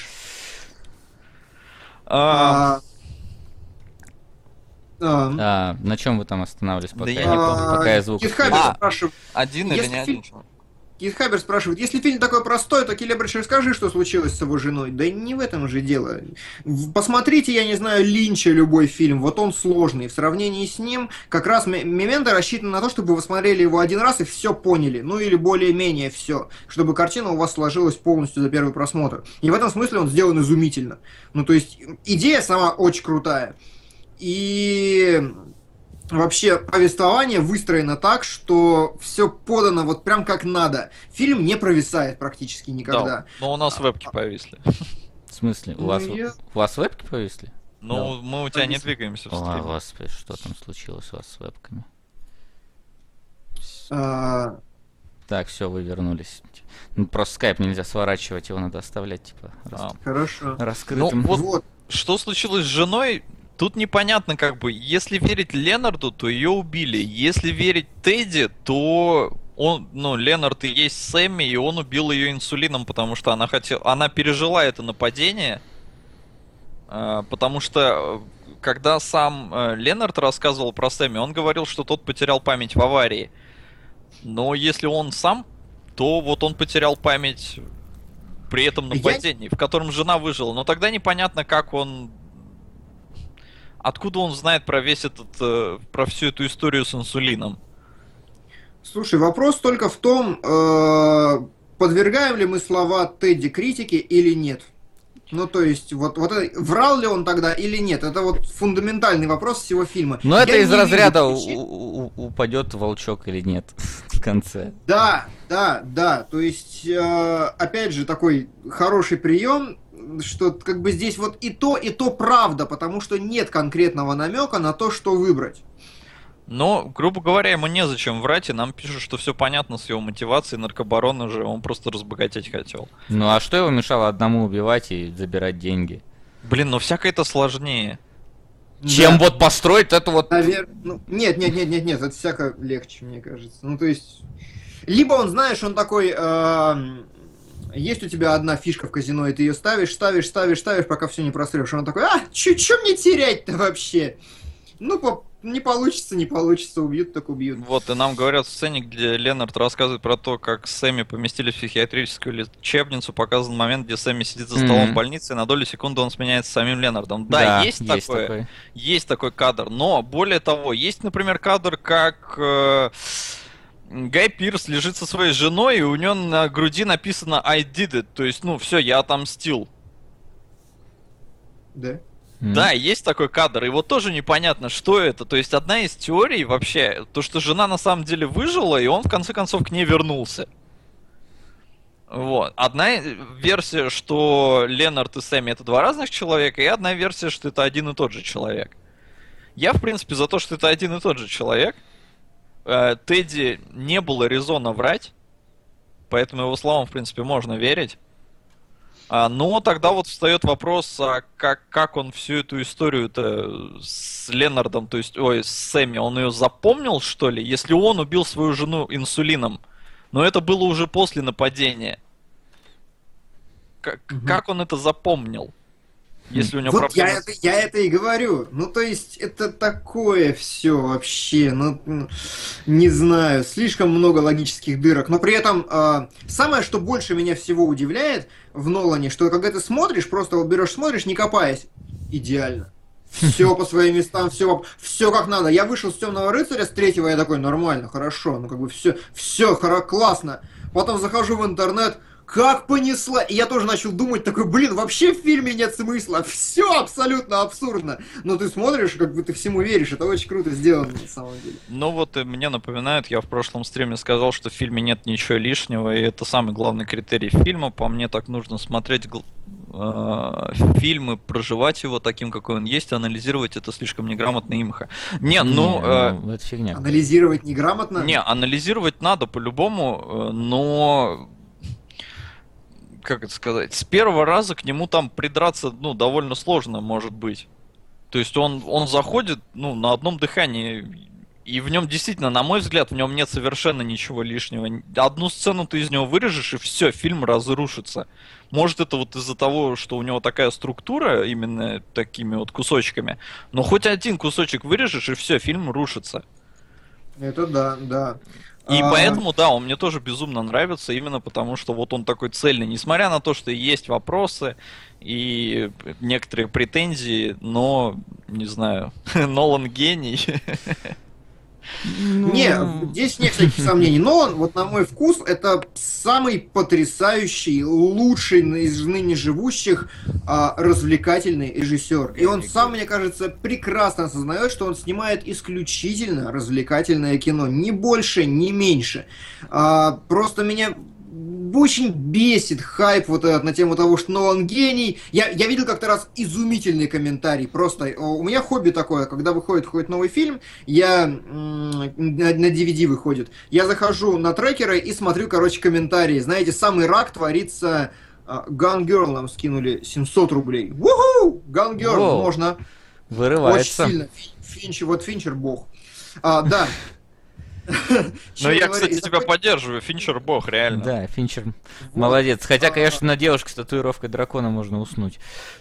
На чем вы там останавливались, пока я не помню, пока я звук... Китхабер спрашивает... Один или не один? Китхабер спрашивает: если фильм такой простой, то, Келебрич, расскажи, что случилось с его женой. Да не в этом же дело. Посмотрите, я не знаю, Линча, любой фильм, вот он сложный. В сравнении с ним как раз «Мементо» рассчитан на то, чтобы вы смотрели его один раз и все поняли. Ну или более-менее все. Чтобы картина у вас сложилась полностью за первый просмотр. И в этом смысле он сделан изумительно. Ну то есть идея сама очень крутая. И вообще повествование выстроено так, что все подано вот прям как надо. Фильм не провисает практически никогда. Да, но у нас вебки повисли. В смысле? У вас вебки повисли? Ну, да. Мы у тебя не двигаемся в стриме. О, господи, что там случилось у вас с вебками? Так, все, вы вернулись. Ну, просто скайп нельзя сворачивать, его надо оставлять, типа, хорошо. Раскрытым. Ну, вот, что случилось с женой? Тут непонятно, как бы, если верить Ленарду, то ее убили. Если верить Тедди, то Ленард и есть Сэмми, и он убил ее инсулином, потому что она пережила это нападение. Потому что, когда сам Ленард рассказывал про Сэмми, он говорил, что тот потерял память в аварии. Но если он сам, то вот он потерял память при этом нападении, в котором жена выжила. Но тогда непонятно, как он... Откуда он знает про про всю эту историю с инсулином? Слушай, вопрос только в том, подвергаем ли мы слова Тедди критике или нет. Ну, то есть, вот врал ли он тогда или нет? Это вот фундаментальный вопрос всего фильма. Но это из разряда упадет волчок или нет в конце. Да. То есть, опять же, такой хороший прием, что как бы здесь вот и то правда, потому что нет конкретного намека на то, что выбрать. Но, грубо говоря, ему незачем врать, и нам пишут, что все понятно с его мотивацией, наркобарона же, он просто разбогатеть хотел. Ну а что его мешало одному убивать и забирать деньги? Блин, ну всяко это сложнее. Чем вот построить это вот... Наверное, нет, это всяко легче, мне кажется. Ну то есть, либо он, знаешь, он такой... Есть у тебя одна фишка в казино, и ты ее ставишь, пока все не просрешь. Он такой: чё мне терять-то вообще? Ну, не получится, убьют, так убьют. Вот, и нам говорят в сцене, где Ленард рассказывает про то, как Сэмми поместили в психиатрическую лечебницу, показан момент, где Сэмми сидит за столом в больнице, и на долю секунды он сменяется самим Ленардом. Да, есть такой кадр, но, более того, есть, например, кадр, как... Гай Пирс лежит со своей женой, и у него на груди написано «I did it», то есть, все, я отомстил. Да? Да, есть такой кадр, и вот тоже непонятно, что это. То есть одна из теорий вообще, то, что жена на самом деле выжила, и он в конце концов к ней вернулся. Вот. Одна версия, что Ленард и Сэмми — это два разных человека, и одна версия, что это один и тот же человек. Я, в принципе, за то, что это один и тот же человек. Тедди не было резона врать, поэтому его словам, в принципе, можно верить. Но тогда вот встает вопрос, а как он всю эту историю-то с Ленардом, то есть, с Сэмми, он ее запомнил, что ли? Если он убил свою жену инсулином, но это было уже после нападения. Как он это запомнил? Если у него вот я это и говорю. Ну, то есть, это такое все вообще, не знаю, слишком много логических дырок. Но при этом, самое, что больше меня всего удивляет в Нолане, что когда ты смотришь, просто вот берешь, смотришь, не копаясь, идеально. Все по своим местам, все как надо. Я вышел с Темного рыцаря, с третьего я такой, нормально, хорошо, ну как бы все классно. Потом захожу в интернет, как понесла! И я тоже начал думать, такой, вообще в фильме нет смысла, все абсолютно абсурдно. Но ты смотришь, как бы ты всему веришь, это очень круто сделано на самом деле. Ну вот мне напоминает, я в прошлом стриме сказал, что в фильме нет ничего лишнего, и это самый главный критерий фильма. По мне так нужно смотреть фильмы, проживать его таким, какой он есть, анализировать это слишком неграмотно имха. Это фигня. Анализировать неграмотно? Не, анализировать надо по-любому, но... Как это сказать, с первого раза к нему там придраться, довольно сложно, может быть. То есть он заходит, на одном дыхании, и в нем действительно, на мой взгляд, в нем нет совершенно ничего лишнего. Одну сцену ты из него вырежешь, и все, фильм разрушится. Может, это вот из-за того, что у него такая структура, именно такими вот кусочками, но хоть один кусочек вырежешь, и все, фильм рушится. Это да. И поэтому, да, он мне тоже безумно нравится, именно потому что вот он такой цельный. Несмотря на то, что есть вопросы и некоторые претензии, но, не знаю, Нолан гений. Не, здесь нет всяких сомнений. Нолан, вот на мой вкус, это самый потрясающий, лучший из ныне живущих развлекательный режиссер. И он сам, мне кажется, прекрасно осознает, что он снимает исключительно развлекательное кино. Ни больше, ни меньше. Просто меня очень бесит хайп вот этот на тему того, что Нолан гений. Я видел как-то раз изумительный комментарий. Просто у меня хобби такое, когда выходит новый фильм, я на DVD выходит, я захожу на трекеры и смотрю, комментарии. Знаете, самый рак творится. Gun Girl нам скинули 700 рублей. Уху! Gun Girl, можно. Вырывается. Очень сильно. Финчер бог. Да. Но я, кстати, тебя поддерживаю. Финчер бог, реально. Да, Финчер молодец. Хотя, конечно, на девушке с татуировкой дракона можно уснуть.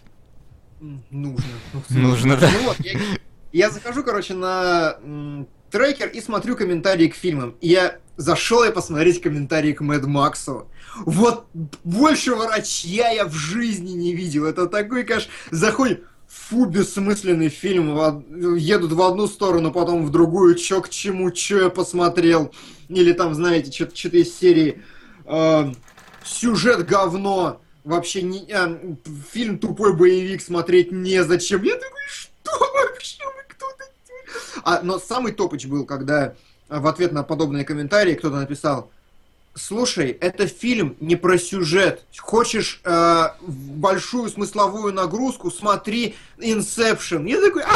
Нужно, да. Ну вот, я захожу, на трекер и смотрю комментарии к фильмам. Я зашел посмотреть комментарии к Мэд Максу. Вот большего рачья я в жизни не видел. Это такой, конечно, заходит... Фу, бессмысленный фильм, едут в одну сторону, потом в другую, чё к чему, чё я посмотрел. Или там, знаете, что-то из серии сюжет говно, вообще фильм тупой боевик смотреть незачем. Я такой, что вообще, кто такой? Но самый топыч был, когда в ответ на подобные комментарии кто-то написал: слушай, это фильм не про сюжет. Хочешь большую смысловую нагрузку, смотри Inception. Я такой...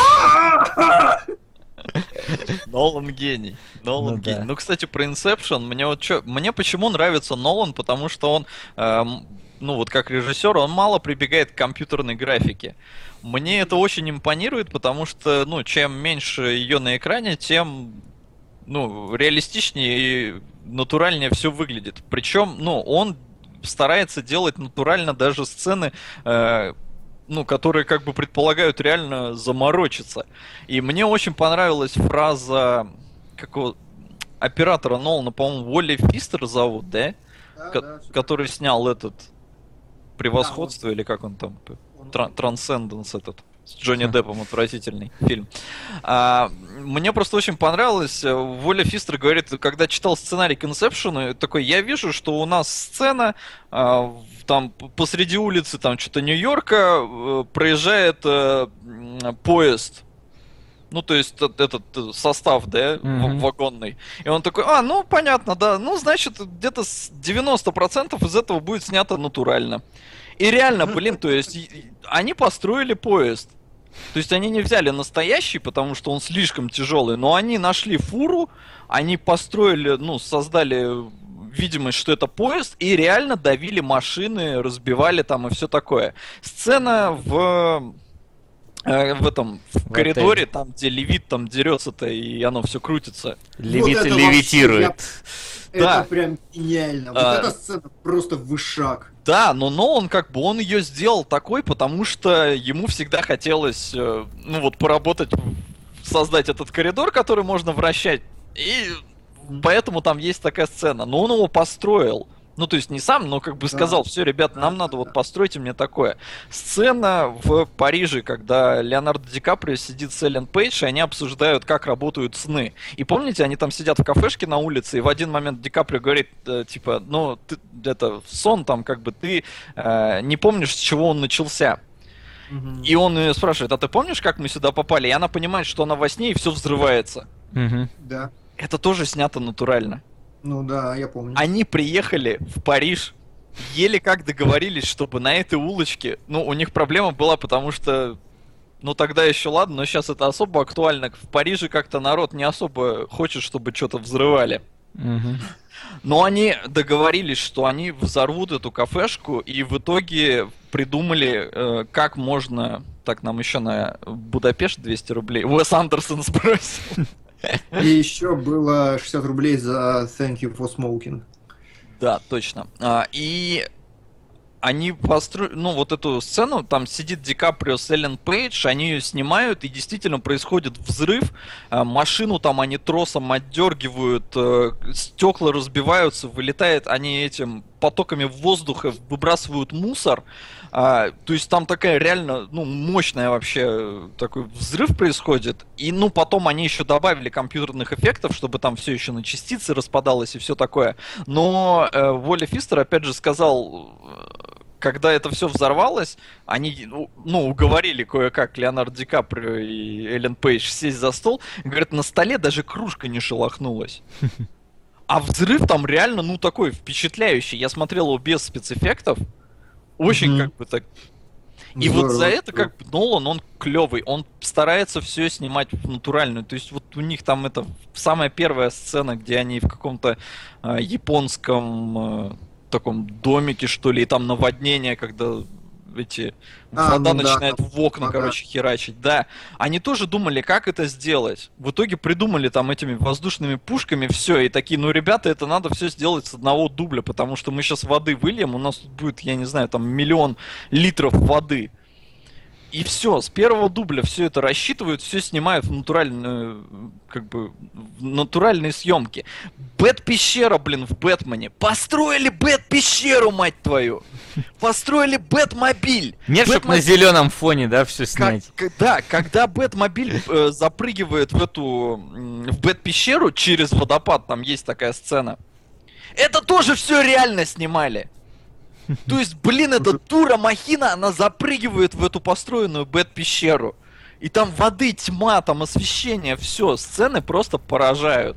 Нолан гений. Нолан гений. Ну, кстати, про Inception, мне почему нравится Нолан, потому что он, как режиссер, он мало прибегает к компьютерной графике. Мне это очень импонирует, потому что, чем меньше ее на экране, тем... реалистичнее и натуральнее все выглядит. Причем, он старается делать натурально даже сцены, которые как бы предполагают реально заморочиться. И мне очень понравилась фраза оператора Нолана, по-моему, Уолли Фистер зовут, да? Который снял этот «Превосходство», или как он там, «Трансценденс» этот. С Джонни Деппом, отвратительный фильм. Мне просто очень понравилось. Воля Фистер говорит, когда читал сценарий к Inception, такой, я вижу, что у нас сцена, там посреди улицы, там что-то Нью-Йорка, проезжает поезд. То есть этот состав, да, вагонный. И он такой, понятно, да, значит, где-то 90% из этого будет снято натурально. И реально, то есть, они построили поезд. То есть они не взяли настоящий, потому что он слишком тяжелый, но они нашли фуру, они построили, создали видимость, что это поезд, и реально давили машины, разбивали там и все такое. Сцена в коридоре, там, где Левит там дерется-то, и оно все крутится. Левит левитирует. Это прям гениально. Вот эта сцена просто вышаг. Да, но Нолан он ее сделал такой, потому что ему всегда хотелось, поработать, создать этот коридор, который можно вращать, и поэтому там есть такая сцена. Но он его построил. То есть не сам, но сказал, все, ребят, нам надо, постройте мне такое. Сцена в Париже, когда Леонардо Ди Каприо сидит с Эллен Пейдж, и они обсуждают, как работают сны. И помните, они там сидят в кафешке на улице, и в один момент Ди Каприо говорит, сон там, ты не помнишь, с чего он начался. И он ее спрашивает, а ты помнишь, как мы сюда попали? И она понимает, что она во сне, и все взрывается. Да. Это тоже снято натурально. Ну да, я помню. Они приехали в Париж, еле как договорились, чтобы на этой улочке... у них проблема была, потому что... тогда еще ладно, но сейчас это особо актуально. В Париже как-то народ не особо хочет, чтобы что-то взрывали. Но они договорились, что они взорвут эту кафешку, и в итоге придумали, как можно... Так, нам еще на Будапешт 200 рублей. Уэс Андерсон сбросил. И еще было 60 рублей за Thank you for smoking. Да, точно. И они построили, эту сцену, там сидит Ди Каприо с Эллен Пейдж, они ее снимают, и действительно происходит взрыв, машину там они тросом отдергивают, стекла разбиваются, вылетает, они этим потоками воздуха выбрасывают мусор. То есть там такая реально, мощная вообще такой взрыв происходит. И, потом они еще добавили компьютерных эффектов, чтобы там все еще на частицы распадалось и все такое. Но Уолли Фистер, опять же, сказал, когда это все взорвалось, они, уговорили кое-как Леонардо Ди Каприо и Эллен Пейдж сесть за стол. И говорят, на столе даже кружка не шелохнулась. А взрыв там реально, такой впечатляющий. Я смотрел его без спецэффектов. Очень так... И Здорово. вот за это Нолан, он клевый, он старается все снимать в натуральную. То есть вот у них там это самая первая сцена, где они в каком-то японском таком домике, что ли, и там наводнение, когда вода начинает в окна, херачить. Да, они тоже думали, как это сделать. В итоге придумали там этими воздушными пушками все, и такие, ребята, это надо все сделать с одного дубля, потому что мы сейчас воды выльем, у нас тут будет, я не знаю, там 1 миллион литров воды. И все, с первого дубля все это рассчитывают, все снимают в натуральную, в натуральные съемки. Бэт-пещера, в Бэтмене. Построили Бэт-пещеру, мать твою! Построили Бэтмобиль! Нет, чтоб на зеленом фоне, да, все снять. Когда Бэтмобиль запрыгивает в Бэт-пещеру через водопад, там есть такая сцена. Это тоже все реально снимали. То есть, эта дура махина, она запрыгивает в эту построенную Бэт-пещеру. И там воды, тьма, там освещение, все, сцены просто поражают.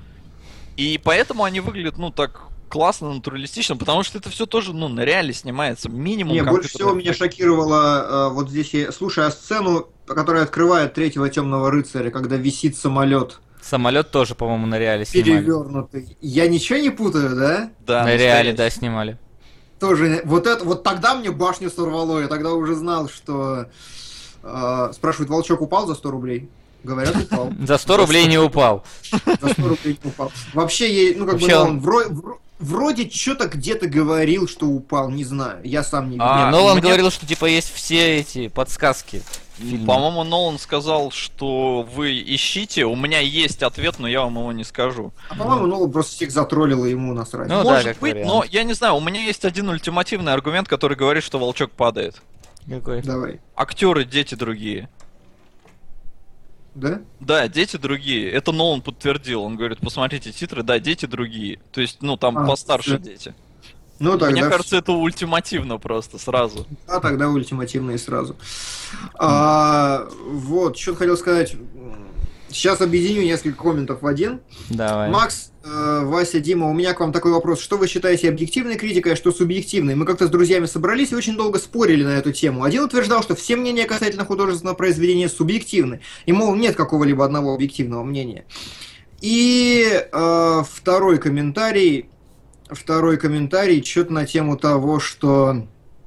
И поэтому они выглядят, так классно, натуралистично, потому что это все тоже, на реале снимается. Минимум. Не, больше всего меня шокировало вот здесь, слушая сцену, которая открывает третьего Темного рыцаря, когда висит самолет. Самолет тоже, по-моему, на реале снимали. Перевернутый. Я ничего не путаю, да? Да. На реале, да, снимали. Тоже, вот тогда мне башню сорвало, я тогда уже знал, что... спрашивают, Волчок упал за 100 рублей? Говорят, упал. За 100 рублей не упал. За 100 рублей не упал. Вообще, он вроде что-то где-то говорил, что упал, не знаю, я сам не видел. Нолан говорил, что есть все эти подсказки. По-моему, Нолан сказал, что вы ищите, у меня есть ответ, но я вам его не скажу. А по-моему, Нолан просто всех затроллил, и ему насрать. Может быть, но я не знаю, у меня есть один ультимативный аргумент, который говорит, что Волчок падает. Какой? Давай. Актеры, дети другие. Да? Да, дети другие. Это Нолан подтвердил. Он говорит, посмотрите титры, да, дети другие. То есть, там постарше дети. Мне кажется, это ультимативно просто, сразу. А тогда ультимативно и сразу. Вот, что хотел сказать. Сейчас объединю несколько комментов в один. Давай. Макс, Вася, Дима, у меня к вам такой вопрос. Что вы считаете объективной критикой, а что субъективной? Мы как-то с друзьями собрались и очень долго спорили на эту тему. Один утверждал, что все мнения касательно художественного произведения субъективны. И, мол, нет какого-либо одного объективного мнения. И второй комментарий что-то на тему того, что...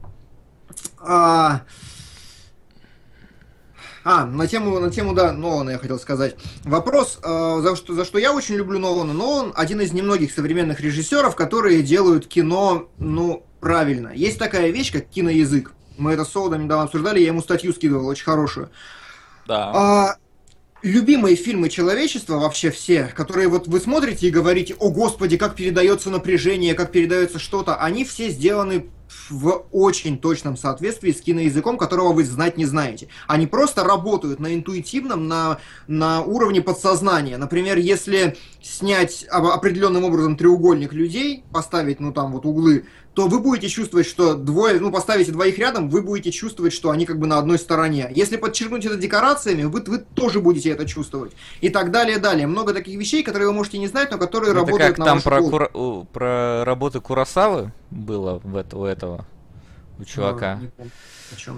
на тему, да, Нолана я хотел сказать. Вопрос, за что я очень люблю Нолана. Нолан один из немногих современных режиссеров, которые делают кино, правильно. Есть такая вещь, как киноязык. Мы это с Солодом недавно обсуждали, я ему статью скидывал, очень хорошую. Да. Любимые фильмы человечества, вообще все, которые вот вы смотрите и говорите: о господи, как передается напряжение, как передается что-то, они все сделаны в очень точном соответствии с киноязыком, которого вы знать не знаете. Они просто работают на интуитивном, на уровне подсознания. Например, если снять определенным образом треугольник людей, поставить, углы, то вы будете чувствовать, что поставите двоих рядом, вы будете чувствовать, что они как бы на одной стороне. Если подчеркнуть это декорациями, вы тоже будете это чувствовать. И так далее, далее. Много таких вещей, которые вы можете не знать, но которые это работают как на вашу голову. Там про работы Куросавы было у чувака. Не помню, о чем.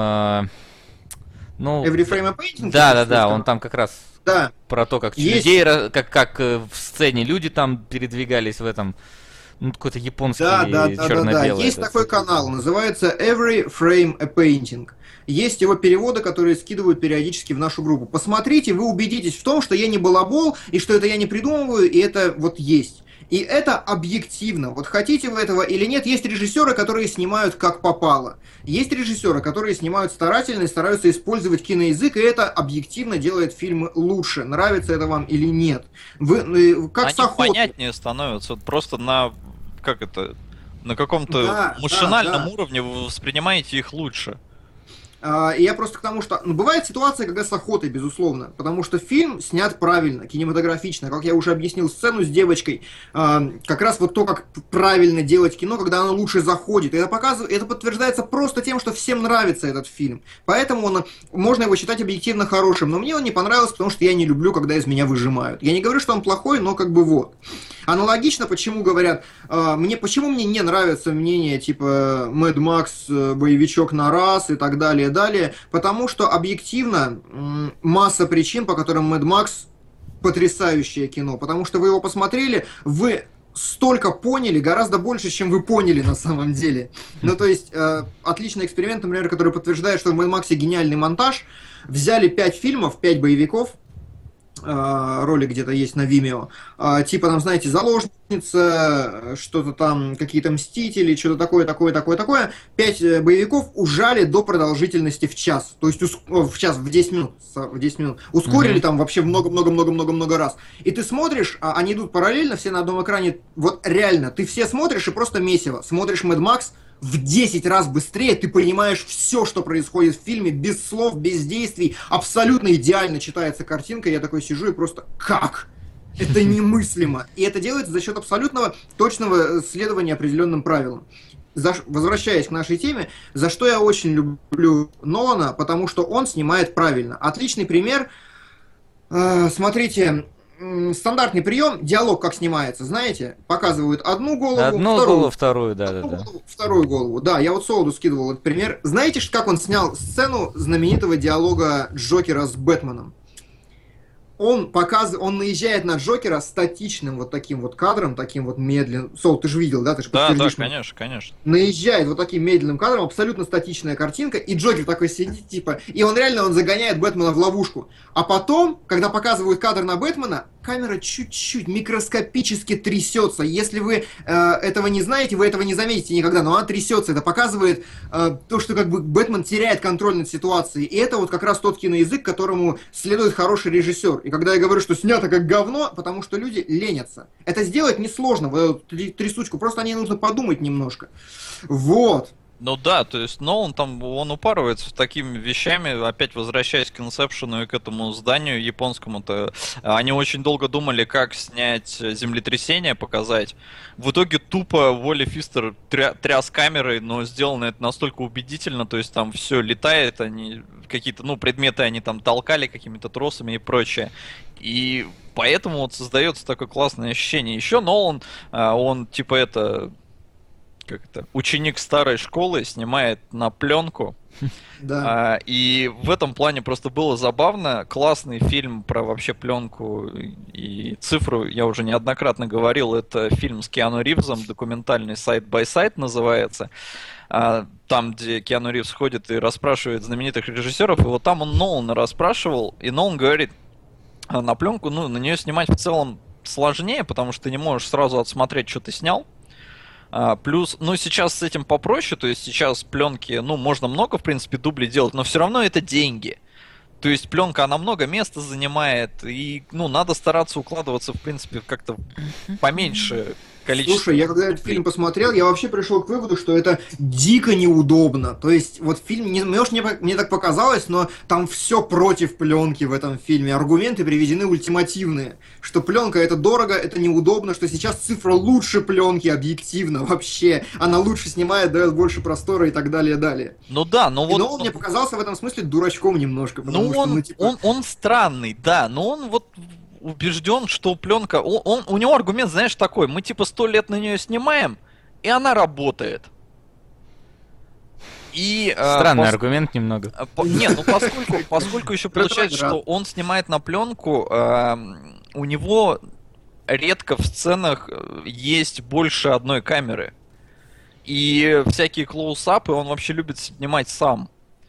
Every Frame a Painting? Да, он там как раз про то, как есть... людей, как в сцене люди там передвигались в этом... какой-то японский черно-белый. Есть такой канал, называется Every Frame a Painting. Есть его переводы, которые скидывают периодически в нашу группу. Посмотрите, вы убедитесь в том, что я не балабол, и что это я не придумываю, и это вот есть. И это объективно. Вот хотите вы этого или нет, есть режиссеры, которые снимают как попало. Есть режиссеры, которые снимают старательно и стараются использовать киноязык, и это объективно делает фильм лучше. Нравится это вам или нет. Вы, как они понятнее становятся. Просто на каком-то машинальном уровне вы воспринимаете их лучше. И я просто к тому, что... бывает ситуация, когда с охотой, безусловно. Потому что фильм снят правильно, кинематографично. Как я уже объяснил сцену с девочкой. Как раз вот то, как правильно делать кино, когда оно лучше заходит. И это подтверждается просто тем, что всем нравится этот фильм. Поэтому можно его считать объективно хорошим. Но мне он не понравился, потому что я не люблю, когда из меня выжимают. Я не говорю, что он плохой, но как бы вот. Аналогично, почему говорят... Почему мне не нравится мнение типа Mad Max, боевичок на раз и так далее. Потому что объективно масса причин, по которым Mad Max потрясающее кино. Потому что вы его посмотрели, вы столько поняли, гораздо больше, чем вы поняли на самом деле. То есть, отличный эксперимент, например, который подтверждает, что в Mad Max гениальный монтаж. Взяли 5 фильмов, 5 боевиков, ролик где-то есть на Vimeo, типа там, знаете, «Заложница», что-то там, какие-то «Мстители», что-то такое. 5 боевиков ужали до продолжительности в час, то есть в 10 минут. Ускорили там вообще много-много-много-много-много раз. И ты смотришь, они идут параллельно, все на одном экране, вот реально, ты все смотришь и просто месиво. Смотришь Mad Max в 10 раз быстрее, ты понимаешь все, что происходит в фильме, без слов, без действий, абсолютно идеально читается картинка, я такой сижу и просто как? Это немыслимо. И это делается за счет абсолютного точного следования определенным правилам. Возвращаясь к нашей теме, за что я очень люблю Нолана, потому что он снимает правильно. Отличный пример. Смотрите, стандартный прием, диалог как снимается, знаете, показывают одну голову, вторую, вторую голову. Да, я вот Солоду скидывал этот пример. Знаете, как он снял сцену знаменитого диалога Джокера с Бэтменом? Он наезжает на Джокера статичным вот таким вот кадром, таким вот медленным. Сол, ты же видел, да? Ты же подтвердишь. Да, конечно. Наезжает вот таким медленным кадром, абсолютно статичная картинка, и Джокер такой сидит, типа, и он загоняет Бэтмена в ловушку. А потом, когда показывают кадр на Бэтмена, камера чуть-чуть микроскопически трясется. Если вы этого не знаете, вы этого не заметите никогда, но она трясется. Это показывает то, что как бы Бэтмен теряет контроль над ситуацией. И это вот как раз тот киноязык, которому следует хороший режиссер. И когда я говорю, что снято как говно, потому что люди ленятся. Это сделать несложно, вот эту трясучку, просто о ней нужно подумать немножко. Вот. Ну да, то есть Нолан там, он упарывается в такими вещами, опять возвращаясь к Инсепшену и к этому зданию японскому-то. Они очень долго думали, как снять землетрясение, показать. В итоге тупо Уолли Фистер тряс камерой, но сделано это настолько убедительно, то есть там все летает, они какие-то, ну, предметы они там толкали какими-то тросами и прочее. И поэтому вот создается такое классное ощущение. Еще Нолан, он типа ученик старой школы, снимает на пленку. Да. И в этом плане просто было забавно. Классный фильм про вообще пленку и цифру, я уже неоднократно говорил, это фильм с Киану Ривзом, документальный «Side by Side» называется. Там, где Киану Ривз ходит и расспрашивает знаменитых режиссеров, и вот там он Нолана расспрашивал, и Нолан говорит, на пленку, ну, на нее снимать в целом сложнее, потому что ты не можешь сразу отсмотреть, что ты снял. Плюс, ну, сейчас с этим попроще, то есть сейчас пленки, ну, можно много, в принципе, дублей делать, но все равно это деньги. То есть пленка, она много места занимает, и, ну, надо стараться укладываться, в принципе, как-то поменьше количество. Слушай, я когда этот фильм посмотрел, я вообще пришел к выводу, что это дико неудобно. То есть, вот фильм, мне так показалось, но там все против пленки в этом фильме. Аргументы приведены ультимативные. Что пленка это дорого, это неудобно, что сейчас цифра лучше пленки объективно вообще. Она лучше снимает, дает больше простора и так далее, далее. Ну да, но вот... Но он мне показался в этом смысле дурачком немножко. Ну он странный, да, но он вот... убежден, что пленка... у него аргумент, знаешь, такой. Мы типа 100 лет на нее снимаем, и она работает. И, странный аргумент немного. Нет, ну поскольку еще получается, что он снимает на пленку, у него редко в сценах есть больше одной камеры. И всякие клоусапы он вообще любит снимать сам.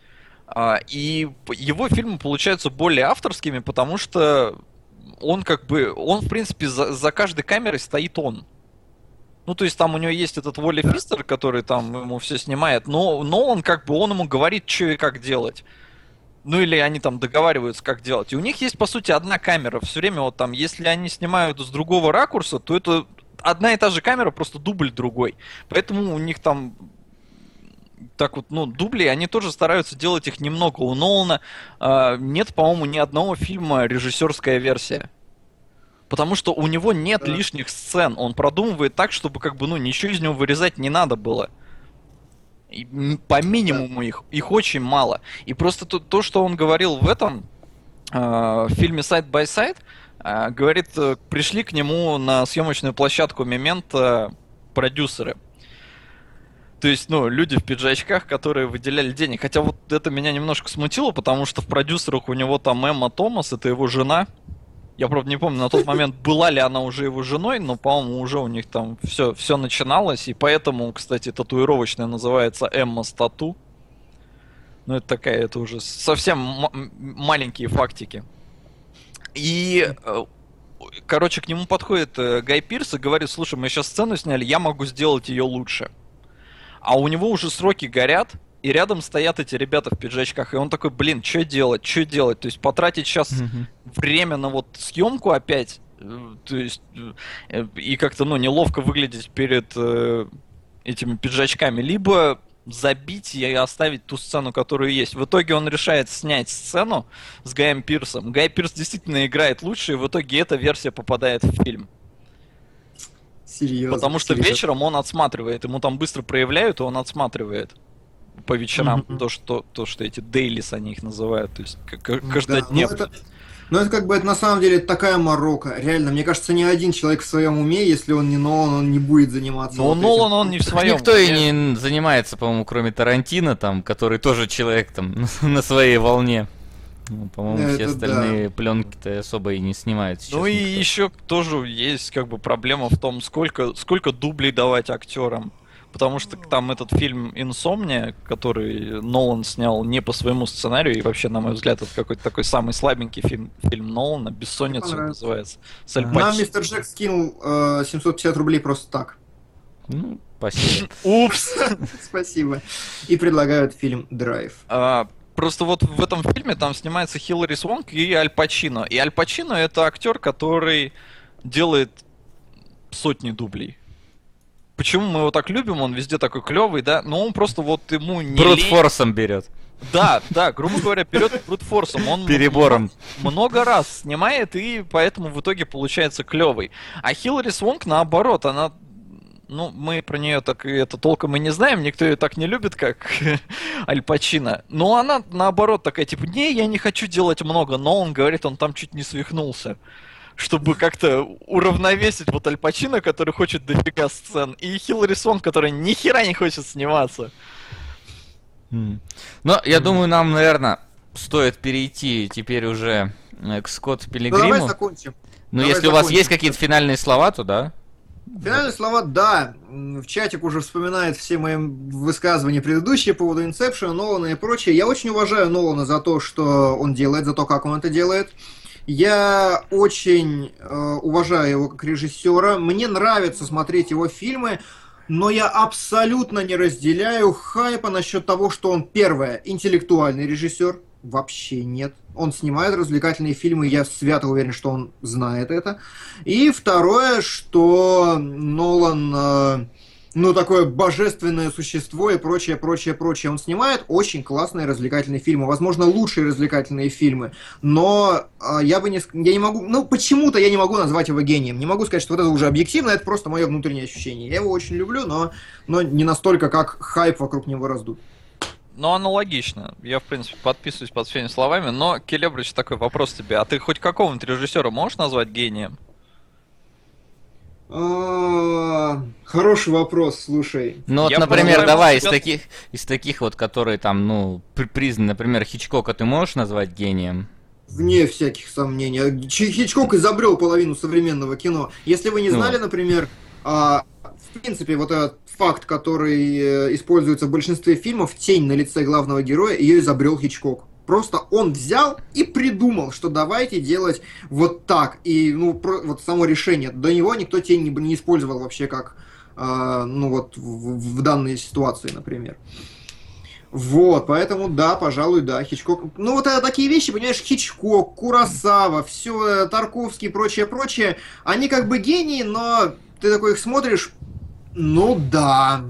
И его фильмы получаются более авторскими, потому что он в принципе за каждой камерой стоит он. Ну, то есть там у него есть этот Уолли Фистер, который там ему все снимает, но он он ему говорит, что и как делать. Ну, или они там договариваются, как делать. И у них есть, по сути, одна камера. Все время вот там, если они снимают с другого ракурса, то это одна и та же камера, просто дубль другой. Поэтому у них там так вот, ну, дубли, они тоже стараются делать их немного. У Нолана нет, по-моему, ни одного фильма режиссерская версия. Потому что у него нет лишних сцен. Он продумывает так, чтобы ничего из него вырезать не надо было. И по минимуму их очень мало. И просто то, что он говорил в этом фильме Side by Side, говорит, пришли к нему на съемочную площадку Мементо продюсеры. То есть, люди в пиджачках, которые выделяли денег. Хотя вот это меня немножко смутило, потому что в продюсерах у него там Эмма Томас, это его жена. Я, правда, не помню на тот момент, была ли она уже его женой, но, по-моему, уже у них там все начиналось. И поэтому, кстати, татуировочная называется Эмма Стату. Ну, это уже совсем маленькие фактики. И, короче, к нему подходит Гай Пирс и говорит, слушай, мы сейчас сцену сняли, я могу сделать ее лучше. А у него уже сроки горят, и рядом стоят эти ребята в пиджачках, и он такой, что делать? То есть потратить сейчас время на вот съемку опять, то есть, и как-то, неловко выглядеть перед этими пиджачками, либо забить и оставить ту сцену, которую есть. В итоге он решает снять сцену с Гаем Пирсом. Гай Пирс действительно играет лучше, и в итоге эта версия попадает в фильм. Серьезно. Потому что вечером он отсматривает, ему там быстро проявляют, и он отсматривает по вечерам то, что эти дейлис, они их называют, то есть каждодневно. Это на самом деле такая морока. Реально, мне кажется, ни один человек в своем уме, если он не Нолан, он не будет заниматься. Но Нолан, он не в своем. Никто и не занимается, по-моему, кроме Тарантино, там, который тоже человек там на своей волне. По-моему, все остальные пленки-то особо и не снимают сейчас. Ну и еще тоже есть проблема в том, сколько дублей давать актерам. Потому что там этот фильм «Инсомния», который Нолан снял не по своему сценарию, и вообще, на мой взгляд, это какой-то такой самый слабенький фильм Нолана, «Бессонница» называется. Нам мистер Джек скинул 750 рублей просто так. Спасибо. Упс! Спасибо. И предлагают фильм «Драйв». Просто вот в этом фильме там снимается Хилари Свонг и Аль Пачино. И Аль Пачино — это актер, который делает сотни дублей. почему мы его так любим, он везде такой клевый, да, но он просто вот ему не брутфорсом берет. Да, грубо говоря, берет брутфорсом. Он перебором много раз снимает, и поэтому в итоге получается клевый. А Хилари Свонг, наоборот, она... Ну, мы про нее так это толком и не знаем, никто ее так не любит, как Аль Пачино. Но она, наоборот, такая, типа, не, я не хочу делать много, но он говорит, он там чуть не свихнулся. Чтобы как-то уравновесить вот Аль Пачино, который хочет дофига сцен, и Хилари Свонг, которая ни хера не хочет сниматься. Но я думаю, нам, наверное, стоит перейти теперь уже к Скотту Пилигриму. Давай закончим. Ну, если у вас есть какие-то финальные слова, то да. Финальные слова, да. В чатик уже вспоминает все мои высказывания предыдущие по поводу Инсепшена, Нолана и прочее. Я очень уважаю Нолана за то, что он делает, за то, как он это делает. Я очень уважаю его как режиссера. Мне нравится смотреть его фильмы, но я абсолютно не разделяю хайпа насчет того, что он, первое, интеллектуальный режиссер. Вообще нет. Он снимает развлекательные фильмы, я свято уверен, что он знает это. И второе, что Нолан, такое божественное существо и прочее. Он снимает очень классные развлекательные фильмы, возможно, лучшие развлекательные фильмы, но я не могу, почему-то я не могу назвать его гением. Не могу сказать, что вот это уже объективно, это просто мое внутреннее ощущение. Я его очень люблю, но не настолько, как хайп вокруг него раздут. Ну, аналогично. Я, в принципе, подписываюсь под всеми словами, но, Келебрич, такой вопрос тебе. А ты хоть какого-нибудь режиссера можешь назвать гением? Хороший вопрос, слушай. Ну, вот, например, давай из таких вот, которые там, признаны, например, Хичкока ты можешь назвать гением? Вне всяких сомнений. Хичкок изобрел половину современного кино. Если вы не знали, например, в принципе, вот этот факт, который используется в большинстве фильмов, тень на лице главного героя, ее изобрел Хичкок. Просто он взял и придумал, что давайте делать вот так. И, вот само решение. До него никто тень не использовал вообще как, в данной ситуации, например. Вот, поэтому да, пожалуй, да, Хичкок. Такие вещи, понимаешь, Хичкок, Куросава, все, Тарковский и прочее, они как бы гении, но ты такой их смотришь. Но это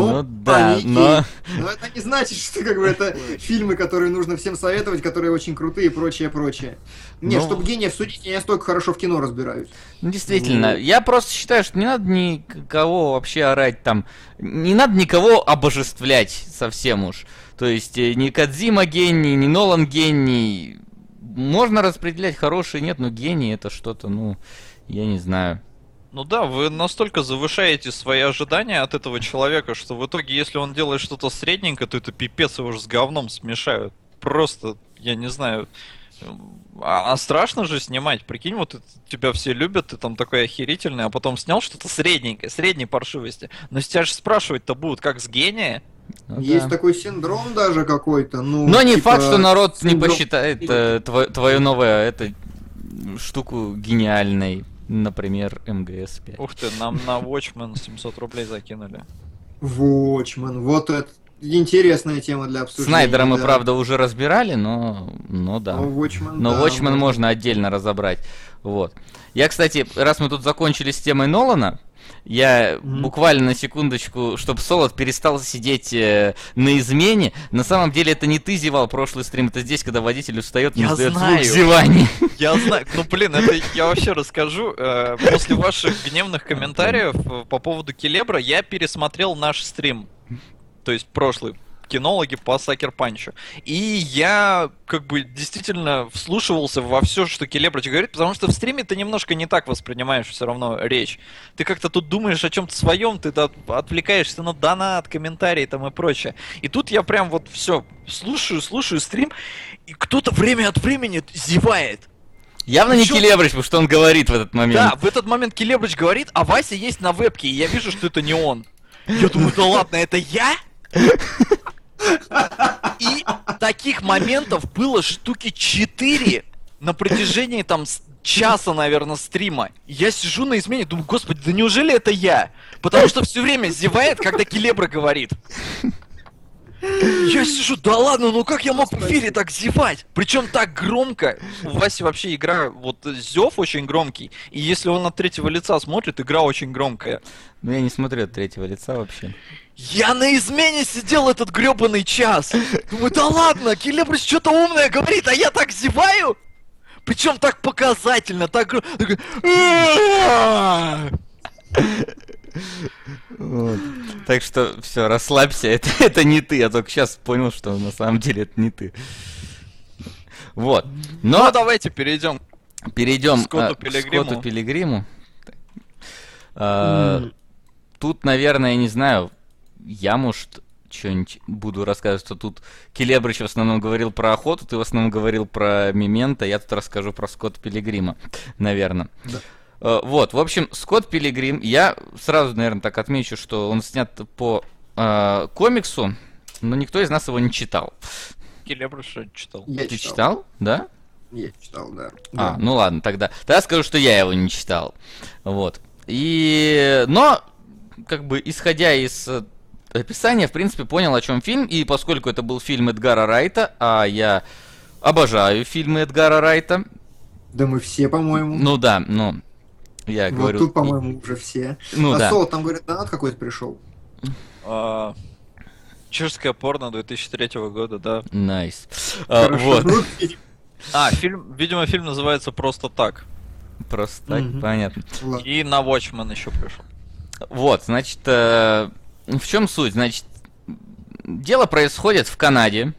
не значит, что это фильмы, которые нужно всем советовать, которые очень крутые и прочее. Нет, чтобы гениев судить, я настолько хорошо в кино разбираюсь. Действительно, я просто считаю, что не надо никого вообще орать там, не надо никого обожествлять совсем уж. То есть ни Кодзима гений, ни Нолан гений. Можно распределять хорошие, нет, но гений это что-то, я не знаю. Ну да, вы настолько завышаете свои ожидания от этого человека, что в итоге, если он делает что-то средненькое, то это пипец, его же с говном смешают. Просто, я не знаю. А страшно же снимать, прикинь, вот тебя все любят, ты там такой охерительный, а потом снял что-то средненькое, средней паршивости. Но с тебя же спрашивать-то будут, как с гения. Есть такой синдром даже какой-то, Но не факт, что народ не посчитает твою новую штуку гениальной. Например, МГС-5. Ух ты, нам на Watchmen 700 рублей закинули. Watchmen, вот это интересная тема для обсуждения. Снайдера мы, правда, уже разбирали, но да. Watchmen можно отдельно разобрать. Вот. Я, кстати, раз мы тут закончили с темой Нолана, я буквально на секундочку, чтобы Солод перестал сидеть на измене. На самом деле это не ты зевал прошлый стрим, это здесь, когда водитель устает, не издает звук зевания. Я знаю, это я вообще расскажу. После ваших гневных комментариев по поводу Келебра я пересмотрел наш стрим. То есть прошлый. Кинологи по Сакер Панчу. И я действительно вслушивался во все, что Келебрич говорит, потому что в стриме ты немножко не так воспринимаешь все равно речь. Ты как-то тут думаешь о чем-то своем, ты отвлекаешься на донат, комментарии там и прочее. И тут я прям все слушаю стрим, и кто-то время от времени зевает. Явно не Келебрич, потому что он говорит в этот момент. Да, в этот момент Келебрич говорит, а Вася есть на вебке, и я вижу, что это не он. Я думаю, да ладно, это я? И таких моментов было штуки 4 на протяжении часа, наверное, стрима. Я сижу на измене, думаю, господи, да неужели это я? Потому что все время зевает, когда Келебра говорит. Я сижу, да ладно, ну как я мог в эфире так зевать? Причем так громко. У Васи вообще игра, вот зев очень громкий. И если он от третьего лица смотрит, игра очень громкая. Ну я не смотрю от третьего лица вообще. Я на измене сидел этот гребаный час. Думаю, да ладно, Келебрис что-то умное говорит, а я так зеваю? Причем так показательно, так... Вот. Так что все, расслабься, это не ты. Я только сейчас понял, что на самом деле это не ты. Вот. Но ну давайте перейдем к Скотту Пилигриму. Тут, наверное, я не знаю, я, может, что-нибудь буду рассказывать, что тут Келебрич в основном говорил про охоту, ты в основном говорил про Мементо, я тут расскажу про Скотта Пилигрима, наверное. Да. Вот, в общем, Скотт Пилигрим, я сразу, наверное, так отмечу, что он снят по комиксу, но никто из нас его не читал. Келебрич читал. Ты читал? Да? Я читал, да. Ну ладно, тогда скажу, что я его не читал. Вот. Но, как бы, исходя из описания, в принципе, понял, о чем фильм, и поскольку это был фильм Эдгара Райта, а я обожаю фильмы Эдгара Райта. Да мы все, по-моему. Ну да, я говорю... тут, по-моему, уже все. Соло, там, говорят, донат какой-то пришел. Чешское порно 2003 года, да. Найс. Вот. Фильм, видимо, фильм называется «Просто так». Просто так, понятно. И на Watchmen еще пришел. Вот, значит, в чем суть? Значит, дело происходит в Канаде,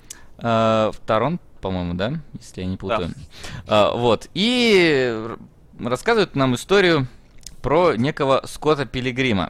в Торонто, по-моему, да, если я не путаю. Да. Вот, и рассказывают нам историю про некого Скотта Пилигрима,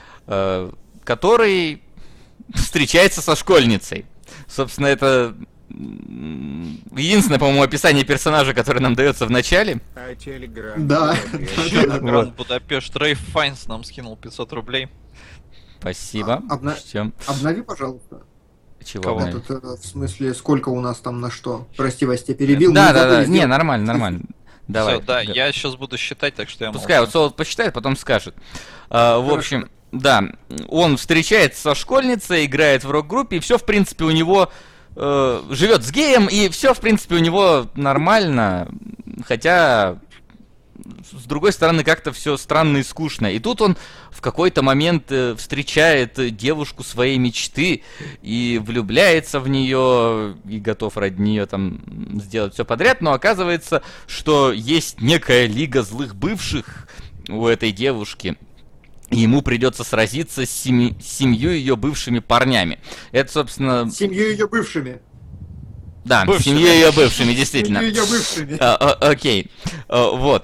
который встречается со школьницей. Собственно, это единственное, по-моему, описание персонажа, которое нам дается в начале. Да. Гранд Будапешт. Рейф Файнс нам скинул 500 рублей. Спасибо. Обнови, пожалуйста. Чего? В смысле, сколько у нас там на что? Прости, Вась, тебя перебил. Да. Не, нормально. Давай. Все, да, я сейчас буду считать, так что я пускай вот Солод посчитает, потом скажет. В общем, да, он встречается со школьницей, играет в рок-группе, и все, в принципе, у него живет с геем, и все, в принципе, у него нормально, хотя, с другой стороны, как-то все странно и скучно. И тут он в какой-то момент встречает девушку своей мечты и влюбляется в нее, и готов ради нее там сделать все подряд, но оказывается, что есть некая лига злых бывших у этой девушки. И ему придется сразиться с 7 ее бывшими парнями. Это, собственно... 7 ее бывшими. Да, 7 ее бывшими, действительно. 7 ее бывшими. Окей. Вот.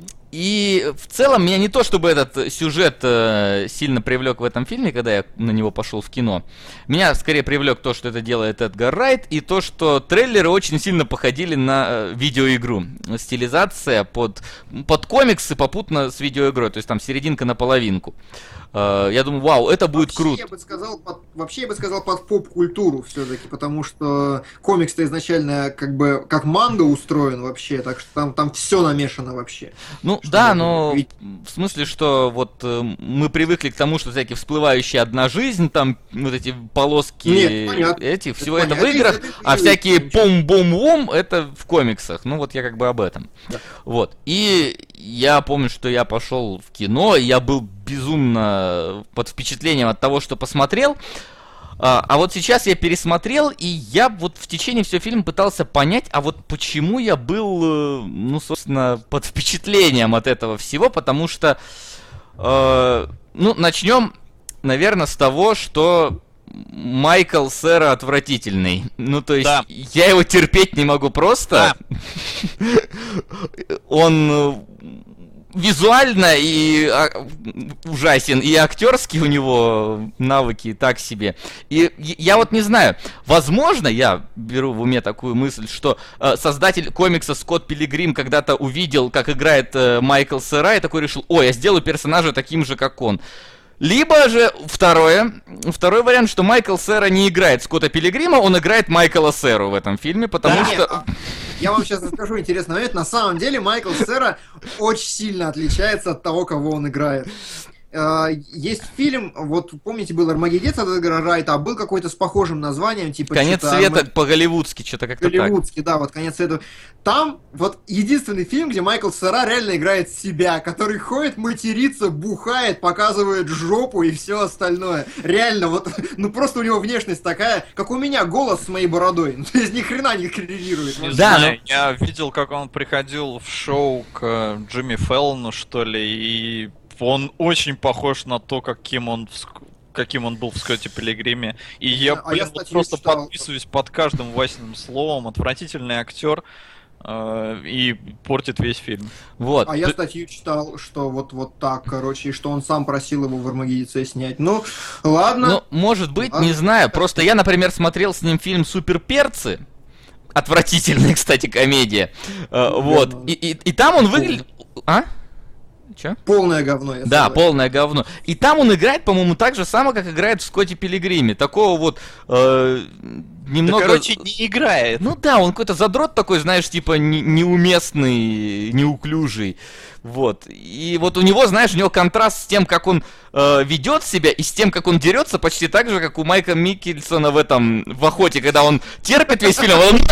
И в целом меня не то, чтобы этот сюжет сильно привлек в этом фильме, когда я на него пошел в кино. Меня скорее привлек то, что это делает Эдгар Райт, и то, что трейлеры очень сильно походили на видеоигру. Стилизация под комиксы попутно с видеоигрой, то есть там серединка на половинку. Я думаю, вау, это будет круто. Вообще я бы сказал под поп-культуру все-таки, потому что комикс-то изначально как манга устроен вообще, так что там все намешано вообще. Ну да, но в смысле, что вот мы привыкли к тому, что всякие всплывающие одна жизнь, там вот эти полоски всего это в играх, а всякие пом-бом-вом это в комиксах. Ну вот я как бы об этом. Да. Вот. И я помню, что я пошел в кино, и я был безумно под впечатлением от того, что посмотрел. А вот сейчас я пересмотрел, и я вот в течение всего фильма пытался понять, а вот почему я был, собственно, под впечатлением от этого всего, потому что, начнем, наверное, с того, что Майкл Сера отвратительный. Ну, то есть, да. Я его терпеть не могу просто. Да. Он визуально и ужасен, и актерски у него навыки так себе. И я вот не знаю, возможно, я беру в уме такую мысль, что создатель комикса Скотт Пилигрим когда-то увидел, как играет Майкл Сера, и такой решил, я сделаю персонажа таким же, как он. Либо же второй вариант, что Майкл Сера не играет Скотта Пилигрима, он играет Майкла Серу в этом фильме, потому что... Я вам сейчас расскажу интересный момент. На самом деле Майкл Сера очень сильно отличается от того, кого он играет. Есть фильм, вот помните, был «Армагеддец» от Эдгара Райта, а был какой-то с похожим названием, типа... «Конец света» по-голливудски, что-то как-то так. Голливудский, да, вот «Конец света». Там вот единственный фильм, где Майкл Цера реально играет себя, который ходит, матерится, бухает, показывает жопу и все остальное. Реально, вот, ну просто у него внешность такая, как у меня, голос с моей бородой. Ну, то есть ни хрена не коррелирует. Не знаю, я видел, как он приходил в шоу к Джимми Фэллону, что ли, и... Он очень похож на то, каким он был в Скотте Пилигриме. И я просто подписываюсь под каждым Васиным словом. Отвратительный актер и портит весь фильм. Вот. А я статью читал, что вот так, короче, и что он сам просил его в «Армагеддце» снять. Ну, ладно. Ну, может быть, ладно. Не знаю. Просто я, например, смотрел с ним фильм «Суперперцы». Отвратительная, кстати, комедия. Вот. И там он выглядит... А? Чё? Полное говно. Да, полное говно. И там он играет, по-моему, так же само, как играет в Скотте Пилигриме. Такого вот немного... Да, короче, не играет. Ну да, он какой-то задрот такой, знаешь, типа неуместный, неуклюжий. Вот. И вот у него, знаешь, у него контраст с тем, как он ведет себя, и с тем, как он дерется, почти так же, как у Майка Миккельсона в «Охоте», когда он терпит весь фильм, он...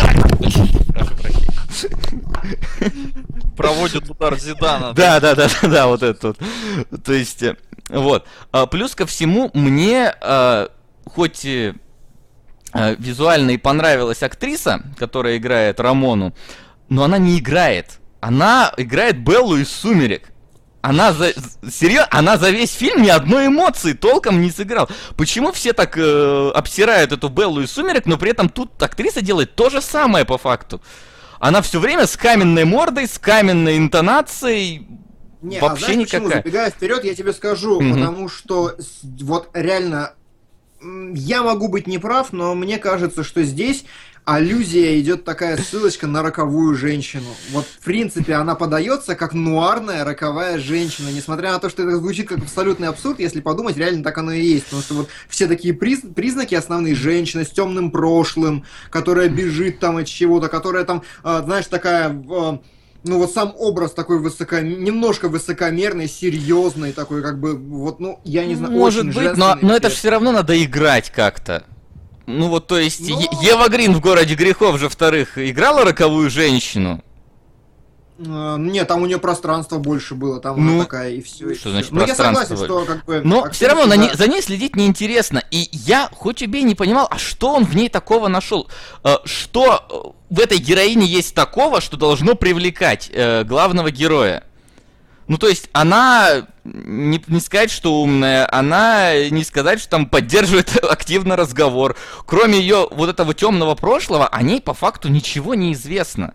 Проводит удар Зидана. Да, вот это вот. То есть, вот. Плюс ко всему, мне, хоть визуально и понравилась актриса, которая играет Рамону, но она не играет. Она играет Беллу из «Сумерек». Она за весь фильм ни одной эмоции толком не сыграла. Почему все так обсирают эту Беллу из «Сумерек», но при этом тут актриса делает то же самое по факту? Она все время с каменной мордой, с каменной интонацией. Не, вообще знаешь, никакая. Почему? Забегая вперед, я тебе скажу, потому что вот реально я могу быть неправ, но мне кажется, что здесь аллюзия идет такая ссылочка на роковую женщину. Вот, в принципе, она подается как нуарная роковая женщина, несмотря на то, что это звучит как абсолютный абсурд, если подумать, реально так оно и есть. Потому что вот все такие признаки основные: женщина с темным прошлым, которая бежит там от чего-то, которая там, знаешь, такая... Ну вот сам образ такой немножко высокомерный, серьезный, такой как бы, вот, ну, я не знаю, может быть, но это же все равно надо играть как-то. Ну вот, то есть, Ева Грин в «Городе грехов» же, во-вторых, играла роковую женщину. Нет, там у нее пространство больше было, там она такая и все. Что значит пространство? Я согласен, что как бы... Но все равно за ней следить неинтересно. И я, хоть убей, не понимал, а что он в ней такого нашел? Что в этой героине есть такого, что должно привлекать главного героя? Ну, то есть, она не сказать, что умная, она не сказать, что там поддерживает активно разговор. Кроме ее вот этого темного прошлого, о ней по факту ничего не известно.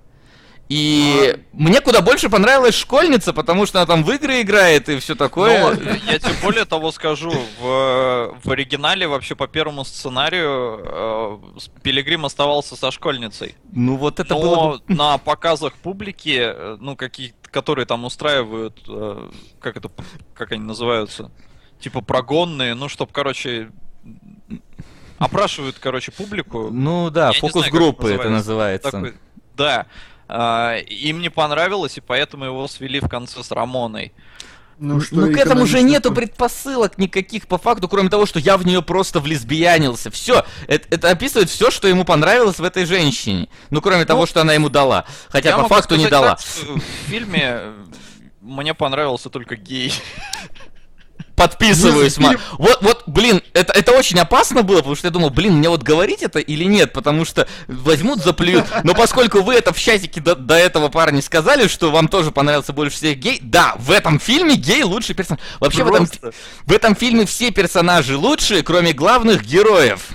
И мне куда больше понравилась «Школьница», потому что она там в игры играет и все такое. Но я тебе более того скажу, в оригинале вообще по первому сценарию Пилигрим оставался со школьницей. Ну вот это было... Но на показах публики, ну которые там устраивают, как они называются, типа прогонные, ну чтоб, короче... Опрашивают, короче, публику. Ну да, фокус-группы это называется. Такой, да. Им не понравилось, и поэтому его свели в конце с Рамоной. Ну к этому же нету предпосылок никаких по факту, кроме того, что я в нее просто влесбиянился. Все, это описывает все, что ему понравилось в этой женщине. Ну кроме того, что она ему дала. Хотя по факту не дала. В фильме мне понравился только гей. Подписываюсь, вот, блин, это очень опасно было, потому что я думал, блин, мне вот говорить это или нет, потому что возьмут, заплюют. Но поскольку вы это в чатике до этого парня сказали, что вам тоже понравился больше всех гей, да, в этом фильме гей лучший персонаж. Вообще в этом фильме все персонажи лучшие, кроме главных героев.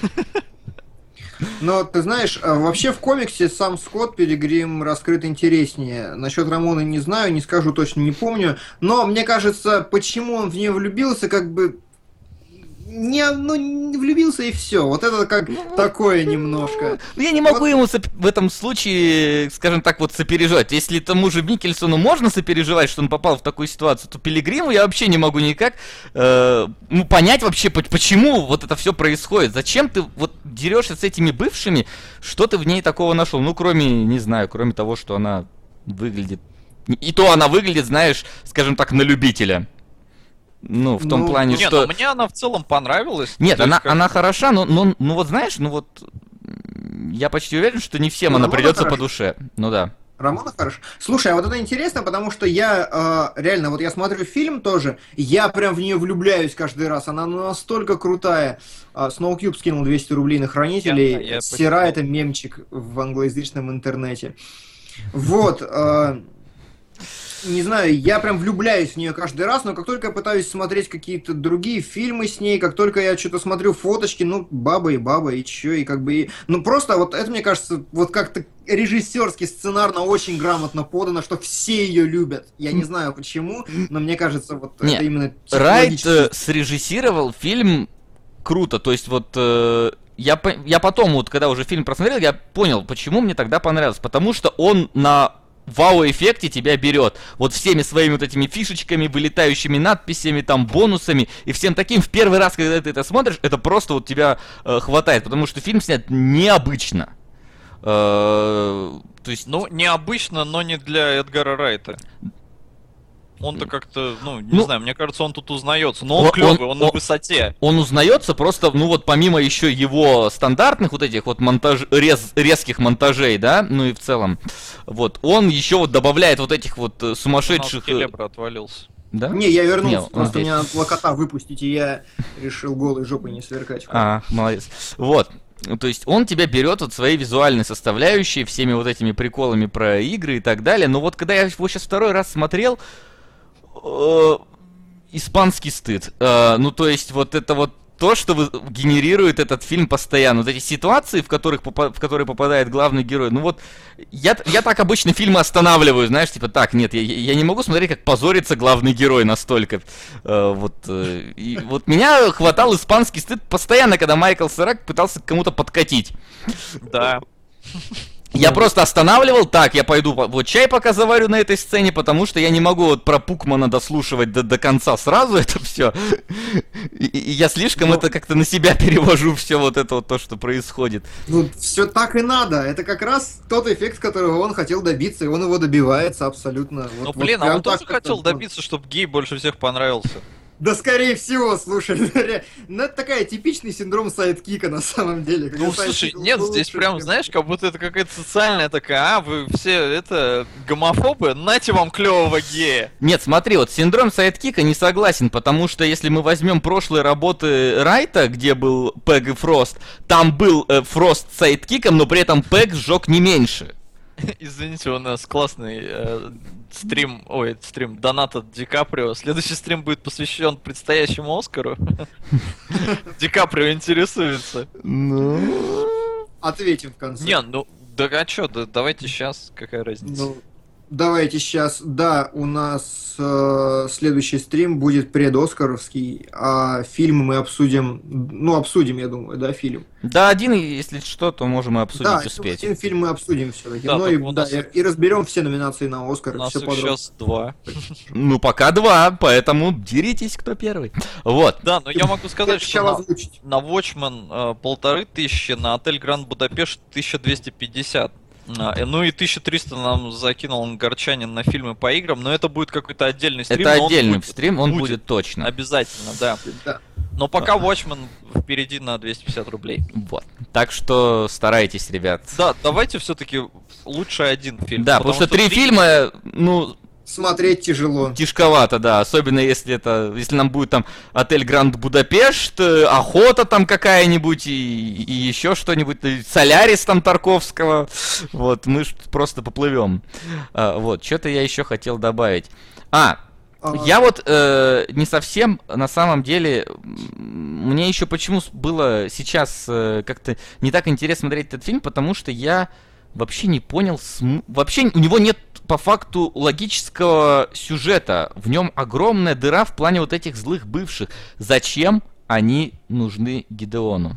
Но, ты знаешь, вообще в комиксе сам Скотт Пилигрим раскрыт интереснее. Насчет Рамоны не знаю, не скажу, точно не помню. Но, мне кажется, почему он в нее влюбился, как бы... Не влюбился и все. Вот это как такое немножко. Я не могу ему в этом случае, скажем так, вот сопереживать. Если тому же Миккельсону можно сопереживать, что он попал в такую ситуацию, то Пилигриму я вообще не могу никак понять вообще, почему вот это все происходит. Зачем ты вот дерешься с этими бывшими? Что ты в ней такого нашел? Ну, кроме, не знаю, кроме того, что она выглядит... И то она выглядит, знаешь, скажем так, на любителя. Ну, в том плане, нет, что... мне она в целом понравилась. Нет, она хороша, но вот знаешь, ну вот... Я почти уверен, что не всем она придется по душе. Ну да. Рамона хорошо. Слушай, а вот это интересно, потому что я реально, вот я смотрю фильм тоже, я прям в нее влюбляюсь каждый раз, она настолько крутая. Snowcube скинул 200 рублей на хранителей, Сера — это мемчик в англоязычном интернете. Вот, не знаю, я прям влюбляюсь в нее каждый раз, но как только я пытаюсь смотреть какие-то другие фильмы с ней, как только я что-то смотрю фоточки, ну, баба, и чё, и как бы... Ну, просто вот это, мне кажется, вот как-то режиссерски, сценарно очень грамотно подано, что все ее любят. Я не знаю почему, но мне кажется, вот Нет, это именно... Райт срежиссировал фильм круто, то есть вот... Я потом, вот когда уже фильм просмотрел, я понял, почему мне тогда понравилось. Потому что он на вау-эффекте тебя берет. Вот всеми своими вот этими фишечками, вылетающими надписями, там, бонусами и всем таким. В первый раз, когда ты это смотришь, это просто вот тебя хватает. Потому что фильм снят необычно. То есть... Ну, необычно, но не для Эдгара Райта. Он-то как-то, не знаю, мне кажется, он тут узнается. Но он клевый, он на высоте. Он узнается просто, ну вот помимо еще его стандартных вот этих вот резких монтажей, да, ну и в целом, вот, он еще вот добавляет вот этих вот сумасшедших... Келебра отвалился. Да? Не, я вернулся, просто меня надо кота выпустить, и я решил голой жопой не сверкать. Молодец. Вот. То есть он тебя берет вот своей визуальной составляющей, всеми вот этими приколами про игры и так далее. Но вот когда я его сейчас второй раз смотрел, испанский стыд. Ну, то есть, вот это вот то, что генерирует этот фильм постоянно. Вот эти ситуации, в которые попадает главный герой. Ну вот, я так обычно фильмы останавливаю, знаешь, типа, так, нет, я не могу смотреть, как позорится главный герой настолько. И вот меня хватал испанский стыд постоянно, когда Майкл Цера пытался к кому-то подкатить. Да. Я просто останавливал, так, я пойду вот чай пока заварю на этой сцене, потому что я не могу вот про Пукмана дослушивать до конца сразу это все. И я слишком это как-то на себя перевожу, все вот это вот то, что происходит. Ну, все так и надо. Это как раз тот эффект, которого он хотел добиться, и он его добивается абсолютно. Ну, блин, а он тоже хотел добиться, чтобы гей больше всех понравился. Да, скорее всего, слушай, ну это такая типичный синдром сайдкика на самом деле. Ну, слушай, нет, здесь прям, знаешь, как будто это какая-то социальная такая, вы все, это, гомофобы, нате вам клевого гея. Нет, смотри, вот синдром сайдкика не согласен, потому что если мы возьмем прошлые работы Райта, где был Пэг и Фрост, там был Фрост сайдкиком, но при этом Пэг сжег не меньше. Извините, у нас классный донат от Ди Каприо. Следующий стрим будет посвящен предстоящему Оскару. Ди Каприо интересуется. Ну... Ответим в конце. Не, ну, да а чё, давайте сейчас, какая разница. Ну, давайте сейчас, да, у нас следующий стрим будет предоскаровский, а фильм мы обсудим, я думаю, да, фильм. Да, один, если что, то можем и обсудить, успеть. Да, один фильм мы обсудим все-таки, и разберем все номинации на Оскар. У нас их сейчас 2. Ну, пока 2, поэтому деритесь, кто первый. Вот. Да, но я могу сказать, что на Watchmen 1500, на Отель Гранд Будапешт 1250. Ну и 1300 нам закинул Горчанин на фильмы по играм, но это будет какой-то отдельный стрим. Это отдельный стрим, он будет точно. Обязательно, да. Но пока Watchmen впереди на 250 рублей. Вот. Так что старайтесь, ребят. Да, давайте все-таки лучше один фильм. Да, потому что 3 фильма, ну... Смотреть тяжело. Тяжковато, да. Особенно если нам будет там Отель Гранд Будапешт, Охота там какая-нибудь и еще что-нибудь, Солярис там Тарковского. Вот, мы просто поплывем. Вот, что-то я еще хотел добавить. Я вот не совсем, на самом деле, мне еще почему было сейчас как-то не так интересно смотреть этот фильм, потому что я вообще не понял, вообще у него нет по факту логического сюжета, в нем огромная дыра в плане вот этих злых бывших. Зачем они нужны Гидеону?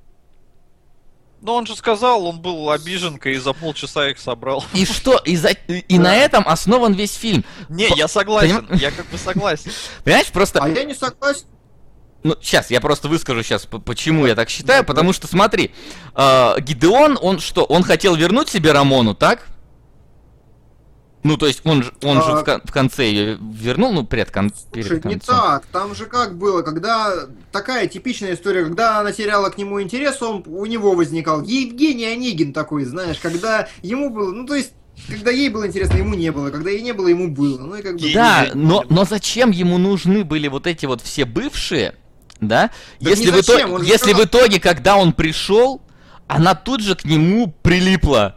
Ну он же сказал, он был обиженкой и за полчаса их собрал. И что? И на этом основан весь фильм. Не, я согласен, я как бы согласен. Понимаешь, просто... А я не согласен. Ну, сейчас, я просто выскажу сейчас, почему я так считаю, потому что, смотри, Гидеон, он что, он хотел вернуть себе Рамону, так? Ну, то есть он же в конце ее вернул, ну, перед концом. Не так, там же как было, когда такая типичная история, когда она теряла к нему интерес, у него возникал Евгений Онегин такой, знаешь, когда ему было, ну, то есть, когда ей было интересно, ему не было, когда ей не было, ему было. Ну, и как бы... Да, но зачем ему нужны были вот эти вот все бывшие, да? Если в итоге, когда он пришел, она тут же к нему прилипла.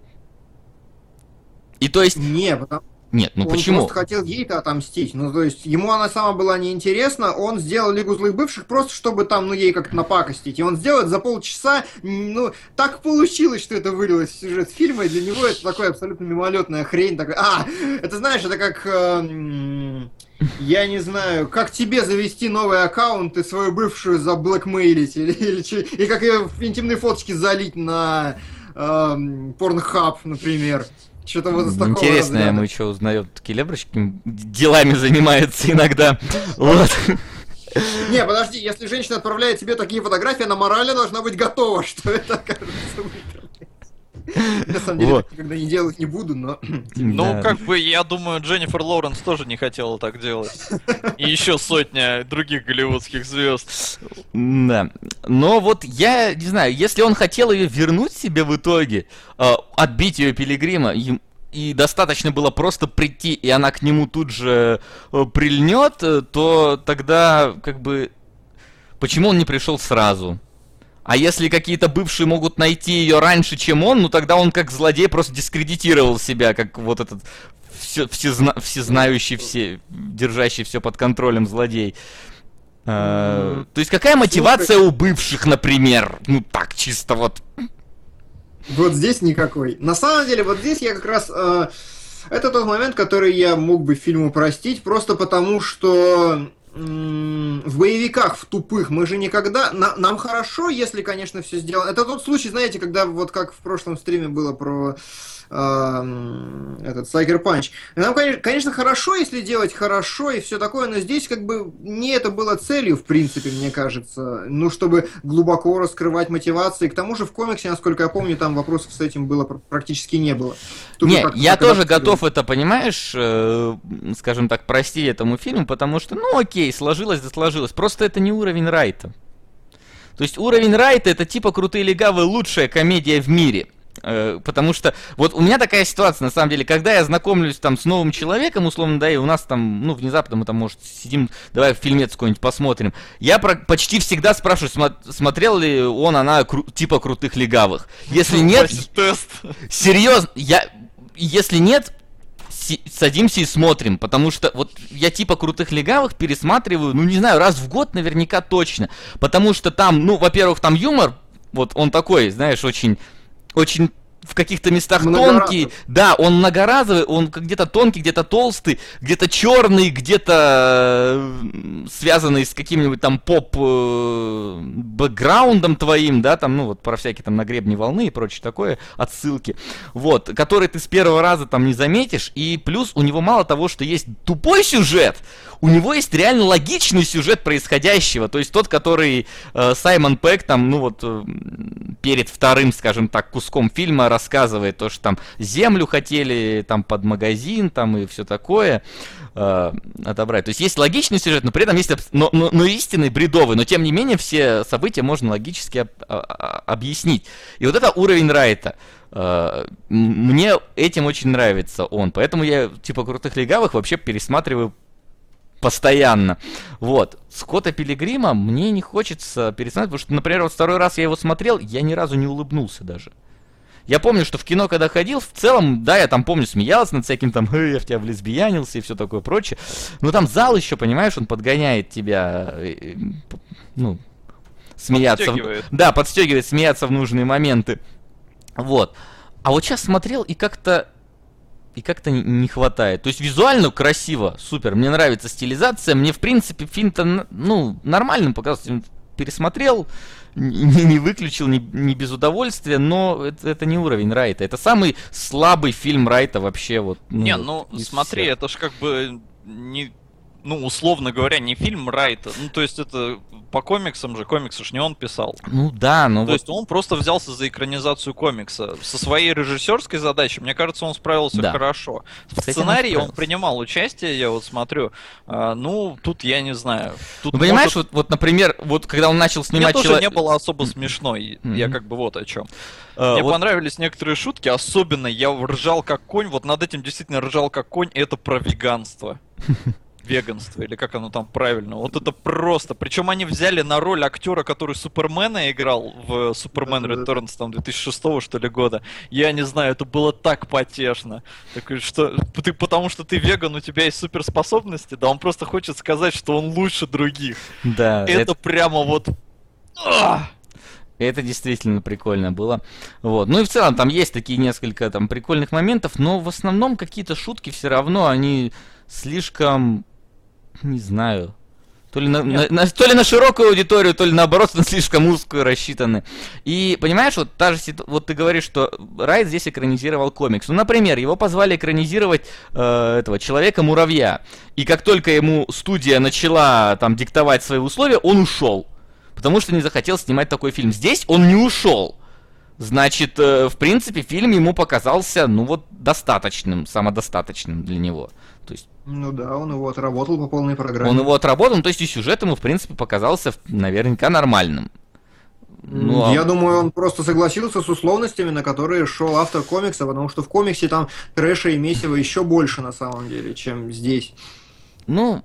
И то есть... Нет, ну он почему? Он просто хотел ей-то отомстить. Ну, то есть, ему она сама была неинтересна, он сделал Лигу злых бывших просто, чтобы там, ну, ей как-то напакостить. И он сделал это за полчаса. Ну, так получилось, что это вылилось в сюжет фильма, и для него это такая абсолютно мимолетная хрень. Такая, это знаешь, это как... я не знаю, как тебе завести новый аккаунт и свою бывшую заблэкмейлить, и как ее интимные фоточки залить на Pornhub, например. Что-то вот из такого интересно, разряда. мы что узнаем, Келебрыч делами занимается иногда. Вот. Не, подожди, если женщина отправляет тебе такие фотографии, она морально должна быть готова, что это окажется в интернете. На самом деле, я никогда не делать не буду, но... Ну, как бы, я думаю, Дженнифер Лоуренс тоже не хотела так делать. И еще сотня других голливудских звезд. Да. Но вот я не знаю, если он хотел ее вернуть себе в итоге, отбить ее Пилигрима, и достаточно было просто прийти, и она к нему тут же прильнет, то тогда, как бы, почему он не пришел сразу? А если какие-то бывшие могут найти ее раньше, чем он, ну тогда он как злодей просто дискредитировал себя, как вот этот всезнающий, держащий все под контролем злодей. То есть какая мотивация у бывших, например? Ну так, чисто вот... Вот здесь никакой. На самом деле, вот здесь я как раз... это тот момент, который я мог бы фильму простить, просто потому что... в боевиках, в тупых, мы же никогда... Нам хорошо, если, конечно, все сделано. Это тот случай, знаете, когда вот как в прошлом стриме было про этот Sucker Punch. Нам, конечно, хорошо, если делать хорошо и все такое, но здесь как бы не это было целью, в принципе, мне кажется. Ну, чтобы глубоко раскрывать мотивации. К тому же в комиксе, насколько я помню, там вопросов с этим было практически не было. Не, я тоже готов это, понимаешь, скажем так, простить этому фильму, потому что, ну окей, сложилось да сложилось. Просто это не уровень Райта. То есть уровень Райта — это типа «Крутые легавые» лучшая комедия в мире. Потому что вот у меня такая ситуация, на самом деле, когда я знакомлюсь там с новым человеком, условно, да, и у нас там, ну, внезапно мы там, может, сидим, давай фильмец какой-нибудь посмотрим, я почти всегда спрашиваю, смотрел ли он, она типа «Крутых легавых». Если нет, серьезно, если нет, садимся и смотрим, потому что вот я типа «Крутых легавых» пересматриваю, ну, не знаю, раз в год наверняка точно, потому что там, ну, во-первых, там юмор, вот он такой, знаешь, очень в каких-то местах тонкий, да, он многоразовый, он где-то тонкий, где-то толстый, где-то черный, где-то связанный с каким-нибудь там поп-бэкграундом твоим, да, там, ну вот про всякие там «На гребне волны» и прочее такое, отсылки, вот, который ты с первого раза там не заметишь, и плюс у него мало того, что есть тупой сюжет, у него есть реально логичный сюжет происходящего, то есть тот, который Саймон Пегг там, ну вот, перед вторым, скажем так, куском фильма рассказывает то, что там землю хотели там под магазин там и все такое отобрать. То есть есть логичный сюжет, но при этом есть но истинный бредовый, но тем не менее все события можно логически объяснить. И вот это уровень Райта. Мне этим очень нравится он, поэтому я типа «Крутых легавых» вообще пересматриваю постоянно. Вот. Скотта Пилигрима мне не хочется пересмотреть, потому что, например, вот второй раз я его смотрел, я ни разу не улыбнулся даже. Я помню, что в кино, когда ходил, в целом, да, я там помню, смеялся над всяким там, я в тебя влесбиянился и все такое прочее. Но там зал еще, понимаешь, он подгоняет тебя, ну, смеяться. Да, подстегивает, смеяться в нужные моменты. Вот. А вот сейчас смотрел и как-то не хватает. То есть визуально красиво, супер. Мне нравится стилизация. Мне, в принципе, фильм-то, ну, нормальным показался. Пересмотрел, не выключил, не без удовольствия, но это не уровень Райта. Это самый слабый фильм Райта вообще. Вот, ну смотри, всех. Это ж как бы не ну, условно говоря, не фильм Райта. Ну, то есть это по комиксам же, комиксы ж не он писал. Ну да, но То есть он просто взялся за экранизацию комикса. Со своей режиссерской задачей, мне кажется, он справился хорошо. В сценарии он принимал участие, я вот смотрю. Ну, тут я не знаю. Тут ну, понимаешь, вот, например, вот когда он начал снимать... Мне тоже не было особо смешной. Я как бы вот о чем. Мне понравились некоторые шутки, особенно я ржал как конь. Вот над этим действительно ржал как конь, это про веганство. Веганство, или как оно там правильно. Вот это просто. Причем они взяли на роль актера, который Супермена играл в Superman Returns там 2006 что ли года. Я не знаю, это было так потешно. Такой, что ты, потому что ты веган, у тебя есть суперспособности, да он просто хочет сказать, что он лучше других. Да. Это прямо вот... Это действительно прикольно было. Вот. Ну и в целом там есть такие несколько там прикольных моментов, но в основном какие-то шутки все равно, они слишком... Не знаю. То ли на широкую аудиторию, то ли наоборот на слишком узкую рассчитаны. И понимаешь, вот та же вот ты говоришь, что Райт здесь экранизировал комикс. Ну, например, его позвали экранизировать этого Человека-муравья. И как только ему студия начала там диктовать свои условия, он ушел. Потому что не захотел снимать такой фильм. Здесь он не ушел. Значит, в принципе, фильм ему показался, ну вот, достаточным, самодостаточным для него. То есть... Ну да, он его отработал по полной программе. Он его отработал, то есть и сюжет ему, в принципе, показался наверняка нормальным. Ну, я думаю, он просто согласился с условностями, на которые шел автор комикса, потому что в комиксе там трэша и месива еще больше на самом деле, чем здесь. Ну...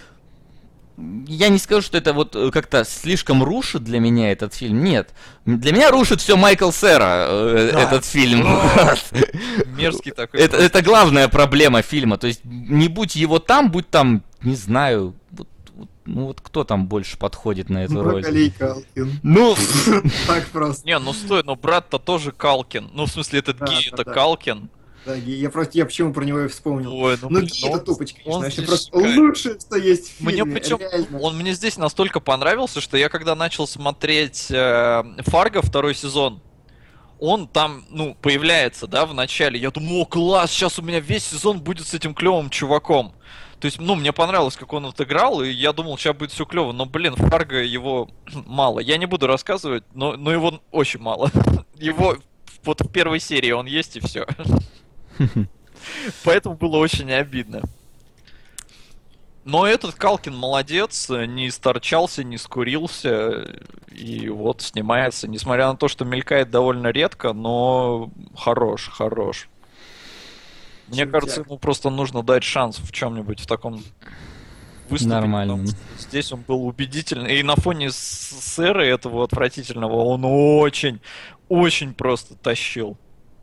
Я не скажу, что это вот как-то слишком рушит для меня этот фильм. Нет. Для меня рушит все Майкл Сера, этот фильм. Мерзкий такой. Это главная проблема фильма. То есть, не будь его там, будь там, не знаю, ну вот кто там больше подходит на эту роль? Маколей Калкин. Ну, так просто. Не, ну стой, но брат-то тоже Калкин. Ну, в смысле, этот гей, это Калкин. Да, я почему про него и вспомнил. Ой, ну гей это тупость, конечно, вообще просто лучшее, что есть в фильме. Он мне здесь настолько понравился, что я когда начал смотреть Фарго второй сезон, он там, ну, появляется, да, в начале. Я думаю, о, класс, сейчас у меня весь сезон будет с этим клевым чуваком. То есть, ну, мне понравилось, как он отыграл, и я думал, сейчас будет все клево. Но, блин, Фарго его мало. Я не буду рассказывать, но его очень мало. Его вот в первой серии он есть, и все. Поэтому было очень обидно. Но этот Калкин молодец, не исторчался, не скурился, и вот снимается, несмотря на то, что мелькает довольно редко, но хорош. Мне кажется, ему просто нужно дать шанс в чем-нибудь в таком выступе. Нормально. Здесь он был убедительный, и на фоне Сэра этого отвратительного он очень просто тащил.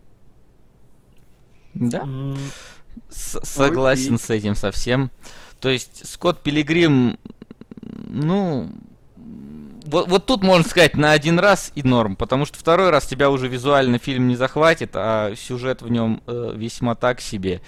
Да, согласен с этим совсем. То есть Скотт Пилигрим, ну, вот тут можно сказать на один раз и норм, потому что второй раз тебя уже визуально фильм не захватит, а сюжет в нем весьма так себе.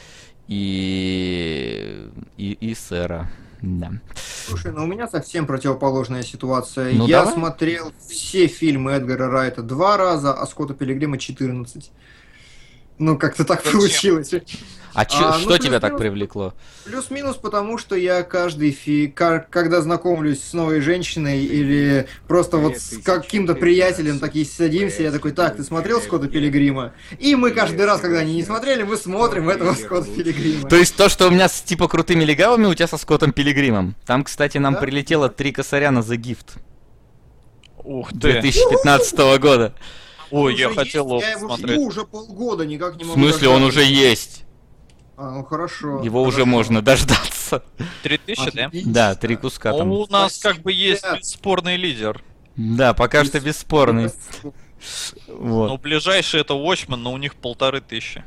И Сэра. Да. Слушай, ну у меня совсем противоположная ситуация. Ну, я смотрел все фильмы Эдгара Райта 2 раза, а Скотта Пилигрима 14. Ну, как-то так получилось. Что тебя так привлекло? Плюс-минус, потому что я когда знакомлюсь с новой женщиной или просто вот с каким-то приятелем, такие садимся, я такой, так, ты смотрел Скотта Пилигрима? И мы каждый раз, когда они не смотрели, мы смотрим этого Скотта Пилигрима. То есть то, что у меня с типа крутыми легавыми, у тебя со Скоттом Пилигримом. Там, кстати, нам прилетело 3 косаря на The Gift. Ух ты. 2015 года. Ой, я хотел его посмотреть. Я его жду уже полгода, никак не могу. В смысле, он уже есть? Ну хорошо. Его уже можно дождаться. 3000, да? Да, 3 куска там. У нас как бы есть бесспорный лидер. Да, пока что бесспорный. Ну, ближайший это Watchmen, но у них 1500.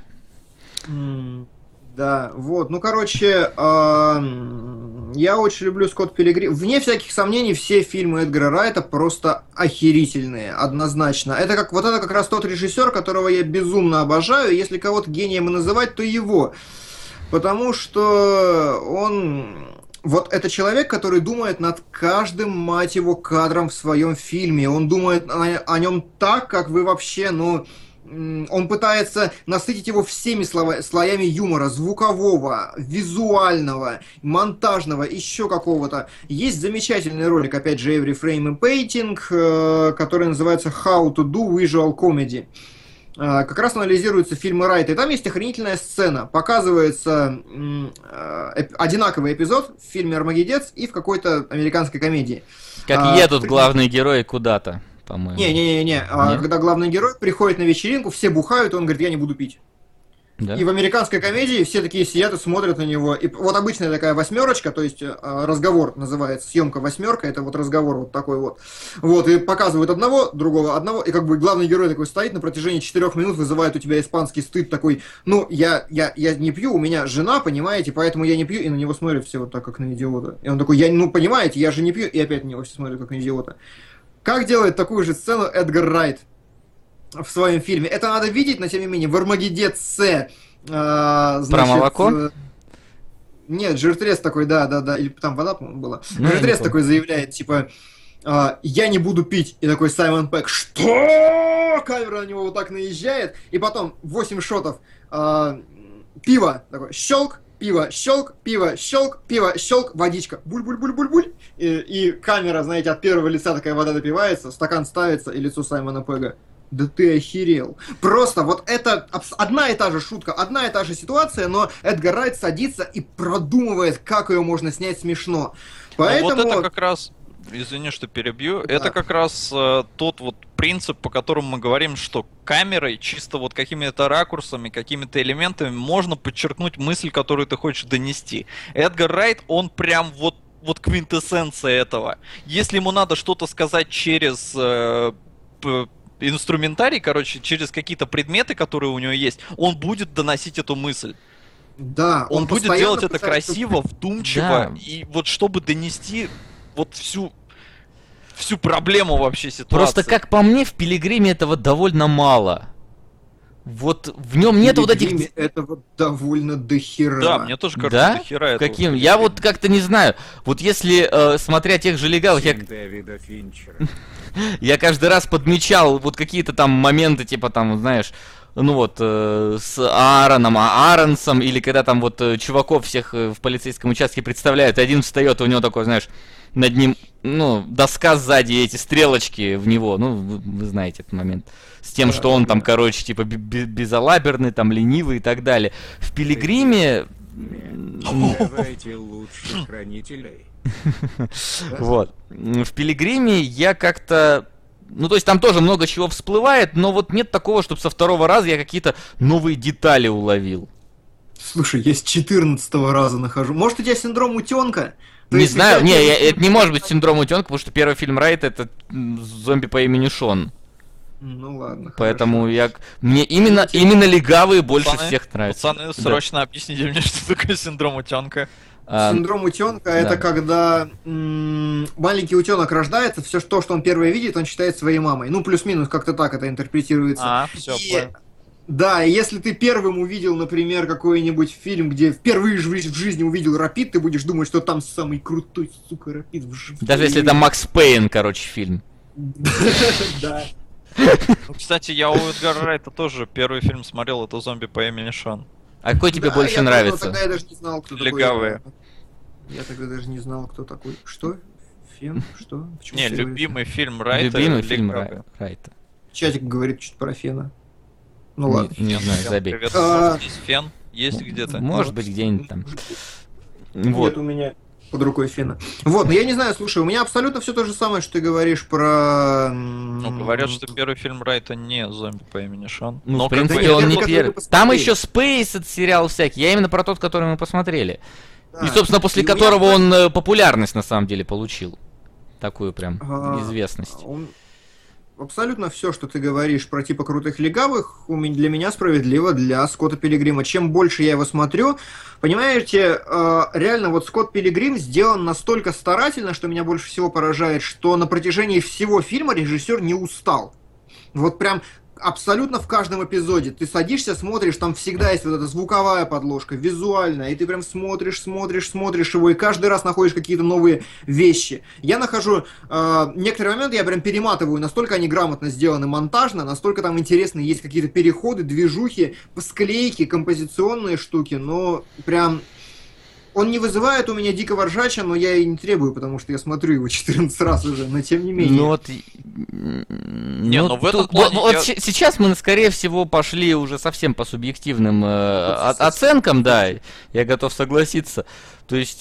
Да, вот, ну, короче, я очень люблю Скотт Пилигрим. Вне всяких сомнений, все фильмы Эдгара Райта просто охерительные, однозначно. Это как раз тот режиссер, которого я безумно обожаю. Если кого-то гением и называть, то его. Потому что он... Вот это человек, который думает над каждым, мать его, кадром в своем фильме. Он думает о нем так, как вы вообще, Он пытается насытить его всеми слоями юмора, звукового, визуального, монтажного, еще какого-то. Есть замечательный ролик, опять же, Every Frame Painting, который называется How to do Visual Comedy. Как раз анализируются фильмы Райта, и там есть охренительная сцена. Показывается одинаковый эпизод в фильме «Армагеддец» и в какой-то американской комедии. Как едут главные герои куда-то, по-моему. Не. Когда главный герой приходит на вечеринку, все бухают, и он говорит, я не буду пить. Да? И в американской комедии все такие сидят и смотрят на него. И вот обычная такая восьмерочка, то есть разговор называется, съемка восьмерка, это вот разговор вот такой вот. Вот, и показывают одного, другого, одного, и как бы главный герой такой стоит на протяжении 4 минут, вызывает у тебя испанский стыд такой, ну, я не пью, у меня жена, понимаете, поэтому я не пью, и на него смотрят все вот так, как на идиота. И он такой, понимаете, я же не пью, и опять на него все смотрят, как на идиота. Как делает такую же сцену Эдгар Райт в своем фильме? Это надо видеть, но тем не менее, в «Армагеддце». Про молоко? Нет, Жиртрес такой, да, или там вода, по-моему, была. Жиртрес такой заявляет, типа, я не буду пить. И такой Саймон Пегг, что? Камера на него вот так наезжает, и потом 8 шотов. Пиво, такой, щелк, пиво, щелк, пиво, щелк, пиво, щелк, водичка, буль-буль-буль-буль-буль. И камера, знаете, от первого лица такая вода допивается, стакан ставится, и лицо Саймона Пегга. Да ты охерел. Просто вот это одна и та же шутка, одна и та же ситуация, но Эдгар Райт садится и продумывает, как ее можно снять смешно. Поэтому... Вот это как раз, извини, что перебью, да. Это как раз тот вот принцип, по которому мы говорим, что камерой, чисто вот какими-то ракурсами, какими-то элементами можно подчеркнуть мысль, которую ты хочешь донести. Эдгар Райт, он прям вот квинтэссенция этого. Если ему надо что-то сказать через... инструментарий, короче, через какие-то предметы, которые у него есть, он будет доносить эту мысль. Да, он будет делать это красиво, вдумчиво, да. И вот чтобы донести вот всю проблему вообще ситуации. Просто, как по мне, в «Пилигриме» этого довольно мало. Вот в нем нет вот этих... этого довольно дохера. Да, мне тоже кажется, да? дохера. Каким? Я вот как-то не знаю. Вот если, смотря тех же «Легавых», я каждый раз подмечал вот какие-то там моменты, типа там, знаешь, ну вот, с Ааронсом, или когда там вот чуваков всех в полицейском участке представляют, и один встает, и у него такой, знаешь, над ним, ну, доска сзади, эти стрелочки в него, ну, вы знаете этот момент. С тем, что он там, короче, типа безалаберный, там, ленивый и так далее. В «Пилигриме»... Давайте лучше хранителей. Вот. В «Пилигриме» я как-то... Ну, то есть там тоже много чего всплывает, но вот нет такого, чтобы со второго раза я какие-то новые детали уловил. Слушай, я с 14-го раза нахожу. Может, у тебя синдром утенка? Не знаю, это не может быть синдром утенка, потому что первый фильм Райта — это «Зомби по имени Шон». Ну ладно. Поэтому мне именно «Легавые» больше всех нравятся. Пацаны, срочно объясните мне, что такое синдром утенка. Синдром утенка — это когда маленький утенок рождается, все то, что он первое видит, он считает своей мамой. Ну, плюс-минус, как-то так это интерпретируется. Все, понял. Да, и если ты первым увидел, например, какой-нибудь фильм, где впервые в жизни увидел Рапид, ты будешь думать, что там самый крутой, сука, Рапид в жизни. Даже если это Макс Пейн, короче, фильм. Да. Кстати, я у Эдгара Райта тоже первый фильм смотрел, это «Зомби по имени Шон». А какой тебе больше нравится? Тогда я даже не знал, кто такой. «Легавые». Я тогда даже не знал, кто такой. Что? Фен? Что? Не, любимый фильм Райта. Любимый фильм Райта. Чатик говорит что-то про Фена. Ну ладно. Не знаю, забей. Здесь Фен есть где-то? Может быть, где-нибудь там. Нет у меня под рукой Фена. Вот, но я не знаю, слушай, у меня абсолютно все то же самое, что ты говоришь про... Ну, говорят, что первый фильм Райта не «Зомби по имени Шон». Ну, в принципе, он не первый. Там еще Space, этот сериал всякий. Я именно про тот, который мы посмотрели. И, собственно, после которого он популярность, на самом деле, получил. Такую прям известность. Абсолютно все, что ты говоришь про типа крутых легавых, для меня справедливо для Скотта Пилигрима. Чем больше я его смотрю, понимаете, реально вот Скотт Пилигрим сделан настолько старательно, что меня больше всего поражает, что на протяжении всего фильма режиссер не устал. Вот прям абсолютно в каждом эпизоде. Ты садишься, смотришь, там всегда есть вот эта звуковая подложка, визуальная, и ты прям смотришь его, и каждый раз находишь какие-то новые вещи. Я нахожу некоторые моменты, я прям перематываю, настолько они грамотно сделаны монтажно, настолько там интересные есть какие-то переходы, движухи, склейки, композиционные штуки, но прям... Он не вызывает у меня дикого ржача, но я и не требую, потому что я смотрю его 14 раз уже, но тем не менее. Ну вот... в этом плане вот сейчас мы, скорее всего, пошли уже совсем по субъективным оценкам, да, я готов согласиться. То есть,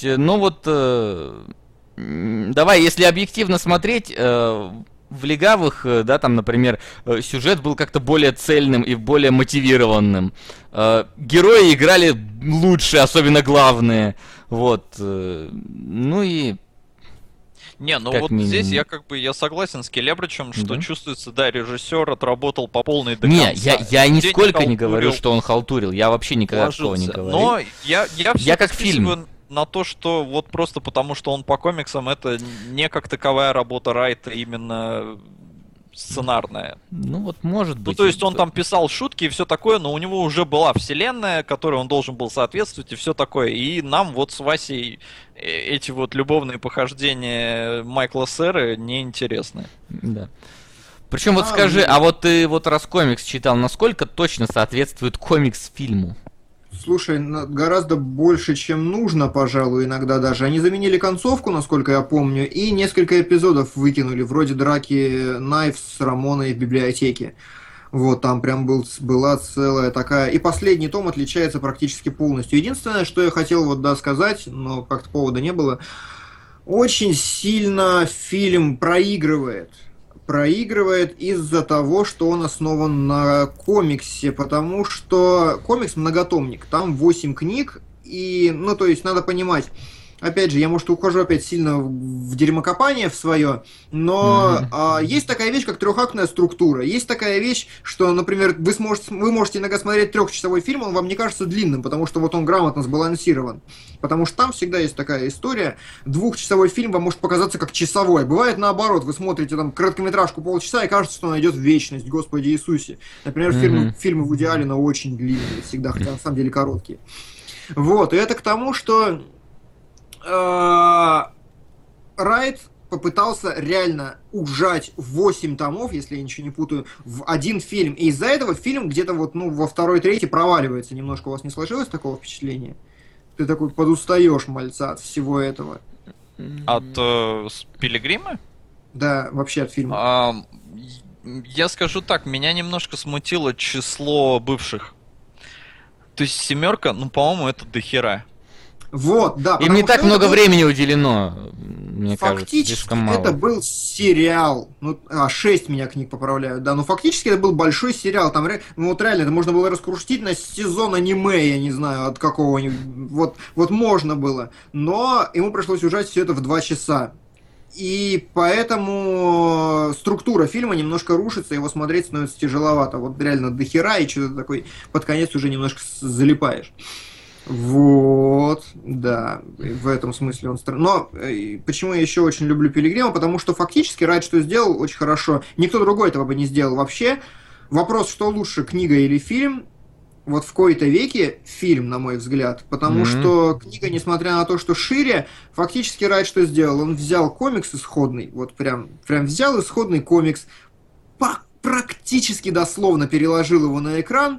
давай, если объективно смотреть... В «Легавых», да, там, например, сюжет был как-то более цельным и более мотивированным. Герои играли лучше, особенно главные. Вот. Ну и... вот минимум. Здесь я согласен с Келебричем, что чувствуется, да, режиссер отработал по полной до конца. Я нисколько не говорю, что он халтурил. Я вообще никогда такого не говорю. Но я как фильм. На то, что вот просто потому, что он по комиксам, это не как таковая работа Райта, именно сценарная. Ну вот может быть. Ну то есть он там писал шутки и все такое, но у него уже была вселенная, которой он должен был соответствовать и все такое. И нам вот с Васей эти вот любовные похождения Майкла Сэры неинтересны. Да. Причем вот скажи, а вот ты вот раз комикс читал, насколько точно соответствует комикс фильму? Слушай, гораздо больше, чем нужно, пожалуй, иногда даже. Они заменили концовку, насколько я помню, и несколько эпизодов выкинули, вроде драки Найв с Рамоной в библиотеке. Вот, там прям была целая такая... И последний том отличается практически полностью. Единственное, что я хотел сказать, но как-то повода не было, очень сильно фильм проигрывает из-за того, что он основан на комиксе, потому что комикс многотомник, там 8 книг, и, то есть, надо понимать, опять же, я, может, ухожу опять сильно в дерьмокопание в свое, но есть такая вещь, как трехактная структура. Есть такая вещь, что, например, вы можете иногда смотреть 3-часовой фильм, он вам не кажется длинным, потому что вот он грамотно сбалансирован. Потому что там всегда есть такая история. 2-часовой фильм вам может показаться как часовой. Бывает наоборот, вы смотрите там короткометражку полчаса и кажется, что он идет в вечность, Господи Иисусе. Например, фильмы Вуди Аллена очень длинные всегда, хотя на самом деле короткие. Вот, и это к тому, что Райт попытался реально ужать 8 томов, если я ничего не путаю, в один фильм. И из-за этого фильм где-то во второй-третий проваливается немножко. У вас не сложилось такого впечатления? Ты такой подустаешь, мальца, от всего этого. От Пилигрима? Да, вообще от фильма. Я скажу так, меня немножко смутило число бывших. То есть 7, по-моему, это дохера. Вот, да. Им не так много времени уделено, мне кажется, слишком мало. Фактически это был сериал. 6 меня книг поправляют, да. Но фактически это был большой сериал. Там, реально, это можно было раскрутить на сезон аниме, я не знаю, от какого-нибудь. Вот можно было. Но ему пришлось ужать все это в 2 часа. И поэтому структура фильма немножко рушится, его смотреть становится тяжеловато. Вот реально дохера, и что-то такой под конец уже немножко залипаешь. Вот, да, в этом смысле он странный. Но почему я еще очень люблю Пилигрима? Потому что фактически Райт что сделал очень хорошо. Никто другой этого бы не сделал вообще. Вопрос, что лучше, книга или фильм? Вот в кои-то веке фильм, на мой взгляд. Потому что книга, несмотря на то, что шире, фактически Райт что сделал? Он взял комикс исходный, вот прям взял исходный комикс, практически дословно переложил его на экран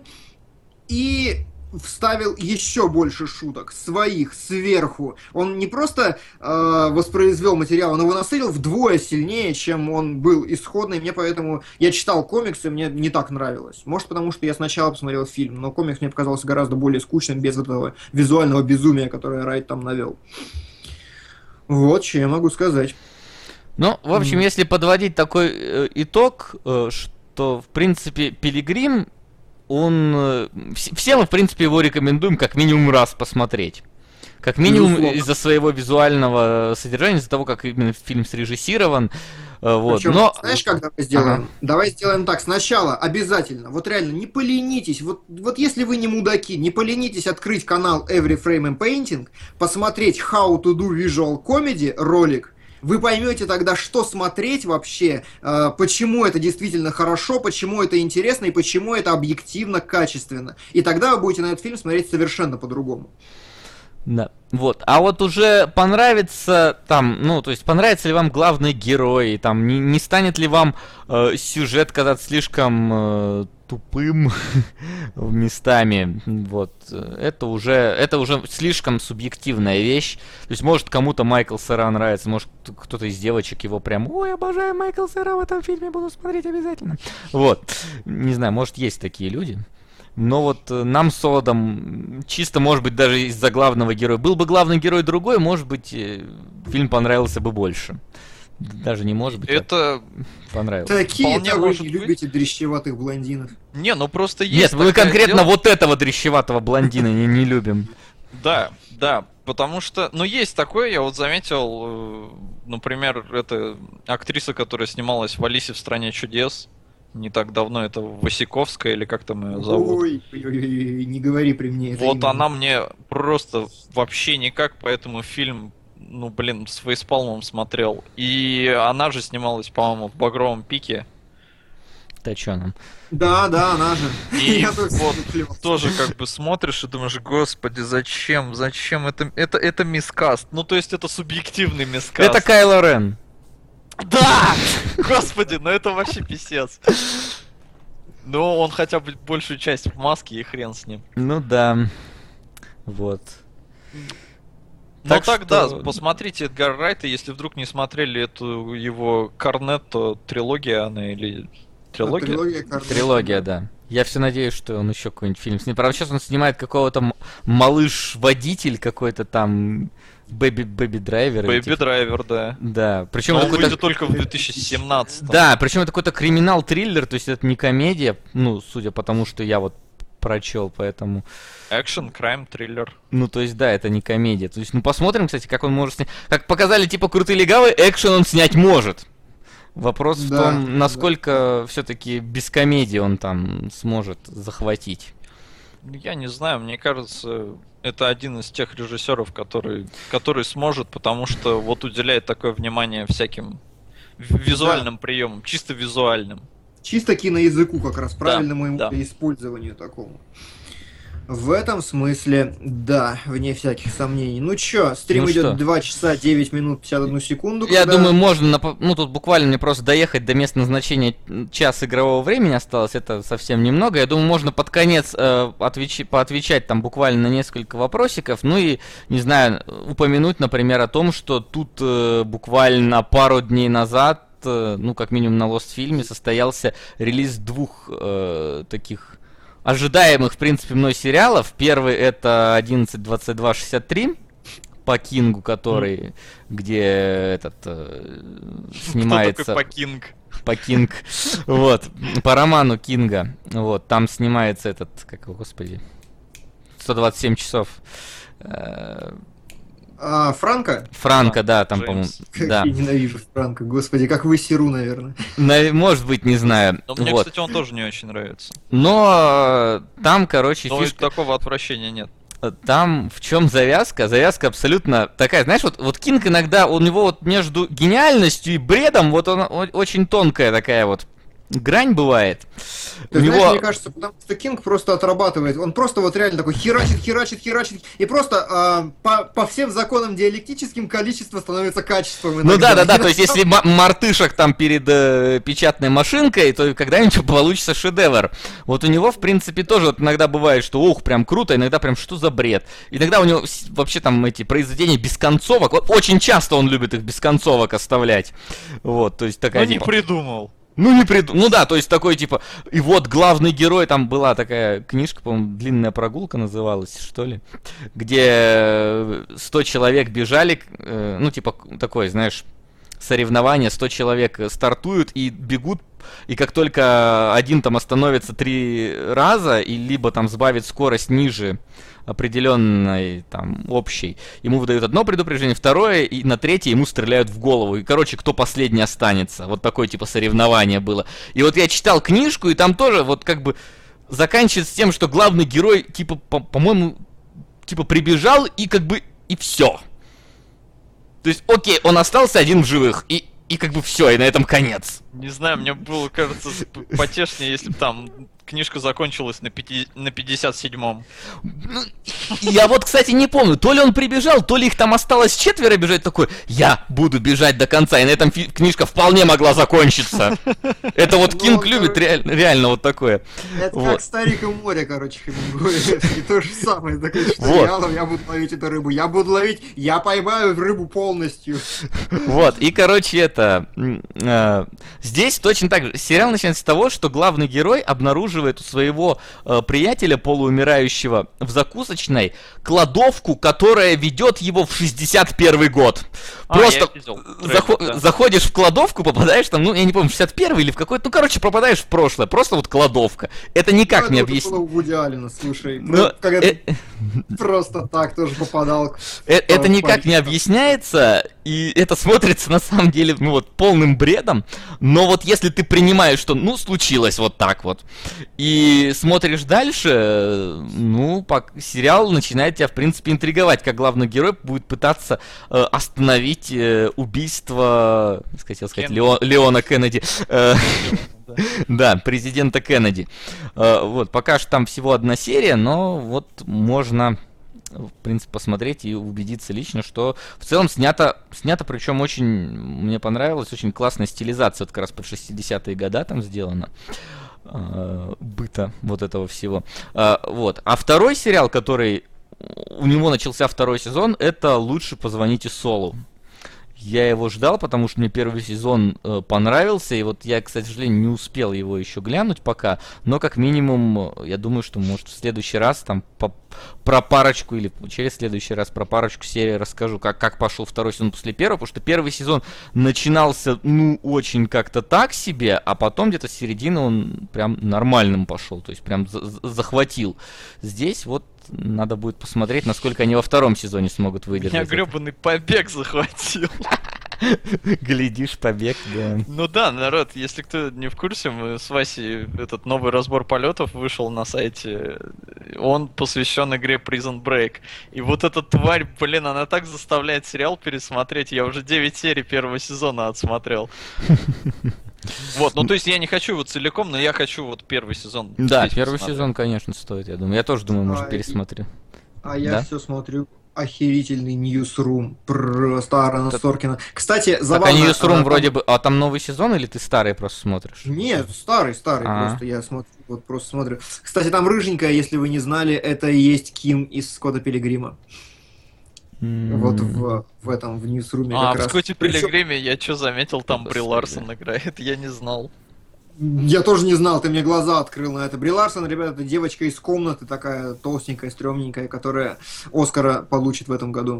и вставил еще больше шуток, своих, сверху. Он не просто воспроизвел материал, он его насылил вдвое сильнее, чем он был исходный. Мне поэтому... Я читал комиксы, мне не так нравилось. Может, потому что я сначала посмотрел фильм, но комикс мне показался гораздо более скучным, без этого визуального безумия, которое Райт там навел. Вот, что я могу сказать. Ну, в общем, если подводить такой итог, что, в принципе, Пилигрим, все мы, в принципе, его рекомендуем как минимум раз посмотреть. Как минимум из-за своего визуального содержания, из-за того, как именно фильм срежиссирован. Вот. Причем, знаешь, как давай сделаем? Давай сделаем так. Сначала обязательно, вот реально, не поленитесь. Вот если вы не мудаки, не поленитесь открыть канал Every Frame and Painting, посмотреть How to do Visual Comedy ролик, вы поймете тогда, что смотреть вообще, почему это действительно хорошо, почему это интересно и почему это объективно качественно. И тогда вы будете на этот фильм смотреть совершенно по-другому. Да, вот. А вот уже понравится там, ну, то есть понравится ли вам главный герой, там, не станет ли вам сюжет казаться слишком тупым местами, вот. Это уже слишком субъективная вещь. То есть, может, кому-то Майкл Сера нравится, может, кто-то из девочек его прям, ой, обожаю Майкл Сера в этом фильме, буду смотреть обязательно. Вот. Не знаю, может, есть такие люди. Но вот нам с Оводом, чисто, может быть, даже из-за главного героя. Был бы главный герой другой, может быть, фильм понравился бы больше. Даже не может быть. Это понравилось. Такие-то вы не любите дрищеватых блондинов. Не, ну просто есть. Нет, мы конкретно вот этого дрищеватого блондина не любим. Да, потому что, ну есть такое, я вот заметил, например, это актриса, которая снималась в «Алисе в стране чудес». Не так давно, это Васиковская, или как там ее зовут? Ой, не говори при мне. Вот она мне просто вообще никак, поэтому фильм, ну блин, с фейспалмом смотрел. И она же снималась, по-моему, в «Багровом пике». Точёным. Да, она же. И вот тоже как бы смотришь и думаешь, господи, зачем это мискаст? Ну то есть это субъективный мискаст. Это Кайло Рен. Да! Господи, ну это вообще писец. Ну, он хотя бы большую часть в маске, и хрен с ним. Ну да. Вот. Ну тогда посмотрите Эдгара Райта, если вдруг не смотрели эту его Корнетто, трилогия она или... Трилогия? Трилогия, да. Я все надеюсь, что он еще какой-нибудь фильм снимет. Правда, сейчас он снимает какого-то малыш-водитель какой-то там... Бэби Драйвер. Бэби Драйвер, да. Да. Причем он выйдет только в 2017. Да, причем это какой-то криминал-триллер, то есть это не комедия, ну, судя по тому, что я вот прочел, поэтому... Экшен, крайм, триллер. Ну, то есть, да, это не комедия. То есть, ну, посмотрим, кстати, как он может снять. Как показали, типа, «Крутые легавые», экшен он снять может. Вопрос в том, насколько все-таки без комедии он там сможет захватить. Я не знаю, мне кажется, это один из тех режиссеров, который сможет, потому что вот уделяет такое внимание всяким визуальным приемам, чисто визуальным. Чисто киноязыку, как раз правильному использованию такому. В этом смысле, да, вне всяких сомнений. Ну чё, стрим идет 2 часа 9 минут 51 секунду. Я думаю, можно, ну тут буквально мне просто доехать до места назначения, час игрового времени осталось, это совсем немного. Я думаю, можно под конец поотвечать там буквально на несколько вопросиков. Ну и, не знаю, упомянуть, например, о том, что тут буквально пару дней назад, ну как минимум на Lost фильме, состоялся релиз двух таких... ожидаемых, в принципе, мной сериалов. Первый это 11.22.63 по Кингу, который, где этот снимается... Кто такой по Кинг? По Кинг. Вот. По роману Кинга. Вот. Там снимается этот, как его, господи, 127 часов. Франко? Франко, да, там, по-моему. Да. Я ненавижу Франко, господи, как вы Сиру, наверное. Может быть, не знаю. Но мне, кстати, он тоже не очень нравится. Но там, короче, но фишка... такого отвращения нет. Там в чем завязка? Завязка абсолютно такая, знаешь, вот Кинг иногда, у него вот между гениальностью и бредом, вот он очень тонкая такая вот грань бывает. Ты знаешь, мне кажется, потому что Кинг просто отрабатывает, он просто вот реально такой херачит, и просто по всем законам диалектическим количество становится качеством. Ну да, то есть если мартышек там перед печатной машинкой, то когда-нибудь получится шедевр. Вот у него, в принципе, тоже вот иногда бывает, что ух, прям круто, иногда прям что за бред. Иногда у него вообще там эти произведения без концовок, вот очень часто он любит их без концовок оставлять. Вот, то есть такая... Ну не придумал. Ну да, то есть такой типа, и вот главный герой, там была такая книжка, по-моему, «Длинная прогулка» называлась, что ли, где 100 человек бежали, ну типа такое, знаешь, соревнование, 100 человек стартуют и бегут, и как только один там остановится 3 раза, и либо там сбавит скорость ниже определенной там общей, ему выдают одно предупреждение, второе, и на третье ему стреляют в голову. И, короче, кто последний останется. Вот такое типа соревнование было. И вот я читал книжку, и там тоже вот как бы заканчивается тем, что главный герой типа, по-моему, типа прибежал и как бы и все. То То есть, окей, он остался один в живых, и как бы все, и на этом конец. Не знаю, мне было, кажется, потешнее, если бы там книжка закончилась на 57-м. Я вот, кстати, не помню, то ли он прибежал, то ли их там осталось 4 бежать, такой, я буду бежать до конца, и на этом книжка вполне могла закончиться. Это вот Кинг любит реально вот такое. Это как Старик и море, короче, Хемингуэй. То же самое, такое, что я буду ловить эту рыбу, я поймаю рыбу полностью. Вот, и, короче, это... Здесь точно так же. Сериал начинается с того, что главный герой обнаруживает у своего приятеля полуумирающего в закусочной кладовку, которая ведет его в 61 год. Просто заходишь в кладовку, попадаешь там, ну, я не помню, 61 или в какой-то, ну, короче, попадаешь в прошлое. Просто вот кладовка. Это никак не объясняется. Это было у Вуди Аллена, слушай. Просто так тоже попадал. Это никак не объясняется, и это смотрится на самом деле, ну, вот, полным бредом. Но вот если ты принимаешь, что, ну, случилось вот так вот, и смотришь дальше, ну, сериал начинает тебя, в принципе, интриговать, как главный герой будет пытаться остановить убийство, хотел сказать, Леона Кеннеди. Да, президента Кеннеди. Вот, пока что там всего одна серия, но вот можно, в принципе, посмотреть и убедиться лично, что в целом снято причем очень, мне понравилось, очень классная стилизация, вот как раз под 60-е годы там сделана. Быта вот этого всего. Вот. А второй сериал, который у него начался второй сезон, это «Лучше позвоните Солу». Я его ждал, потому что мне первый сезон понравился, и вот я, к сожалению, не успел его еще глянуть пока, но как минимум, я думаю, что, может, в следующий раз там про парочку, или через следующий раз про парочку серий расскажу, как пошел второй сезон после первого, потому что первый сезон начинался, ну, очень как-то так себе, а потом где-то с середины он прям нормальным пошел, то есть прям захватил. Здесь вот надо будет посмотреть, насколько они во втором сезоне смогут выдержать. Меня гребаный «Побег» захватил. Глядишь, «Побег», да. Ну да, народ, если кто не в курсе, мы с Васей этот новый разбор полетов вышел на сайте. Он посвящен игре Prison Break. И вот эта тварь, блин, она так заставляет сериал пересмотреть. Я уже 9 серий первого сезона отсмотрел. Вот, ну то есть я не хочу его целиком, но я хочу вот первый сезон. Да, первый сезон, конечно, стоит, я думаю. Я тоже думаю, может, пересмотрю. А я все смотрю. Охерительный Newsroom про Аарона Соркина. Кстати, забавно... Так, а Newsroom вроде бы... А там новый сезон или ты старый просто смотришь? Нет, старый, просто я смотрю, вот просто смотрю. Кстати, там рыженькая, если вы не знали, это и есть Ким из Скотта Пилигрима. Вот в этом, в Newsroom как раз. В Скотте Пилигриме я что заметил, там Бри Ларсон играет, я не знал. Я тоже не знал, ты мне глаза открыл на это. Бри Ларсон, ребята, это девочка из комнаты, такая толстенькая, стрёмненькая, которая Оскара получит в этом году.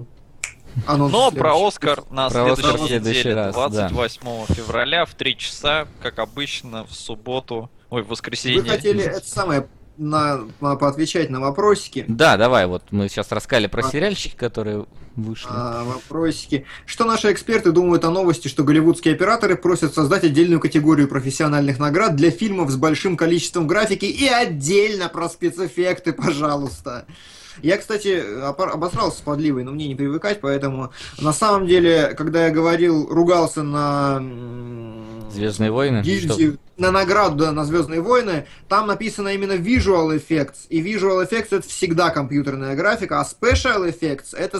Но про Оскар на следующей неделе, 28 февраля в 3 часа, как обычно, в субботу, в воскресенье. Вы хотели это самое... поотвечать на вопросики. Да, давай, вот мы сейчас рассказали про сериальчики, которые вышли. Вопросики. Что наши эксперты думают о новости, что голливудские операторы просят создать отдельную категорию профессиональных наград для фильмов с большим количеством графики и отдельно про спецэффекты, пожалуйста. Я, кстати, обосрался с подливой, но мне не привыкать, поэтому на самом деле, когда я ругался на Звездные войны? На награду, да, на Звездные войны, там написано именно Visual Effects, и Visual Effects это всегда компьютерная графика, а Special Effects это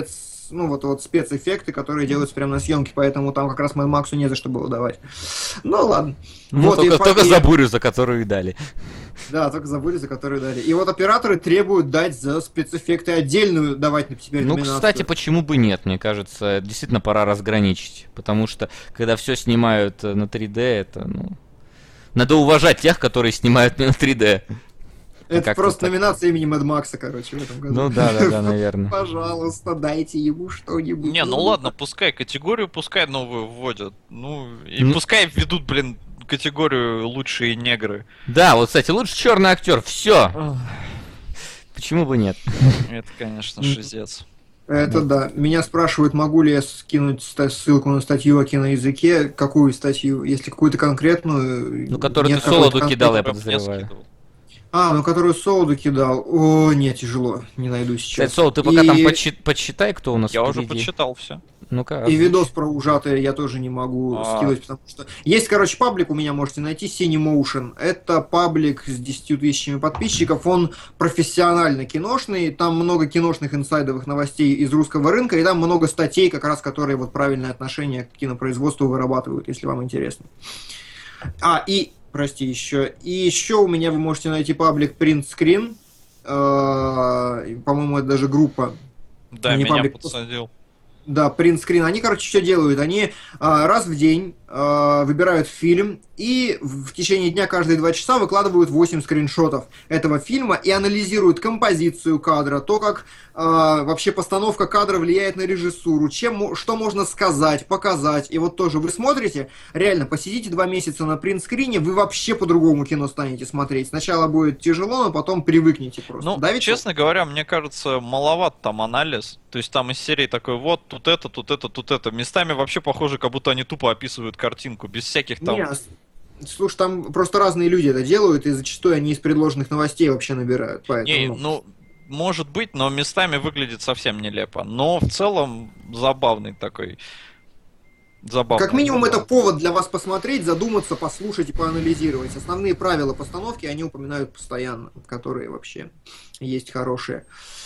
спецэффекты, которые делаются прямо на съемке, поэтому там как раз Mad Max'у не за что было давать. Ну ладно. Ну, вот, только за бурю, за которую и дали. Да, только за бурю, за которую дали. И вот операторы требуют дать за спецэффекты отдельную давать теперь номинацию. Ну, кстати, почему бы нет? Мне кажется, действительно пора разграничить. Потому что, когда все снимают на 3D, это, надо уважать тех, которые снимают на 3D. Это просто номинация имени Мэд Макса, короче, в этом году. Ну да, наверное. Пожалуйста, дайте ему что-нибудь. Не, ну ладно, пускай категорию, пускай новую вводят. Пускай введут, категорию лучшие негры. Да, вот, кстати, лучший черный актер. Все. Почему бы нет? Это, конечно, шизец. Это да. Меня спрашивают, могу ли я скинуть ссылку на статью о киноязыке. Какую статью? Если какую-то конкретную. Которую ты Солоду кидал, я подозреваю. Которую Солоду кидал. О, нет, тяжело. Не найду сейчас. Кстати, Солод, ты пока там подсчитай, кто у нас Я уже подсчитал все. Ну-ка. И видос про ужатые я тоже не могу скидывать, потому что... Есть, короче, паблик у меня, можете найти, Cinemotion. Это паблик с 10 тысячами подписчиков. Он профессионально киношный. Там много киношных инсайдовых новостей из русского рынка. И там много статей, как раз, которые вот правильное отношение к кинопроизводству вырабатывают, если вам интересно. Прости, еще. И еще у меня вы можете найти паблик Print Screen. По-моему, это даже группа. Да, меня подсадил. Да, принтскрин. Они, короче, что делают? Они раз в день выбирают фильм и в течение дня каждые 2 часа выкладывают 8 скриншотов этого фильма и анализируют композицию кадра, то, как вообще постановка кадра влияет на режиссуру, что можно сказать, показать. И вот тоже вы смотрите, реально, посидите 2 месяца на принтскрине, вы вообще по-другому кино станете смотреть. Сначала будет тяжело, но потом привыкнете просто. Ну, да, честно говоря, мне кажется, маловат там анализ. То есть там из серии такой, вот, тут это, тут это, тут это. Местами вообще похоже, как будто они тупо описывают картинку, без всяких там... Нет, слушай, там просто разные люди это делают, и зачастую они из предложенных новостей вообще набирают. Поэтому... Не, ну, может быть, но местами выглядит совсем нелепо. Но в целом забавный такой... Как минимум, это повод для вас посмотреть, задуматься, послушать и поанализировать. Основные правила постановки они упоминают постоянно, которые вообще есть хорошие.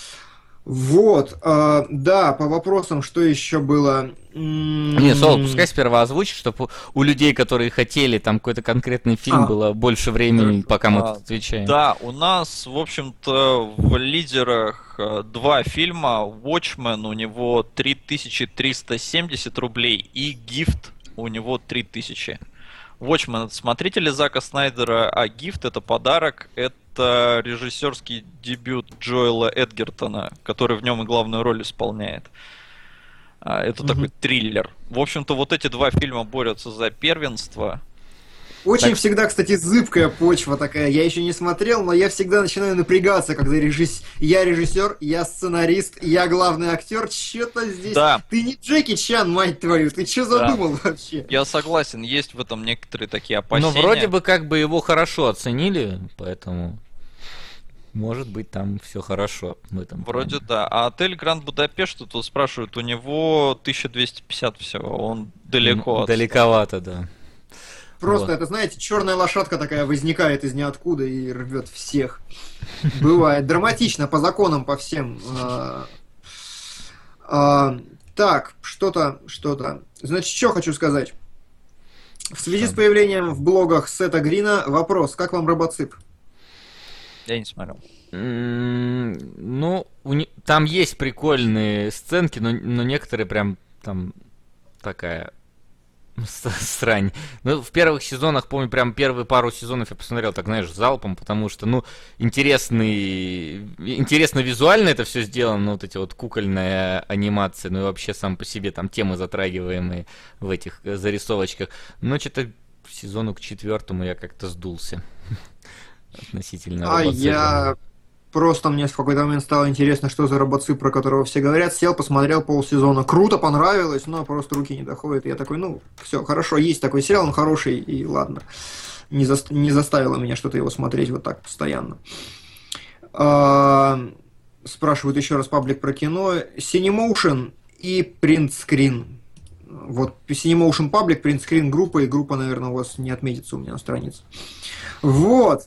Вот, да, по вопросам, что еще было? Не, Соло, пускай сперва озвучит, чтобы у людей, которые хотели там какой-то конкретный фильм, было больше времени, пока мы тут отвечаем. Да, у нас, в общем-то, в лидерах 2 фильма. Watchmen, у него 3370 рублей, и Gift у него 3000. Watchmen — это смотрители Зака Снайдера, а Gift — это подарок, это режиссерский дебют Джоэла Эдгертона, который в нем и главную роль исполняет. Это такой триллер. В общем-то, вот эти 2 фильма борются за первенство. Очень всегда, кстати, зыбкая почва такая. Я еще не смотрел, но я всегда начинаю напрягаться, когда я режиссер, я сценарист, я главный актер. Что-то здесь... Да. Ты не Джеки Чан, мать твою, ты что задумал вообще? Я согласен, есть в этом некоторые такие опасения. Но вроде бы как бы его хорошо оценили, поэтому... Может быть, там все хорошо в этом. Вроде да. А отель Гранд Будапешт, тут спрашивают, у него 1250 всего, он далеко. Далековато, да. Просто, вот. Это, знаете, черная лошадка такая возникает из ниоткуда и рвет всех. Бывает. Драматично, по законам, по всем. Так, что-то. Значит, что хочу сказать. В связи с появлением в блогах Сета Грина вопрос, как вам Робоцип? Я не смотрел. Ну, там есть прикольные сценки, но некоторые прям там такая срань. Ну, в первых сезонах, помню, прям первые пару сезонов я посмотрел, так, знаешь, залпом, потому что, ну, интересно визуально это все сделано, вот эти вот кукольная анимация, ну и вообще сам по себе там темы, затрагиваемые в этих зарисовочках. Но что-то сезону к 4 я как-то сдулся. Относительно я просто мне в какой-то момент стало интересно, что за робоцип, про которого все говорят. Сел, посмотрел полсезона. Круто, понравилось, но просто руки не доходят. Я такой, ну, все, хорошо, есть такой сериал, он хороший, и ладно. Не заставило меня что-то его смотреть вот так постоянно. Спрашивают еще раз паблик про кино. Cinemotion и Print Screen. Вот Cinemotion паблик, Print Screen группа, и группа, наверное, у вас не отметится у меня на странице. Вот.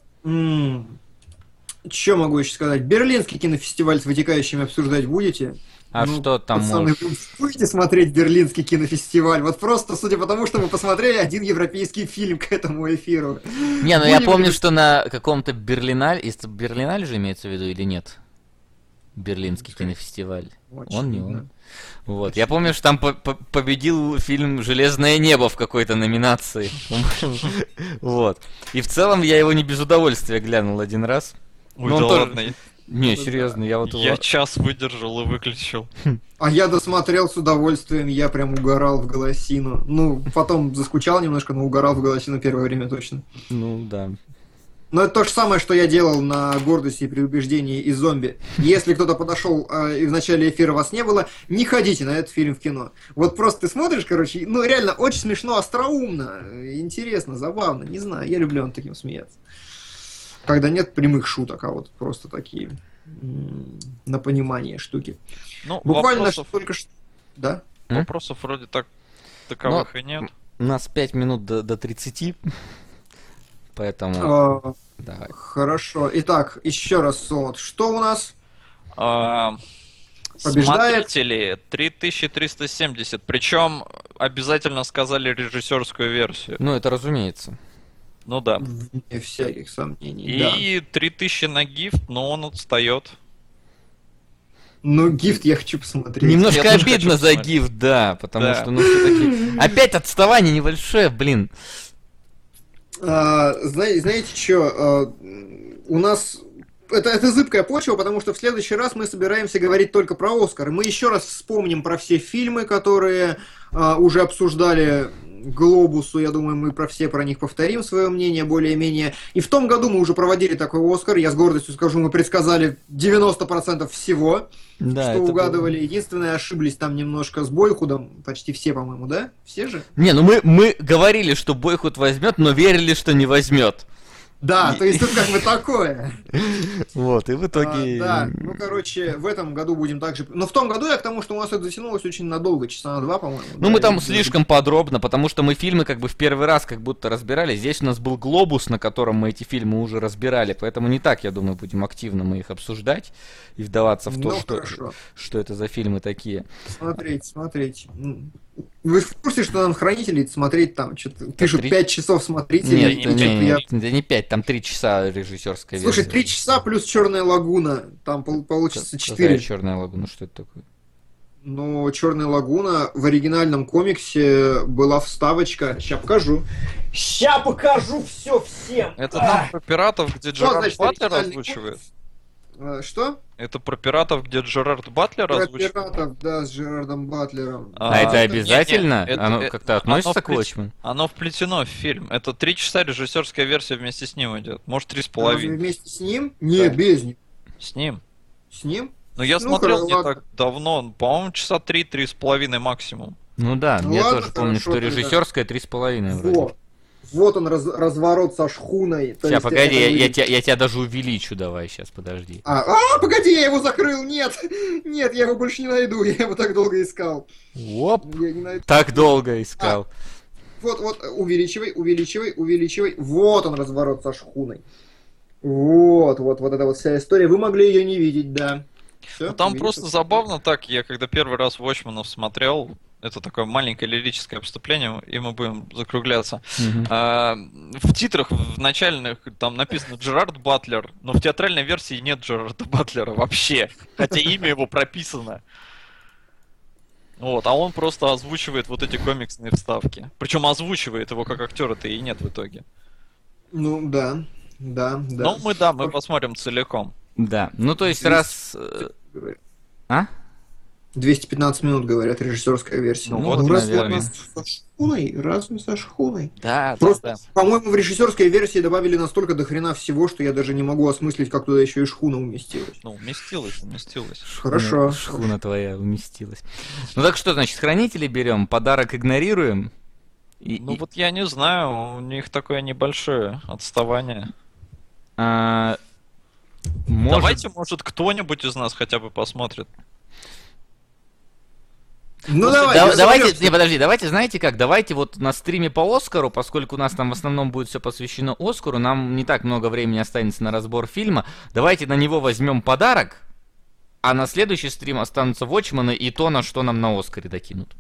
Что могу еще сказать? Берлинский кинофестиваль с вытекающими обсуждать будете? А ну, что там пацаны, вы будете смотреть Берлинский кинофестиваль? Вот просто, судя по тому, что мы посмотрели один европейский фильм к этому эфиру. Не, ну я помню, что на каком-то Берлинале же имеется в виду или нет? Берлинский кинофестиваль. Он не он. Вот. Я помню, что там победил фильм «Железное небо» в какой-то номинации. Вот. И в целом я его не без удовольствия глянул один раз. Ой, да ладно. Не, серьезно, я вот его... Я час выдержал и выключил. А я досмотрел с удовольствием, я прям угорал в голосину. Ну, потом заскучал немножко, но угорал в голосину первое время точно. Ну, да. Но это то же самое, что я делал на «Гордости и предубеждении» и «Зомби». Если кто-то подошел и в начале эфира вас не было, не ходите на этот фильм в кино. Вот просто ты смотришь, короче, ну реально очень смешно, остроумно, интересно, забавно, не знаю, я люблю над таким смеяться. Когда нет прямых шуток, а вот просто такие на понимание штуки. Ну, буквально вопросов... только что... Да? вопросов вроде таковых и нет. У нас 5 минут до 30, поэтому... Давай. Хорошо. Итак, еще раз, Солод. Что у нас? Побеждает? Смотрители 3370. Причем обязательно сказали режиссерскую версию. Ну, это разумеется. Ну да. Вне всяких сомнений. И 3000 на гифт, но он отстает. Ну, гифт я хочу посмотреть. Немножко обидно за гифт, да, потому что, ну, все-таки... Опять отставание небольшое, блин. Знаете что? У нас... Это зыбкая почва, потому что в следующий раз мы собираемся говорить только про Оскар. Мы еще раз вспомним про все фильмы, которые уже обсуждали Глобусу. Я думаю, мы про них повторим свое мнение более-менее. И в том году мы уже проводили такой Оскар. Я с гордостью скажу, мы предсказали 90% всего, что угадывали. Было... Единственное, ошиблись там немножко с Бойхудом. Почти все, по-моему, да? Все же? Не, ну мы говорили, что Бойхуд возьмет, но верили, что не возьмет. Да, то есть тут как бы такое. Вот, и в итоге... Да, ну, короче, в этом году будем также... Но в том году я к тому, что у нас это затянулось очень надолго, часа на 2, по-моему. Ну, мы там слишком подробно, потому что мы фильмы как бы в первый раз как будто разбирали. Здесь у нас был Глобус, на котором мы эти фильмы уже разбирали, поэтому не так, я думаю, будем активно мы их обсуждать и вдаваться в то, что это за фильмы такие. Смотрите. Вы в курсе, что нам хранители смотреть там что-то пишут 5 часов смотрите? Нет, не 5, там 3 часа режиссерская версия. Слушай, 3 часа плюс Черная лагуна, там получится 4. Черная лагуна, что это такое? Ну, Черная лагуна в оригинальном комиксе была вставочка. Сейчас покажу все всем. Это там про пиратов, где Джерард Батлер озвучивает? Что? Это про пиратов, где Джерард Батлер озвучивает? Про пиратов, да, с Джерардом Батлером. Это обязательно? Оно как-то относится к Watchmen? Оно вплетено в фильм. Это 3 часа режиссерская версия вместе с ним идет. Может, 3,5. Вместе с ним? Нет, без него. С ним. С ним? Ну, я смотрел не так давно. По-моему, часа 3-3,5 максимум. Ну да, я тоже помню, что режиссерская 3,5 вроде. Вот он, разворот со шхуной. Сейчас, погоди, я тебя даже увеличу, давай, сейчас, подожди. Погоди, я его закрыл, нет, я его больше не найду, я его так долго искал. Оп, так долго искал. Вот, увеличивай, вот он, разворот со шхуной. Вот эта вот вся история, вы могли ее не видеть, да. Всё, ну, там просто забавно так, я когда первый раз Watchmen'ов смотрел, это такое маленькое лирическое вступление, и мы будем закругляться. В титрах в начальных там написано Джерард Батлер, но в театральной версии нет Джерарда Батлера вообще, хотя имя его прописано. Вот, а он просто озвучивает вот эти комиксные вставки. Причем озвучивает его как актера-то и нет в итоге. Ну да. Ну мы посмотрим целиком. Да, ну то есть раз... 215 минут, говорят, режиссерская версия. Ну вот, наверное. Разве со шхуной? Да, просто, по-моему, в режиссерской версии добавили настолько до хрена всего, что я даже не могу осмыслить, как туда еще и шхуна уместилась. Ну, уместилась. Хорошо. Шхуна твоя уместилась. Ну так что, значит, хранители берем, подарок игнорируем? Вот я не знаю, у них такое небольшое отставание. Давайте, может, кто-нибудь из нас хотя бы посмотрит. Ну давайте, знаете как, давайте вот на стриме по Оскару, поскольку у нас там в основном будет все посвящено Оскару, нам не так много времени останется на разбор фильма, давайте на него возьмем подарок, а на следующий стрим останутся Watchmen и то, на что нам на Оскаре докинут.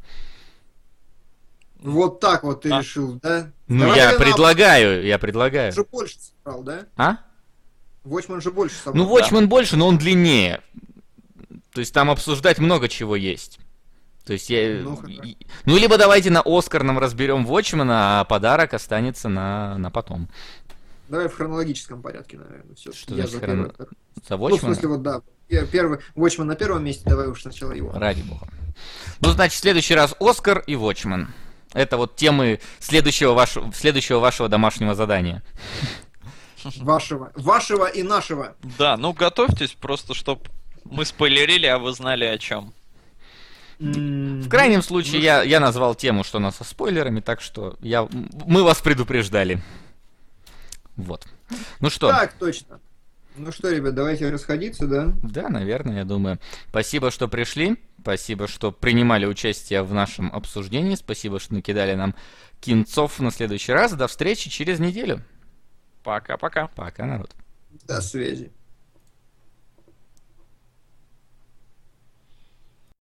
Вот так вот ты решил, да? Ну я предлагаю. Watchmen же больше собрал, да? Watchmen же больше собрал. Ну Watchmen больше, но он длиннее. То есть там обсуждать много чего есть. То есть ну либо давайте на Оскар нам разберем Watchmen, а подарок останется на потом. Давай в хронологическом порядке, наверное. Все. Что значит за Watchmen? Ну, в смысле, вот да. Первый Watchmen на первом месте, давай уж сначала его. Ради бога. Ну, значит, в следующий раз Оскар и Watchmen. Это вот темы следующего вашего домашнего задания. Вашего и нашего. Да, ну готовьтесь просто, чтобы мы спойлерили, а вы знали о чем. В крайнем случае, я назвал тему, что у нас со спойлерами, так что мы вас предупреждали. Вот. Ну что? Так, точно. Ну что, ребят, давайте расходиться, да? Да, наверное, я думаю. Спасибо, что пришли. Спасибо, что принимали участие в нашем обсуждении. Спасибо, что накидали нам кинцов на следующий раз. До встречи через неделю. Пока-пока. Пока, народ. До связи.